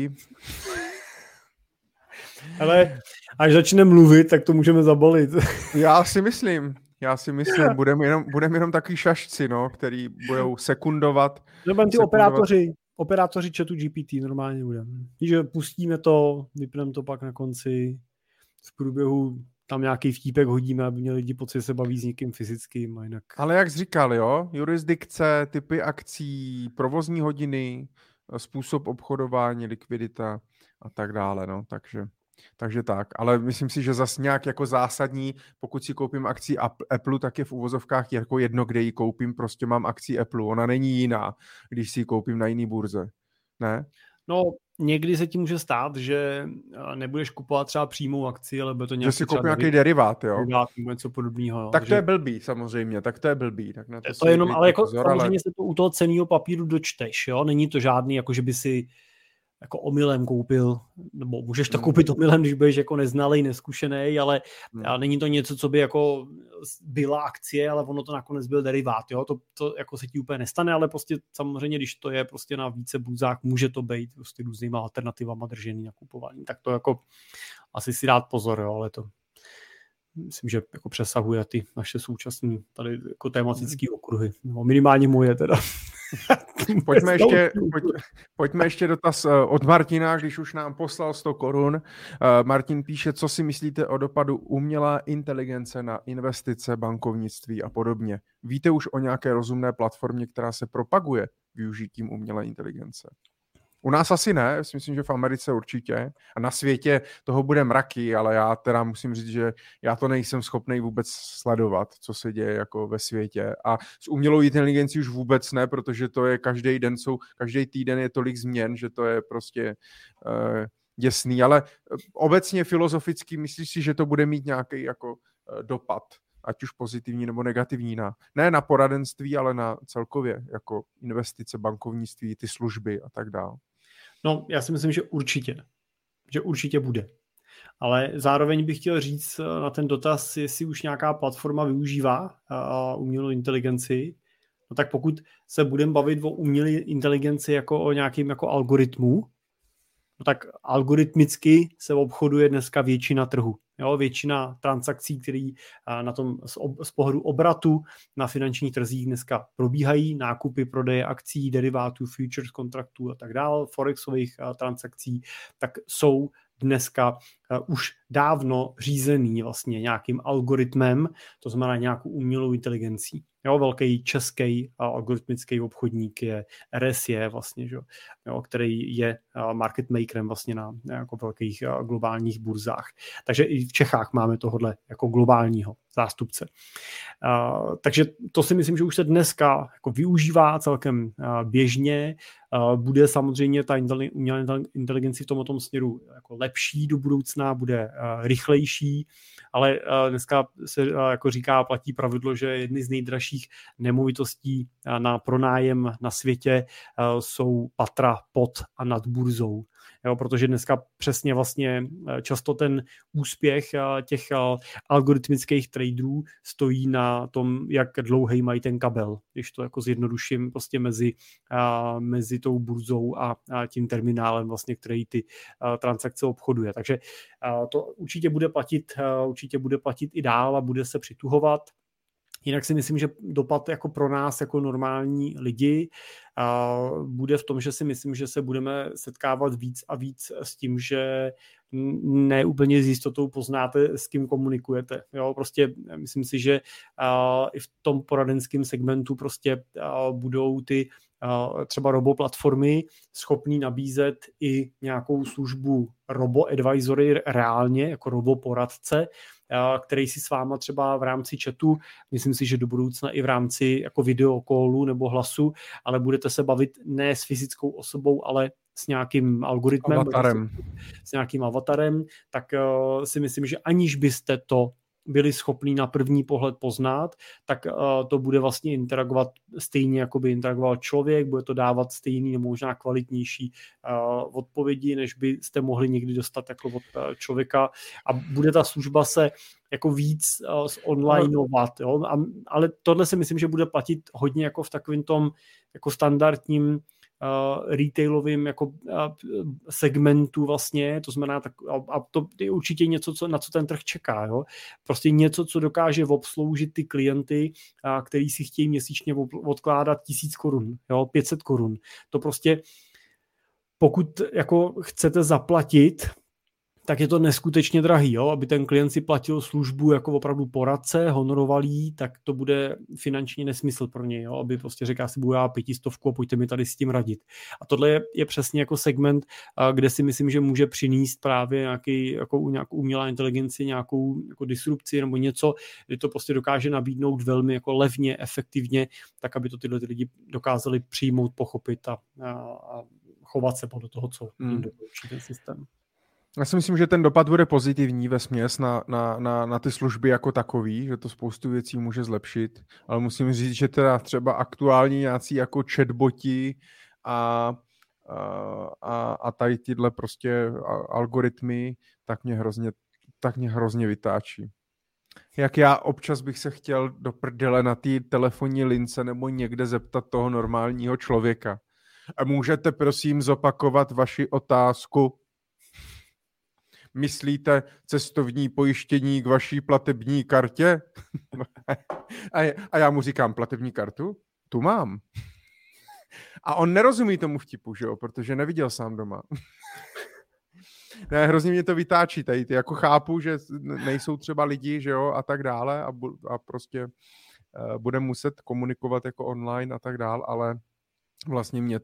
Ale až začne mluvit, tak to můžeme zabalit. Já si myslím, budeme jenom takový šašci, no, který budou sekundovat. Ty operátoři chatu GPT normálně budeme. Že pustíme to, vypneme to pak na konci, v průběhu tam nějaký vtípek hodíme, aby měli lidi pocit, že se baví s někým fyzickým a jinak. Ale jak jsi říkal, jo, jurisdikce, typy akcí, provozní hodiny, způsob obchodování, likvidita a tak dále, no, takže tak. Ale myslím si, že zas nějak jako zásadní, pokud si koupím akci Apple, tak je v uvozovkách jako jedno, kde ji koupím, prostě mám akci Apple, ona není jiná, když si ji koupím na jiný burze, ne? No, někdy se ti může stát, že nebudeš kupovat třeba přímou akci, ale bude to nějaký... Že si koupím nějaký derivát, jo? Derivát nebo něco podobného. Tak to je blbý, samozřejmě, tak to na to jenom, ale jako pozor, samozřejmě se to u toho cenného papíru dočteš, jo? Není to žádný, jako že by si jako omylem koupil, nebo můžeš to koupit omylem, když budeš jako neznalej, neskušenej, ale není to něco, co by jako byla akcie, ale ono to nakonec byl derivát, jo, to jako se ti úplně nestane, ale prostě samozřejmě, když to je prostě na více burzách, může to být prostě různýma alternativama držený nakupování, tak to jako asi si dát pozor, jo, ale to myslím, že jako přesahuje ty naše současné tady jako tematické okruhy, no, minimálně moje teda. Pojďme ještě dotaz od Martina, když už nám poslal 100 korun. Martin píše, co si myslíte o dopadu umělé inteligence na investice, bankovnictví a podobně. Víte už o nějaké rozumné platformě, která se propaguje využitím umělé inteligence? U nás asi ne, já si myslím, že v Americe určitě a na světě toho bude mraky, ale já teda musím říct, že já to nejsem schopný vůbec sledovat, co se děje jako ve světě a s umělou inteligencí už vůbec ne, protože to je každý týden je tolik změn, že to je prostě děsný, ale obecně filozoficky myslíš si, že to bude mít nějaký jako dopad, ať už pozitivní nebo negativní, ne na poradenství, ale na celkově jako investice, bankovnictví, ty služby a tak dále. No, já si myslím, že určitě bude. Ale zároveň bych chtěl říct na ten dotaz, jestli už nějaká platforma využívá umělou inteligenci, no tak pokud se budeme bavit o umělé inteligenci jako o nějakým jako algoritmu, no tak algoritmicky se obchoduje dneska většina trhu. Jo, většina transakcí, které na tom z pohledu obratu na finančních trzích dneska probíhají, nákupy, prodeje akcí, derivátů, futures kontraktů a tak dále, forexových transakcí, tak jsou dneska už dávno řízený vlastně nějakým algoritmem, to znamená nějakou umělou inteligencí. Jo, velký český algoritmický obchodník je RSE vlastně, jo, který je market makerem vlastně na jako velkých globálních burzách. Takže i v Čechách máme tohodle jako globálního zástupce. Takže to si myslím, že už se dneska jako využívá celkem běžně. Bude samozřejmě ta umělá inteligence v tomto směru jako lepší do budoucna, bude rychlejší, ale dneska se jako říká, platí pravidlo, že jedny z nejdražších nemovitostí na pronájem na světě jsou patra pod a nad burzou. Jo, protože dneska přesně vlastně často ten úspěch těch algoritmických traderů stojí na tom, jak dlouhý mají ten kabel, když to jako zjednoduším prostě mezi tou burzou a tím terminálem vlastně, který ty transakce obchoduje. Takže to určitě bude platit i dál a bude se přituhovat. Jinak si myslím, že dopad jako pro nás, jako normální lidi, bude v tom, že si myslím, že se budeme setkávat víc a víc s tím, že ne úplně s jistotou poznáte, s kým komunikujete. Jo, prostě myslím si, že i v tom poradenském segmentu prostě budou ty třeba roboplatformy schopný nabízet i nějakou službu robo-advisory reálně, jako roboporadce, který si s váma třeba v rámci chatu, myslím si, že do budoucna i v rámci jako videokolu nebo hlasu, ale budete se bavit ne s fyzickou osobou, ale s nějakým algoritmem, s nějakým avatarem, tak si myslím, že aniž byste to byli schopní na první pohled poznat, tak to bude vlastně interagovat stejně, jako by interagoval člověk, bude to dávat stejný nebo možná kvalitnější odpovědi, než byste mohli někdy dostat jako od člověka a bude ta služba se jako víc onlineovat, jo? Ale tohle si myslím, že bude platit hodně jako v takovém tom jako standardním retailovým jako segmentu vlastně, to znamená, a to je určitě něco, na co ten trh čeká, jo? Prostě něco, co dokáže obsloužit ty klienty, který si chtějí měsíčně odkládat 1000 korun, jo? 500 korun. To prostě, pokud jako chcete zaplatit, tak je to neskutečně drahý, jo? Aby ten klient si platil službu jako opravdu poradce, honoroval jí, tak to bude finanční nesmysl pro něj, jo? Aby prostě řekl, já si budu 500 a pojďte mi tady s tím radit. A tohle je přesně jako segment, kde si myslím, že může přinést právě nějakou umělá inteligenci, nějakou jako disrupci nebo něco, kdy to prostě dokáže nabídnout velmi jako levně, efektivně, tak aby to tyhle lidi dokázali přijmout, pochopit a chovat se podle toho, co jim doporučí ten systém. Já si myslím, že ten dopad bude pozitivní vesměs na ty služby jako takový, že to spoustu věcí může zlepšit, ale musím říct, že teda třeba aktuální nějací jako chatboti a tady tyhle prostě algoritmy, tak mě hrozně vytáčí. Jak já občas bych se chtěl do prdele na té telefonní lince nebo někde zeptat toho normálního člověka. A můžete prosím zopakovat vaši otázku? Myslíte cestovní pojištění k vaší platební kartě? A já mu říkám, platební kartu? Tu mám. A on nerozumí tomu vtipu, že jo? Protože neviděl sám doma. Ne, hrozně mě to vytáčí tady. Jako chápu, že nejsou třeba lidi, že jo, a tak dále a prostě budeme muset komunikovat jako online a tak dále, ale vlastně mě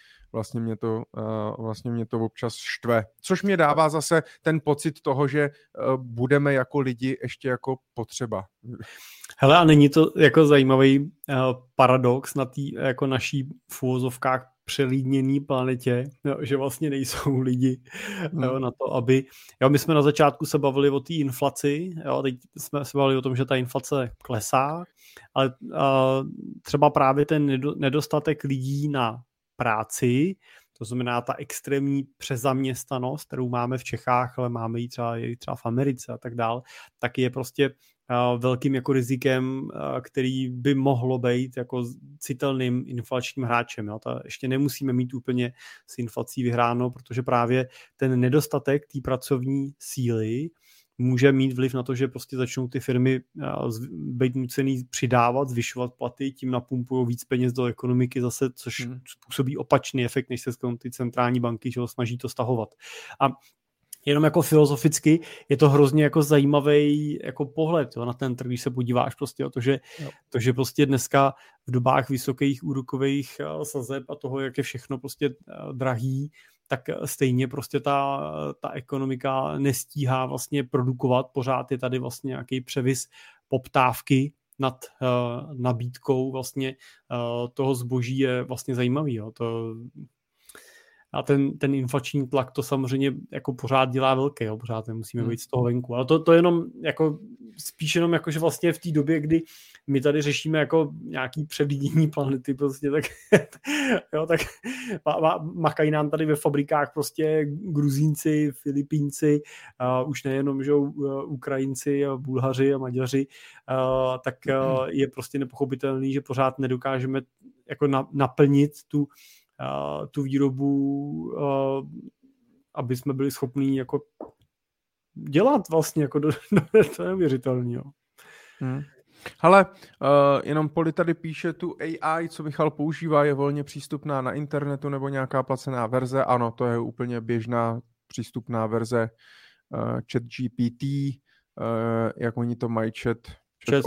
to občas štve. Což mě dává zase ten pocit toho, že budeme jako lidi ještě jako potřeba. Hele, a není to jako zajímavý paradox na té jako naší v uvozovkách přelidněný planetě, jo, že vlastně nejsou lidi jo, na to, aby... Jo, my jsme na začátku se bavili o té inflaci, jo, teď jsme se bavili o tom, že ta inflace klesá, ale třeba právě ten nedostatek lidí na práci, to znamená ta extrémní přezaměstnanost, kterou máme v Čechách, ale máme ji třeba v Americe a tak dál, tak je prostě velkým jako rizikem, který by mohlo být jako citelným inflačním hráčem. Jo. Ještě nemusíme mít úplně s inflací vyhráno, protože právě ten nedostatek té pracovní síly může mít vliv na to, že prostě začnou ty firmy být nucený přidávat, zvyšovat platy, tím napumpují víc peněz do ekonomiky zase, což způsobí opačný efekt, než se ty centrální banky, že ho snaží to stahovat. A jenom jako filozoficky je to hrozně jako zajímavý jako pohled, jo, na ten trh, když se podíváš prostě o to, že prostě dneska v dobách vysokých úrokových sazeb a toho, jak je všechno prostě drahý, tak stejně prostě ta ekonomika nestíhá vlastně produkovat, pořád je tady vlastně nějaký převis poptávky nad nabídkou vlastně toho zboží je vlastně zajímavý, jo. A ten inflační tlak to samozřejmě jako pořád dělá velké, jo, pořád nemusíme být z toho venku. Ale to jenom jako spíš jenom jako, že vlastně v té době, kdy my tady řešíme jako nějaký přelidnění planety prostě, tak, jo, tak makají nám tady ve fabrikách prostě Gruzínci, Filipínci, už nejenom, že Ukrajinci, Bulhaři a Maďaři, tak je prostě nepochopitelný, že pořád nedokážeme jako naplnit tu výrobu, aby jsme byli schopní jako dělat vlastně, jako to je neuvěřitelný. Jo. Hele, jenom Poli tady píše, tu AI, co Michal používá, je volně přístupná na internetu nebo nějaká placená verze. Ano, to je úplně běžná přístupná verze ChatGPT, jak oni to mají přes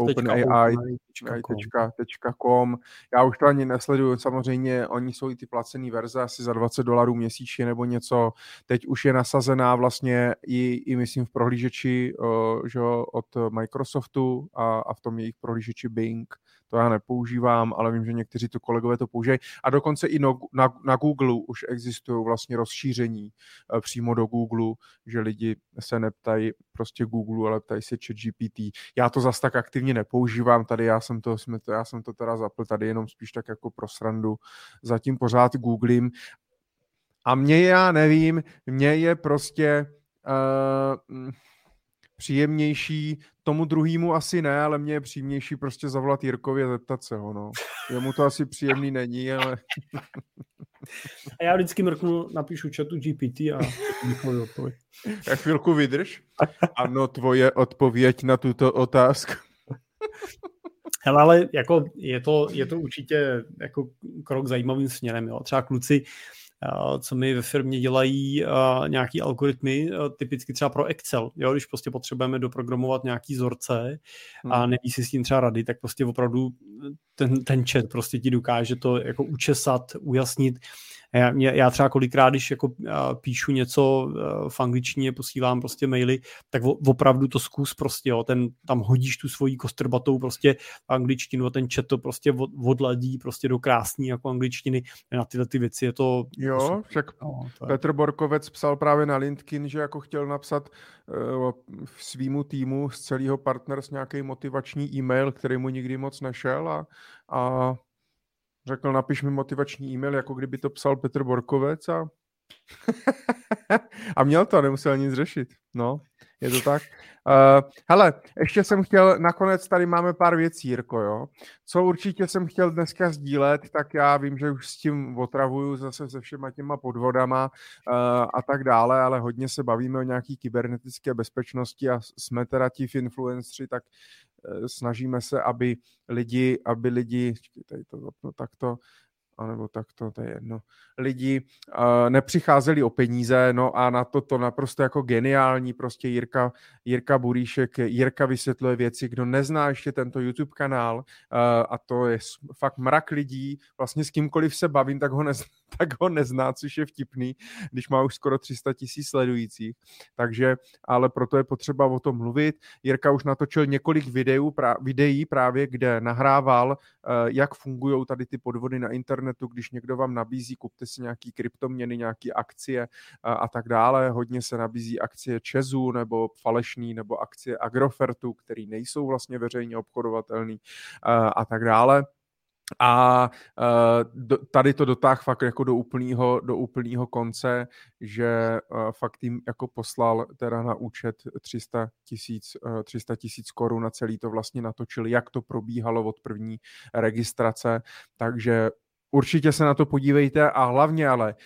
OpenAI.com. Já už to ani nesleduju, samozřejmě oni jsou i ty placený verze asi za $20 měsíčně nebo něco. Teď už je nasazená vlastně i myslím v prohlížeči že od Microsoftu a v tom jejich prohlížeči Bing. To já nepoužívám, ale vím, že někteří to kolegové to používají. A dokonce i na Google už existují vlastně rozšíření přímo do Google, že lidi se neptají prostě Google, ale ptají se ChatGPT. Já to zas tak aktivně nepoužívám, tady já jsem to teda zapl tady jenom spíš tak jako pro srandu. Zatím pořád googlím. A já nevím, mně je prostě příjemnější, tomu druhému asi ne, ale mně je příjemnější prostě zavolat Jirkovi a zeptat se ho, no. Jemu to asi příjemný není, ale... A já vždycky mrknu, napíšu chatu GPT a někoho odpověď. Chvilku vydrž. Ano, tvoje odpověď na tuto otázku. Hele, ale jako je to určitě jako krok zajímavým směrem, jo. Třeba kluci, co mi ve firmě dělají nějaký algoritmy, typicky třeba pro Excel, jo, když prostě potřebujeme doprogramovat nějaký vzorce a neví si s tím třeba rady, tak prostě opravdu ten chat prostě ti dokáže to jako učesat, ujasnit. Já třeba kolikrát, když jako píšu něco v angličtině, posílám prostě maily, tak opravdu to zkus prostě, jo, tam hodíš tu svoji kostrbatou prostě angličtinu a ten chat to prostě odladí prostě do krásný jako angličtiny. Na tyhle ty věci je to... Jo, však Petr Borkovec psal právě na LinkedIn, že jako chtěl napsat svýmu týmu z celého Partners nějaký motivační e-mail, který mu nikdy moc nešel a řekl, napiš mi motivační e-mail, jako kdyby to psal Petr Borkovec a měl to, nemusel nic řešit. No, je to tak. Hele, ještě jsem chtěl, nakonec tady máme pár věcí, Jirko, jo. Co určitě jsem chtěl dneska sdílet, tak já vím, že už s tím otravuju zase se všema těma podvodama a tak dále, ale hodně se bavíme o nějaký kybernetické bezpečnosti a jsme teda ti influenceri, tak snažíme se, aby lidi, tady to zapnu takto, anebo takto, to je jedno, lidi nepřicházeli o peníze, no a na to naprosto jako geniální, prostě Jirka Buríšek, Jirka vysvětluje věci, kdo nezná ještě tento YouTube kanál a to je fakt mrak lidí, vlastně s kýmkoliv se bavím, tak ho nezná, což je vtipný, když má už skoro 300 000 sledujících, takže, ale proto je potřeba o tom mluvit. Jirka už natočil několik videí právě, kde nahrával, jak fungují tady ty podvody na internetu, když někdo vám nabízí, kupte si nějaký kryptoměny, nějaký akcie a tak dále. Hodně se nabízí akcie ČEZu nebo falešný, nebo akcie Agrofertu, který nejsou vlastně veřejně obchodovatelný a tak dále. A tady to dotáhl fakt jako do úplného konce, že fakt jim jako poslal teda na účet 300 000 korun na celý to vlastně natočili, jak to probíhalo od první registrace, takže určitě se na to podívejte a hlavně ale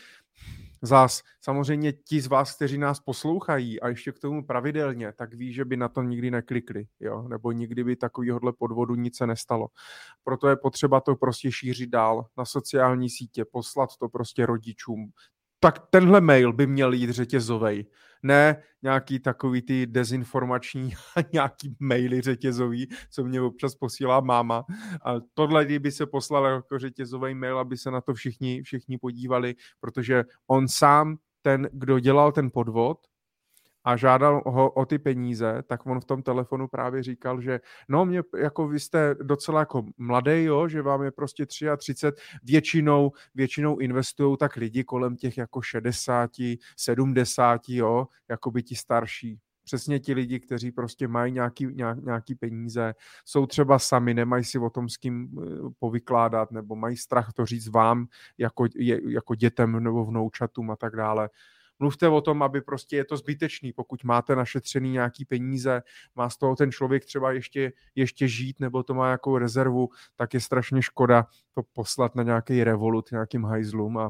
zás samozřejmě ti z vás, kteří nás poslouchají a ještě k tomu pravidelně, tak ví, že by na to nikdy neklikli, jo? Nebo nikdy by takovýhodle podvodu nic se nestalo. Proto je potřeba to prostě šířit dál na sociální sítě, poslat to prostě rodičům. Tak tenhle mail by měl jít řetězovej. Ne nějaký takový ty dezinformační nějaký maily řetězový, co mě občas posílá máma. A tohle, kdyby se poslal jako řetězový mail, aby se na to všichni podívali, protože on sám, ten, kdo dělal ten podvod a žádal ho o ty peníze, tak on v tom telefonu právě říkal, že no mě, jako vy jste docela jako mladý, jo, že vám je prostě 33, většinou investujou tak lidi kolem těch jako 60, 70, jo, jako by ti starší. Přesně ti lidi, kteří prostě mají nějaký peníze, jsou třeba sami, nemají si o tom s kým povykládat, nebo mají strach to říct vám jako dětem nebo vnoučatům a tak dále. Mluvte o tom, aby prostě je to zbytečný, pokud máte našetřený nějaký peníze, má z toho ten člověk třeba ještě žít, nebo to má nějakou rezervu, tak je strašně škoda to poslat na nějaký Revolut, nějakým hajzlům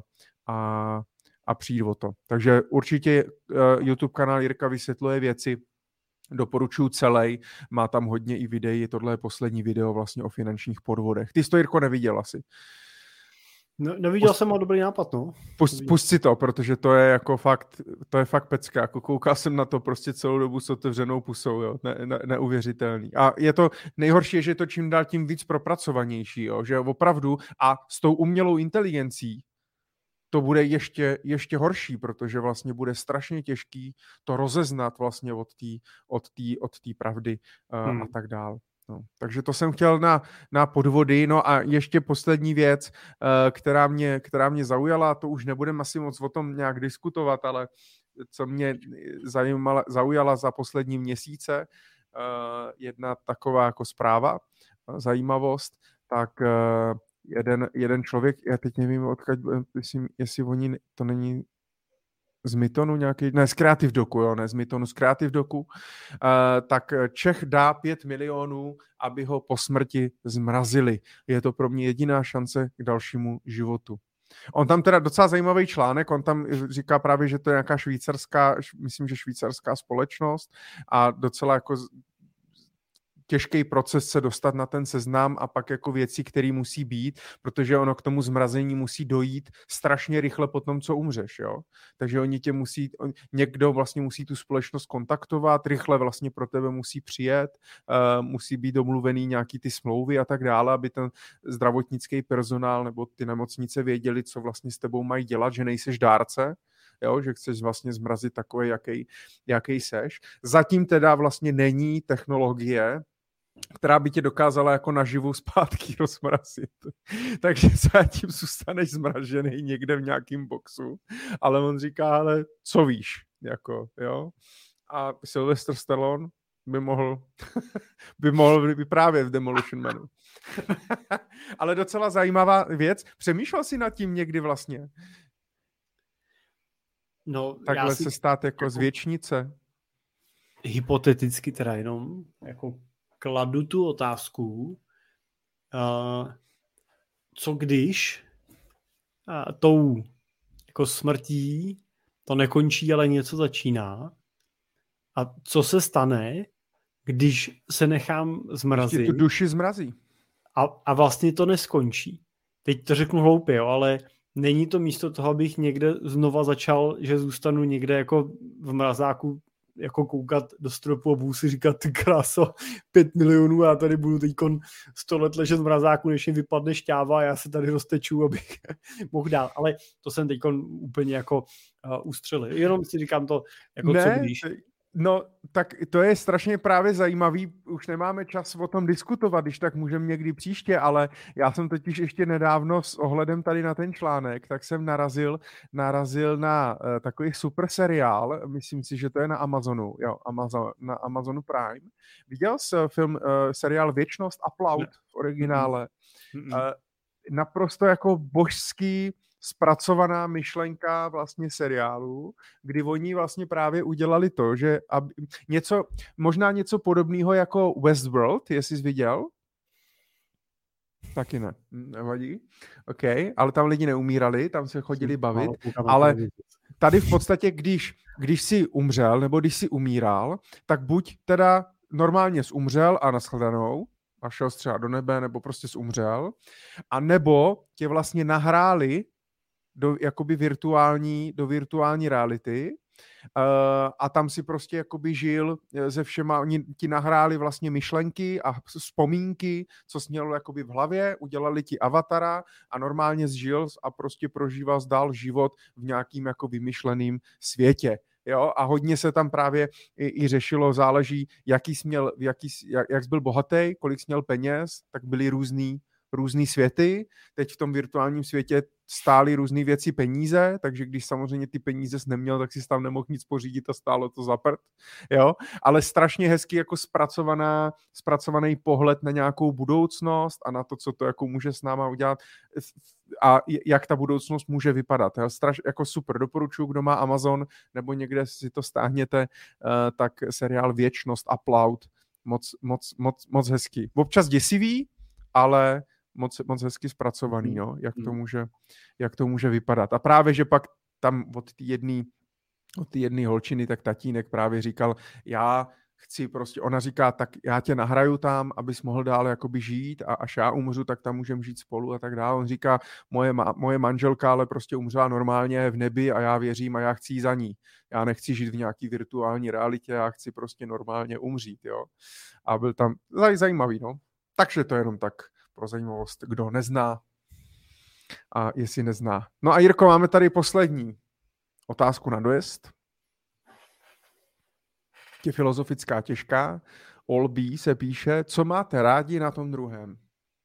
a přijít o to. Takže určitě YouTube kanál Jirka vysvětluje věci, doporučuji celý, má tam hodně i videí, tohle je poslední video vlastně o finančních podvodech. Ty jsi to, Jirko, neviděl asi. No, neviděl jsem, mal dobrý nápad, no. Pust si to, protože to je jako fakt, to je fakt pecka. Jako koukal jsem na to prostě celou dobu s otevřenou pusou, jo. Neuvěřitelný. A je to nejhorší, že je to čím dál tím víc propracovanější, jo. Že opravdu a s tou umělou inteligencí to bude ještě horší, protože vlastně bude strašně těžký to rozeznat vlastně od té pravdy a tak dál. No, takže to jsem chtěl na podvody. No a ještě poslední věc, která mě zaujala, to už nebudeme asi moc o tom nějak diskutovat, ale co mě zaujala za poslední měsíce, jedna taková jako zpráva, zajímavost, tak jeden člověk, já teď nevím, odkud, jestli oni, to není z Mytonu nějaký, ne, z Creative Docu, jo, ne z Mytonu, z Creative Docu, tak Čech dá 5 milionů, aby ho po smrti zmrazili. Je to pro mě jediná šance k dalšímu životu. On tam teda docela zajímavý článek, on tam říká právě, že to je nějaká švýcarská společnost a docela jako těžký proces se dostat na ten seznam a pak jako věci, které musí být, protože ono k tomu zmrazení musí dojít strašně rychle po tom, co umřeš, jo. Takže někdo vlastně musí tu společnost kontaktovat, rychle vlastně pro tebe musí přijet, musí být domluvený nějaký ty smlouvy a tak dále, aby ten zdravotnický personál nebo ty nemocnice věděli, co vlastně s tebou mají dělat, že nejseš dárce, jo, že chceš vlastně zmrazit takový, jaký seš. Zatím teda vlastně není technologie, která by tě dokázala jako naživu zpátky rozmrazit. Takže zatím zůstaneš zmražený někde v nějakém boxu, ale on říká, ale co víš, jako, jo. A Sylvester Stallone by mohl vyprávět v Demolition Manu. Ale docela zajímavá věc. Přemýšlel jsi nad tím někdy vlastně? No, takhle se stát jako z věčnice? Hypoteticky teda jenom jako kladu tu otázku, co když tou jako smrtí to nekončí, ale něco začíná. A co se stane, když se nechám zmrazit? Když tu duši zmrazí. A vlastně to neskončí. Teď to řeknu hloupě, jo, ale není to místo toho, abych někde znova začal, že zůstanu někde jako v mrazáku jako koukat do stropu a budu si říkat, ty kráso, 5 milionů a já tady budu teďkon 100 let ležet v mrazáku, než mi vypadne šťáva a já se tady rozteču, abych mohl dál. Ale to jsem teďkon úplně jako ustřelil. Jenom si říkám to, jako ne, co když. No, tak to je strašně právě zajímavý, už nemáme čas o tom diskutovat, když tak můžeme někdy příště, ale já jsem totiž ještě nedávno s ohledem tady na ten článek, tak jsem narazil na takový super seriál, myslím si, že to je na Amazonu, na Amazonu Prime. Viděl jsi seriál Věčnost Upload v originále? Naprosto jako božský zpracovaná myšlenka vlastně seriálu, kdy oni vlastně právě udělali to, že možná něco podobného jako Westworld, jestli jsi viděl? Taky ne. Nevadí. OK, ale tam lidi neumírali, tam se chodili bavit, ale tady v podstatě, když jsi umřel, nebo když jsi umíral, tak buď teda normálně jsi umřel a nashledanou, a šel třeba do nebe, nebo prostě jsi umřel, a nebo tě vlastně nahráli do virtuální reality a tam si prostě jakoby žil ze všema, oni ti nahráli vlastně myšlenky a vzpomínky, co jsi měl jakoby v hlavě, udělali ti avatara a normálně žil a prostě prožíval dál život v nějakým jako vymyšleným světě. Jo? A hodně se tam právě i řešilo, záleží, jak jsi byl bohatý, kolik jsi měl peněz, tak byly různý světy. Teď v tom virtuálním světě stály různé věci peníze, takže když samozřejmě ty peníze jsi neměl, tak si tam nemohl nic pořídit a stálo to za prd. Jo? Ale strašně hezky jako zpracovaný pohled na nějakou budoucnost a na to, co to jako může s náma udělat a jak ta budoucnost může vypadat. Jako super, doporučuji, kdo má Amazon nebo někde si to stáhněte, tak seriál Věčnost Upload, moc hezký. Občas děsivý, ale moc hezky zpracovaný, jo? Jak to může vypadat. A právě, že pak tam od té jedné holčiny, tak tatínek právě říkal, já chci prostě, ona říká, tak já tě nahraju tam, abys mohl dál jakoby žít a až já umřu, tak tam můžeme žít spolu a tak dále. On říká, moje manželka ale prostě umřela normálně v nebi a já věřím a já chci jít za ní. Já nechci žít v nějaký virtuální realitě, já chci prostě normálně umřít, jo. A byl tam zajímavý, no. Takže to je jenom tak pro zajímavost, kdo nezná a jestli nezná. No a Jirko, máme tady poslední otázku na dojezd. Je filozofická, těžká. Olbí se píše, co máte rádi na tom druhém?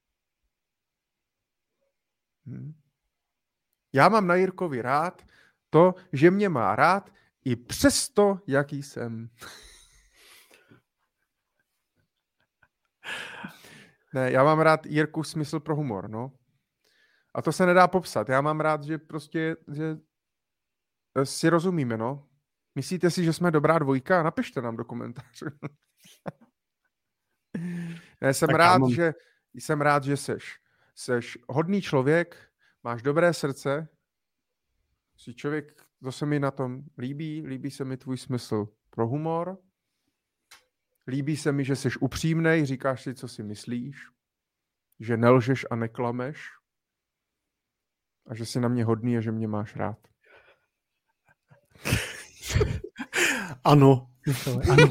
Já mám na Jirkovi rád to, že mě má rád i přesto, jaký jsem. Ne, já mám rád Jirku smysl pro humor, no. A to se nedá popsat. Já mám rád, že prostě, že si rozumíme, no. Myslíte si, že jsme dobrá dvojka? Napište nám do komentářů. Ne, jsem rád, že seš hodný člověk, máš dobré srdce, jsi člověk, to se mi na tom líbí se mi tvůj smysl pro humor, líbí se mi, že jsi upřímnej, říkáš si, co si myslíš, že nelžeš a neklameš a že jsi na mě hodný a že mě máš rád. Ano. Ano.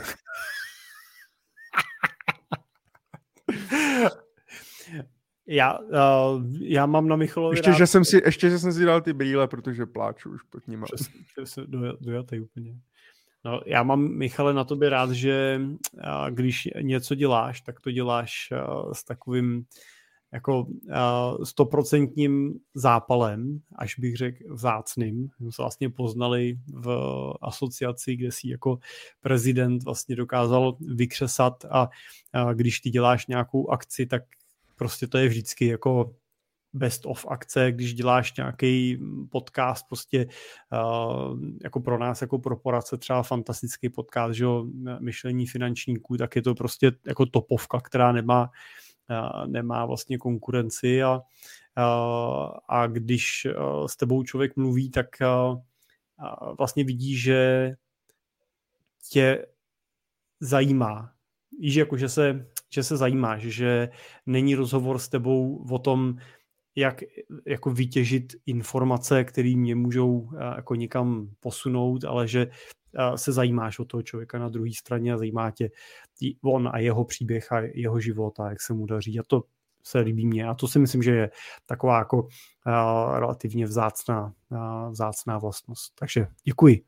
Já mám na Michalovi ještě, že jsem si dal ty brýle, protože pláču už pod nima. Přesně, dojatý úplně. No, já mám, Michale, na tobě rád, že když něco děláš, tak to děláš s takovým jako 100% zápalem, až bych řekl vzácným. My jsme vlastně poznali v asociaci, kde si jako prezident vlastně dokázal vykřesat a když ty děláš nějakou akci, tak prostě to je vždycky jako best of akce, když děláš nějaký podcast, prostě jako pro nás, jako pro poradce třeba fantastický podcast, že jo, myšlení finančníků, tak je to prostě jako topovka, která nemá vlastně konkurenci a když s tebou člověk mluví, tak vlastně vidí, že tě zajímá. Víš, jako, že se zajímáš, že není rozhovor s tebou o tom, jak jako vytěžit informace, které mě můžou jako někam posunout, ale že se zajímáš o toho člověka na druhé straně a zajímá tě on a jeho příběh a jeho život a jak se mu daří. A to se líbí mně. A to si myslím, že je taková jako relativně vzácná vlastnost. Takže děkuji.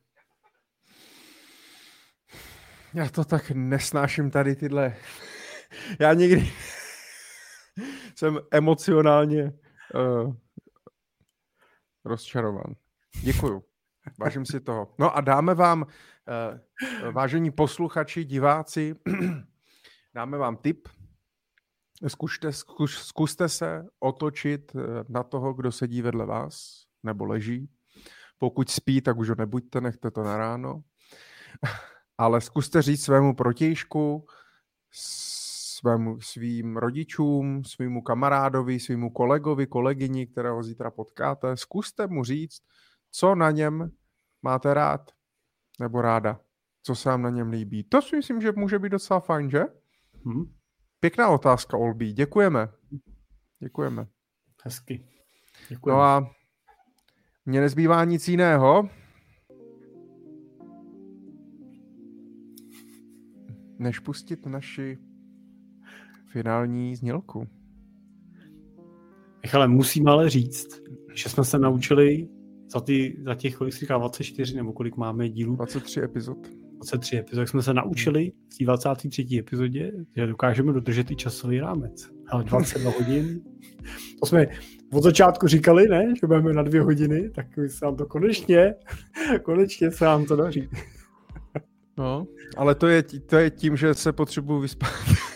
Já to tak nesnáším tady tyhle. Já někdy jsem emocionálně rozčarován. Děkuju. Vážím si toho. No a dáme vám, vážení posluchači, diváci, dáme vám tip. Zkuste se otočit na toho, kdo sedí vedle vás, nebo leží. Pokud spí, tak už ho nebuďte, nechte to na ráno. Ale zkuste říct svému protějšku, svým rodičům, svýmu kamarádovi, svýmu kolegovi, kolegyni, kterého zítra potkáte, zkuste mu říct, co na něm máte rád nebo ráda, co se vám na něm líbí. To si myslím, že může být docela fajn, že? Pěkná otázka, Olbí. Děkujeme. Hezky. Děkujeme. No a mně nezbývá nic jiného, než pustit naši finální znělku. Michale, musím ale říct, že jsme se naučili za těch, kolik říká, 24 nebo kolik máme dílů? 23 epizod. 23 epizod, jsme se naučili v té 23. epizodě, že dokážeme dodržet i časový rámec. Ale 22 hodin, to jsme od začátku říkali, ne, že budeme na 2 hodiny, tak se nám to konečně se nám to daří. No, ale to je tím, že se potřebuji vyspat.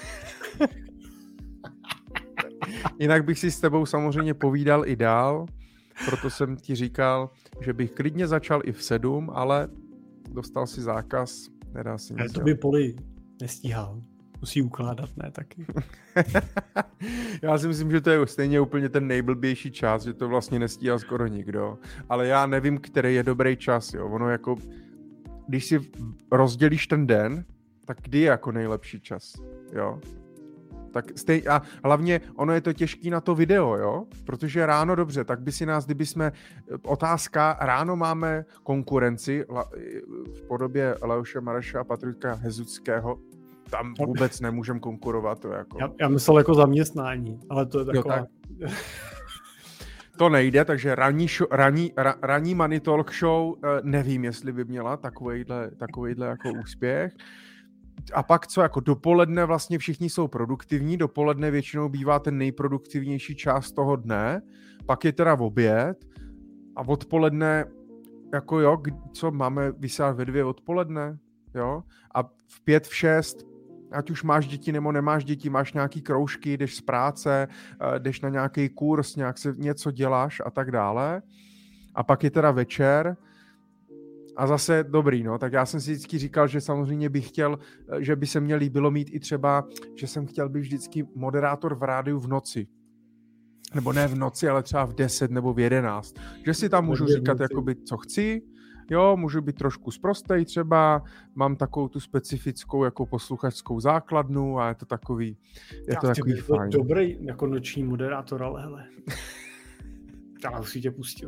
Jinak bych si s tebou samozřejmě povídal i dál, proto jsem ti říkal, že bych klidně začal i v 7, ale dostal si zákaz, nedá si nic. To by Poli nestíhal. Musí ukládat, ne taky. Já si myslím, že to je stejně úplně ten nejblbější čas, že to vlastně nestíhá skoro nikdo. Ale já nevím, který je dobrý čas, jo. Ono jako, když si rozdělíš ten den, tak kdy je jako nejlepší čas, jo? Tak a hlavně ono je to těžký na to video, jo? Protože ráno dobře, tak by si nás, kdyby jsme, otázka, ráno máme konkurenci v podobě Leoše Mareša a Patrika Hezuckého, tam vůbec nemůžem konkurovat. To jako. Já myslel jako zaměstnání, ale to je taková... Jo, tak. To nejde, takže ranní Money Talk Show nevím, jestli by měla takovejhle jako úspěch. A pak co, jako dopoledne vlastně všichni jsou produktivní, dopoledne většinou bývá ten nejproduktivnější část toho dne, pak je teda oběd a odpoledne, jako jo, co máme vysílat ve 2 odpoledne, jo, a v 5, v 6, ať už máš děti nebo nemáš děti, máš nějaký kroužky, jdeš z práce, jdeš na nějaký kurz, něco děláš a tak dále. A pak je teda večer a zase dobrý, no, tak já jsem si vždycky říkal, že samozřejmě bych chtěl, že by se mně líbilo mít i třeba, že jsem chtěl být vždycky moderátor v rádiu v noci. Nebo ne v noci, ale třeba v 10 nebo v 11. Že si tam můžu říkat, jakoby, co chci, jo, můžu být trošku sprostej třeba, mám takovou tu specifickou jako posluchačskou základnu a je to takový fajn. Dobrý jako noční moderátor, ale hele. Já už si tě pustil.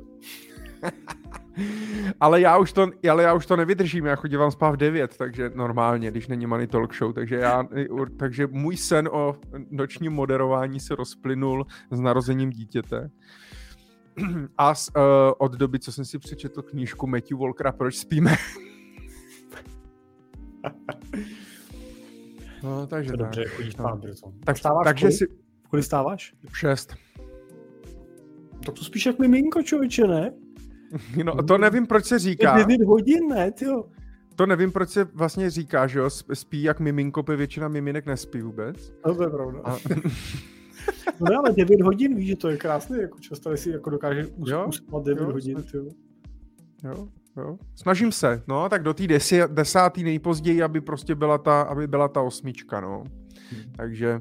Ale já už to nevydržím, já chodím spát v 9, takže normálně, když není Money Talk Show, takže můj sen o nočním moderování se rozplynul s narozením dítěte. A od doby, co jsem si přečetl knížku Matthew Walkera Proč spíme. No, takže to dobře, chodíš spát, takže si... Kolik stáváš? 6. Tak to spíš jak miminko, člověče, ne? No, to nevím, proč se říká. 9 hodin, ne, tyjo. To nevím, proč se vlastně říká, že jo, spí jak miminko, většina miminek nespí vůbec. No, to je pravda. No ale 9 hodin, víš, že to je krásný, jako čas, tady si jako dokáže uspat 9 hodin, tyjo. Jo. Snažím se, no, tak do té 10. nejpozději, aby prostě byla ta 8, no. Takže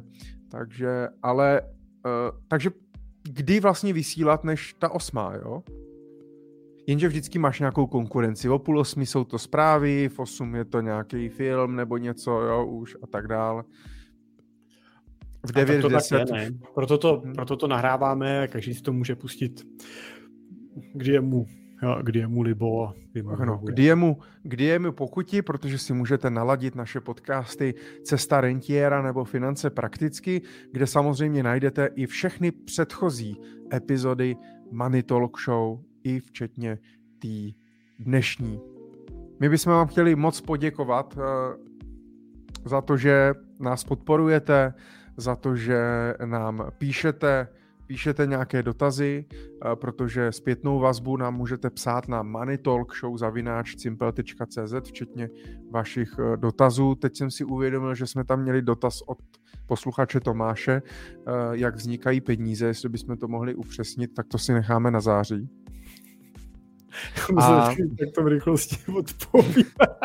kdy vlastně vysílat než ta 8, jo? Jenže vždycky máš nějakou konkurenci. O 7:30 jsou to zprávy, v 8 je to nějaký film nebo něco, jo, už a tak dál. V 9, to 10. Tak je, ne? Proto to nahráváme a každý si to může pustit, kdy je mu libo. Kdy je mu pochuti, protože si můžete naladit naše podcasty Cesta rentiéra nebo Finance prakticky, kde samozřejmě najdete i všechny předchozí epizody Money Talk Show, i včetně té dnešní. My bychom vám chtěli moc poděkovat za to, že nás podporujete, za to, že nám píšete nějaké dotazy, protože zpětnou vazbu nám můžete psát na moneytalkshow@simple.cz, včetně vašich dotazů. Teď jsem si uvědomil, že jsme tam měli dotaz od posluchače Tomáše, jak vznikají peníze, jestli bychom to mohli upřesnit, tak to si necháme na září. Tak to v rychlosti odpovím.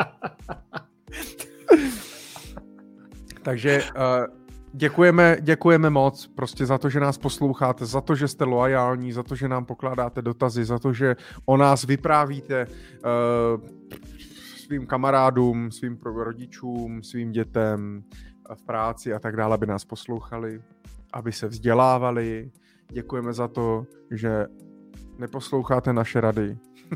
Takže děkujeme moc prostě za to, že nás posloucháte, za to, že jste loajální, za to, že nám pokládáte dotazy, za to, že o nás vyprávíte svým kamarádům, svým rodičům, svým dětem v práci a tak dále, aby nás poslouchali, aby se vzdělávali. Děkujeme za to, že neposloucháte naše rady.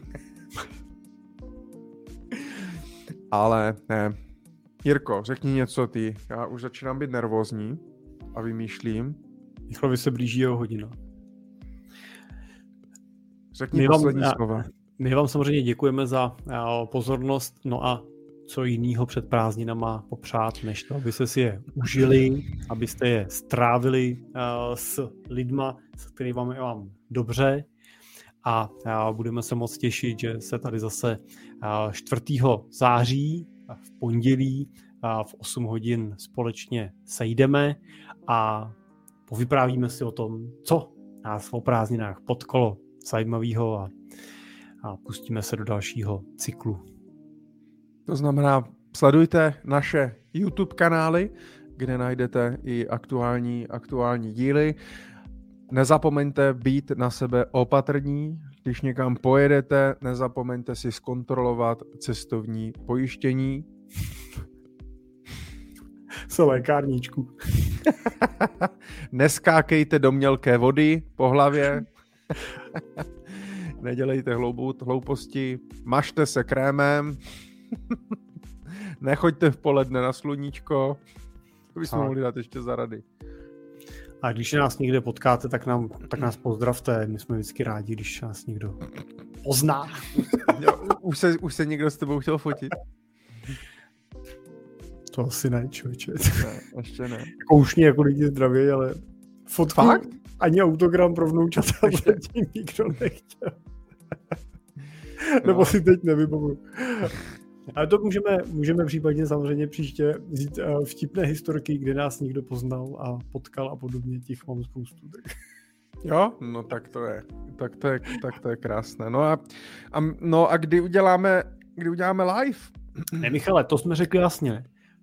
Ale ne. Jirko, řekni něco ty. Já už začínám být nervózní a vymýšlím. Jichlovi se blíží jeho hodina. Řekni poslední slova. My vám samozřejmě děkujeme za pozornost, no a co jinýho před prázdninama popřát, než to, abyste si je užili, abyste je strávili s lidma, s kterými vám dobře, a budeme se moc těšit, že se tady zase 4. září v pondělí v 8 hodin společně sejdeme a povyprávíme si o tom, co nás o prázdninách potkalo zajímavého a pustíme se do dalšího cyklu. To znamená, sledujte naše YouTube kanály, kde najdete i aktuální díly. Nezapomeňte být na sebe opatrní, když někam pojedete, nezapomeňte si zkontrolovat cestovní pojištění. Se lékárníčku. Neskákejte do mělké vody po hlavě. Nedělejte hlouposti. Mažte se krémem. Nechoďte v poledne na sluníčko. To bychom mohli dát ještě za rady. A když nás někde potkáte, tak nás pozdravte. My jsme vždycky rádi, když nás někdo pozná. Jo, už se někdo s tebou chtěl fotit? To asi ne, člověče. Ne, ještě ne. Jako už mě jako lidi zdraví, ale fotku Fakt? Ani autogram pro vnoučata zatím nikdo nechtěl. Nebo si teď nevybavuju. Ale to můžeme případně samozřejmě příště vzít vtipné historky, kde nás někdo poznal a potkal a podobně, těch mám spoustu. Tak. Jo, no tak to je krásné. No a kdy uděláme live? Ne, Michale, to jsme řekli jasně.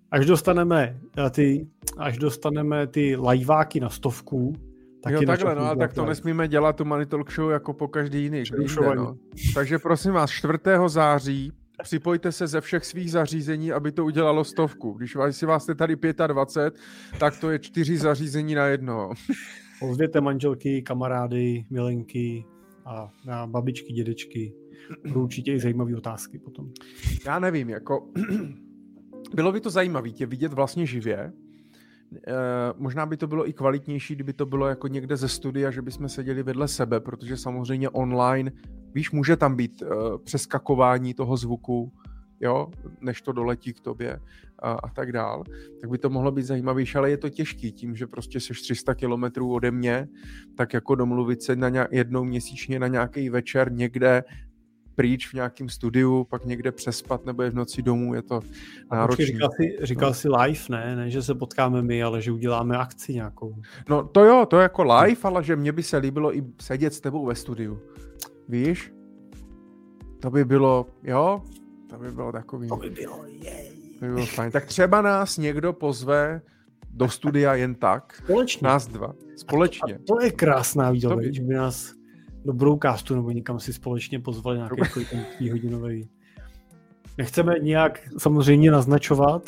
Až dostaneme ty liveáky na 100, jo, takhle, no a tak to nesmíme dělat tu Money Talk Show jako po každý jiný. No. Takže prosím vás, 4. září připojte se ze všech svých zařízení, aby to udělalo 100. Když vás je tady 25, tak to je 4 zařízení na jedno. Pozvěte manželky, kamarády, milenky a babičky, dědečky. Budou určitě i zajímavé otázky potom. Já nevím, jako bylo by to zajímavé tě vidět vlastně živě. Možná by to bylo i kvalitnější, kdyby to bylo jako někde ze studia, že bychom seděli vedle sebe, protože samozřejmě online, víš, může tam být přeskakování toho zvuku, jo, než to doletí k tobě a tak dál, tak by to mohlo být zajímavější, ale je to těžký tím, že prostě seš 300 kilometrů ode mě, tak jako domluvit se jednou měsíčně na nějaký večer někde pryč v nějakém studiu, pak někde přespat nebo je v noci domů, je to náročné. Říkal jsi live, ne, že se potkáme my, ale že uděláme akci nějakou. No to jo, to je jako live, ale že mně by se líbilo i sedět s tebou ve studiu. Víš? To by bylo, jo? To by bylo takový. To by bylo fajn. Tak třeba nás někdo pozve do studia jen tak. Společně. Nás dva. Společně. A to je krásná výzva, že by nás do Broadcastu nebo někam si společně pozvali nějaký ten 3hodinový. Nechceme nějak samozřejmě naznačovat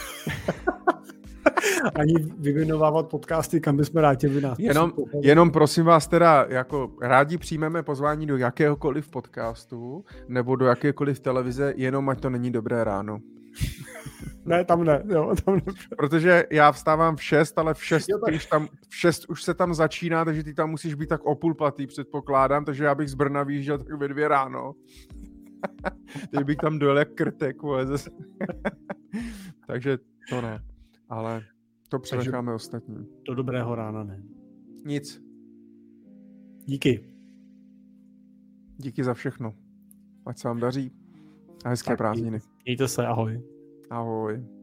ani vyvinovávat podcasty, kam bychom rádi vy nás. Jenom prosím vás teda, jako rádi přijmeme pozvání do jakéhokoliv podcastu nebo do jakékoliv televize, jenom ať to není Dobré ráno. Ne, tam ne. Protože já vstávám v 6, ale v 6 už se tam začíná, takže ty tam musíš být tak o 5:30, předpokládám, takže já bych z Brna vyjížděl tak ve 2 ráno. Teď bych tam dojel jak krtek. Takže to ne. Ale to přenecháme ostatním. Do dobrého rána ne. Nic. Díky. Díky za všechno. Ať se vám daří a hezké prázdniny. Mějte se, ahoj. Ahoj.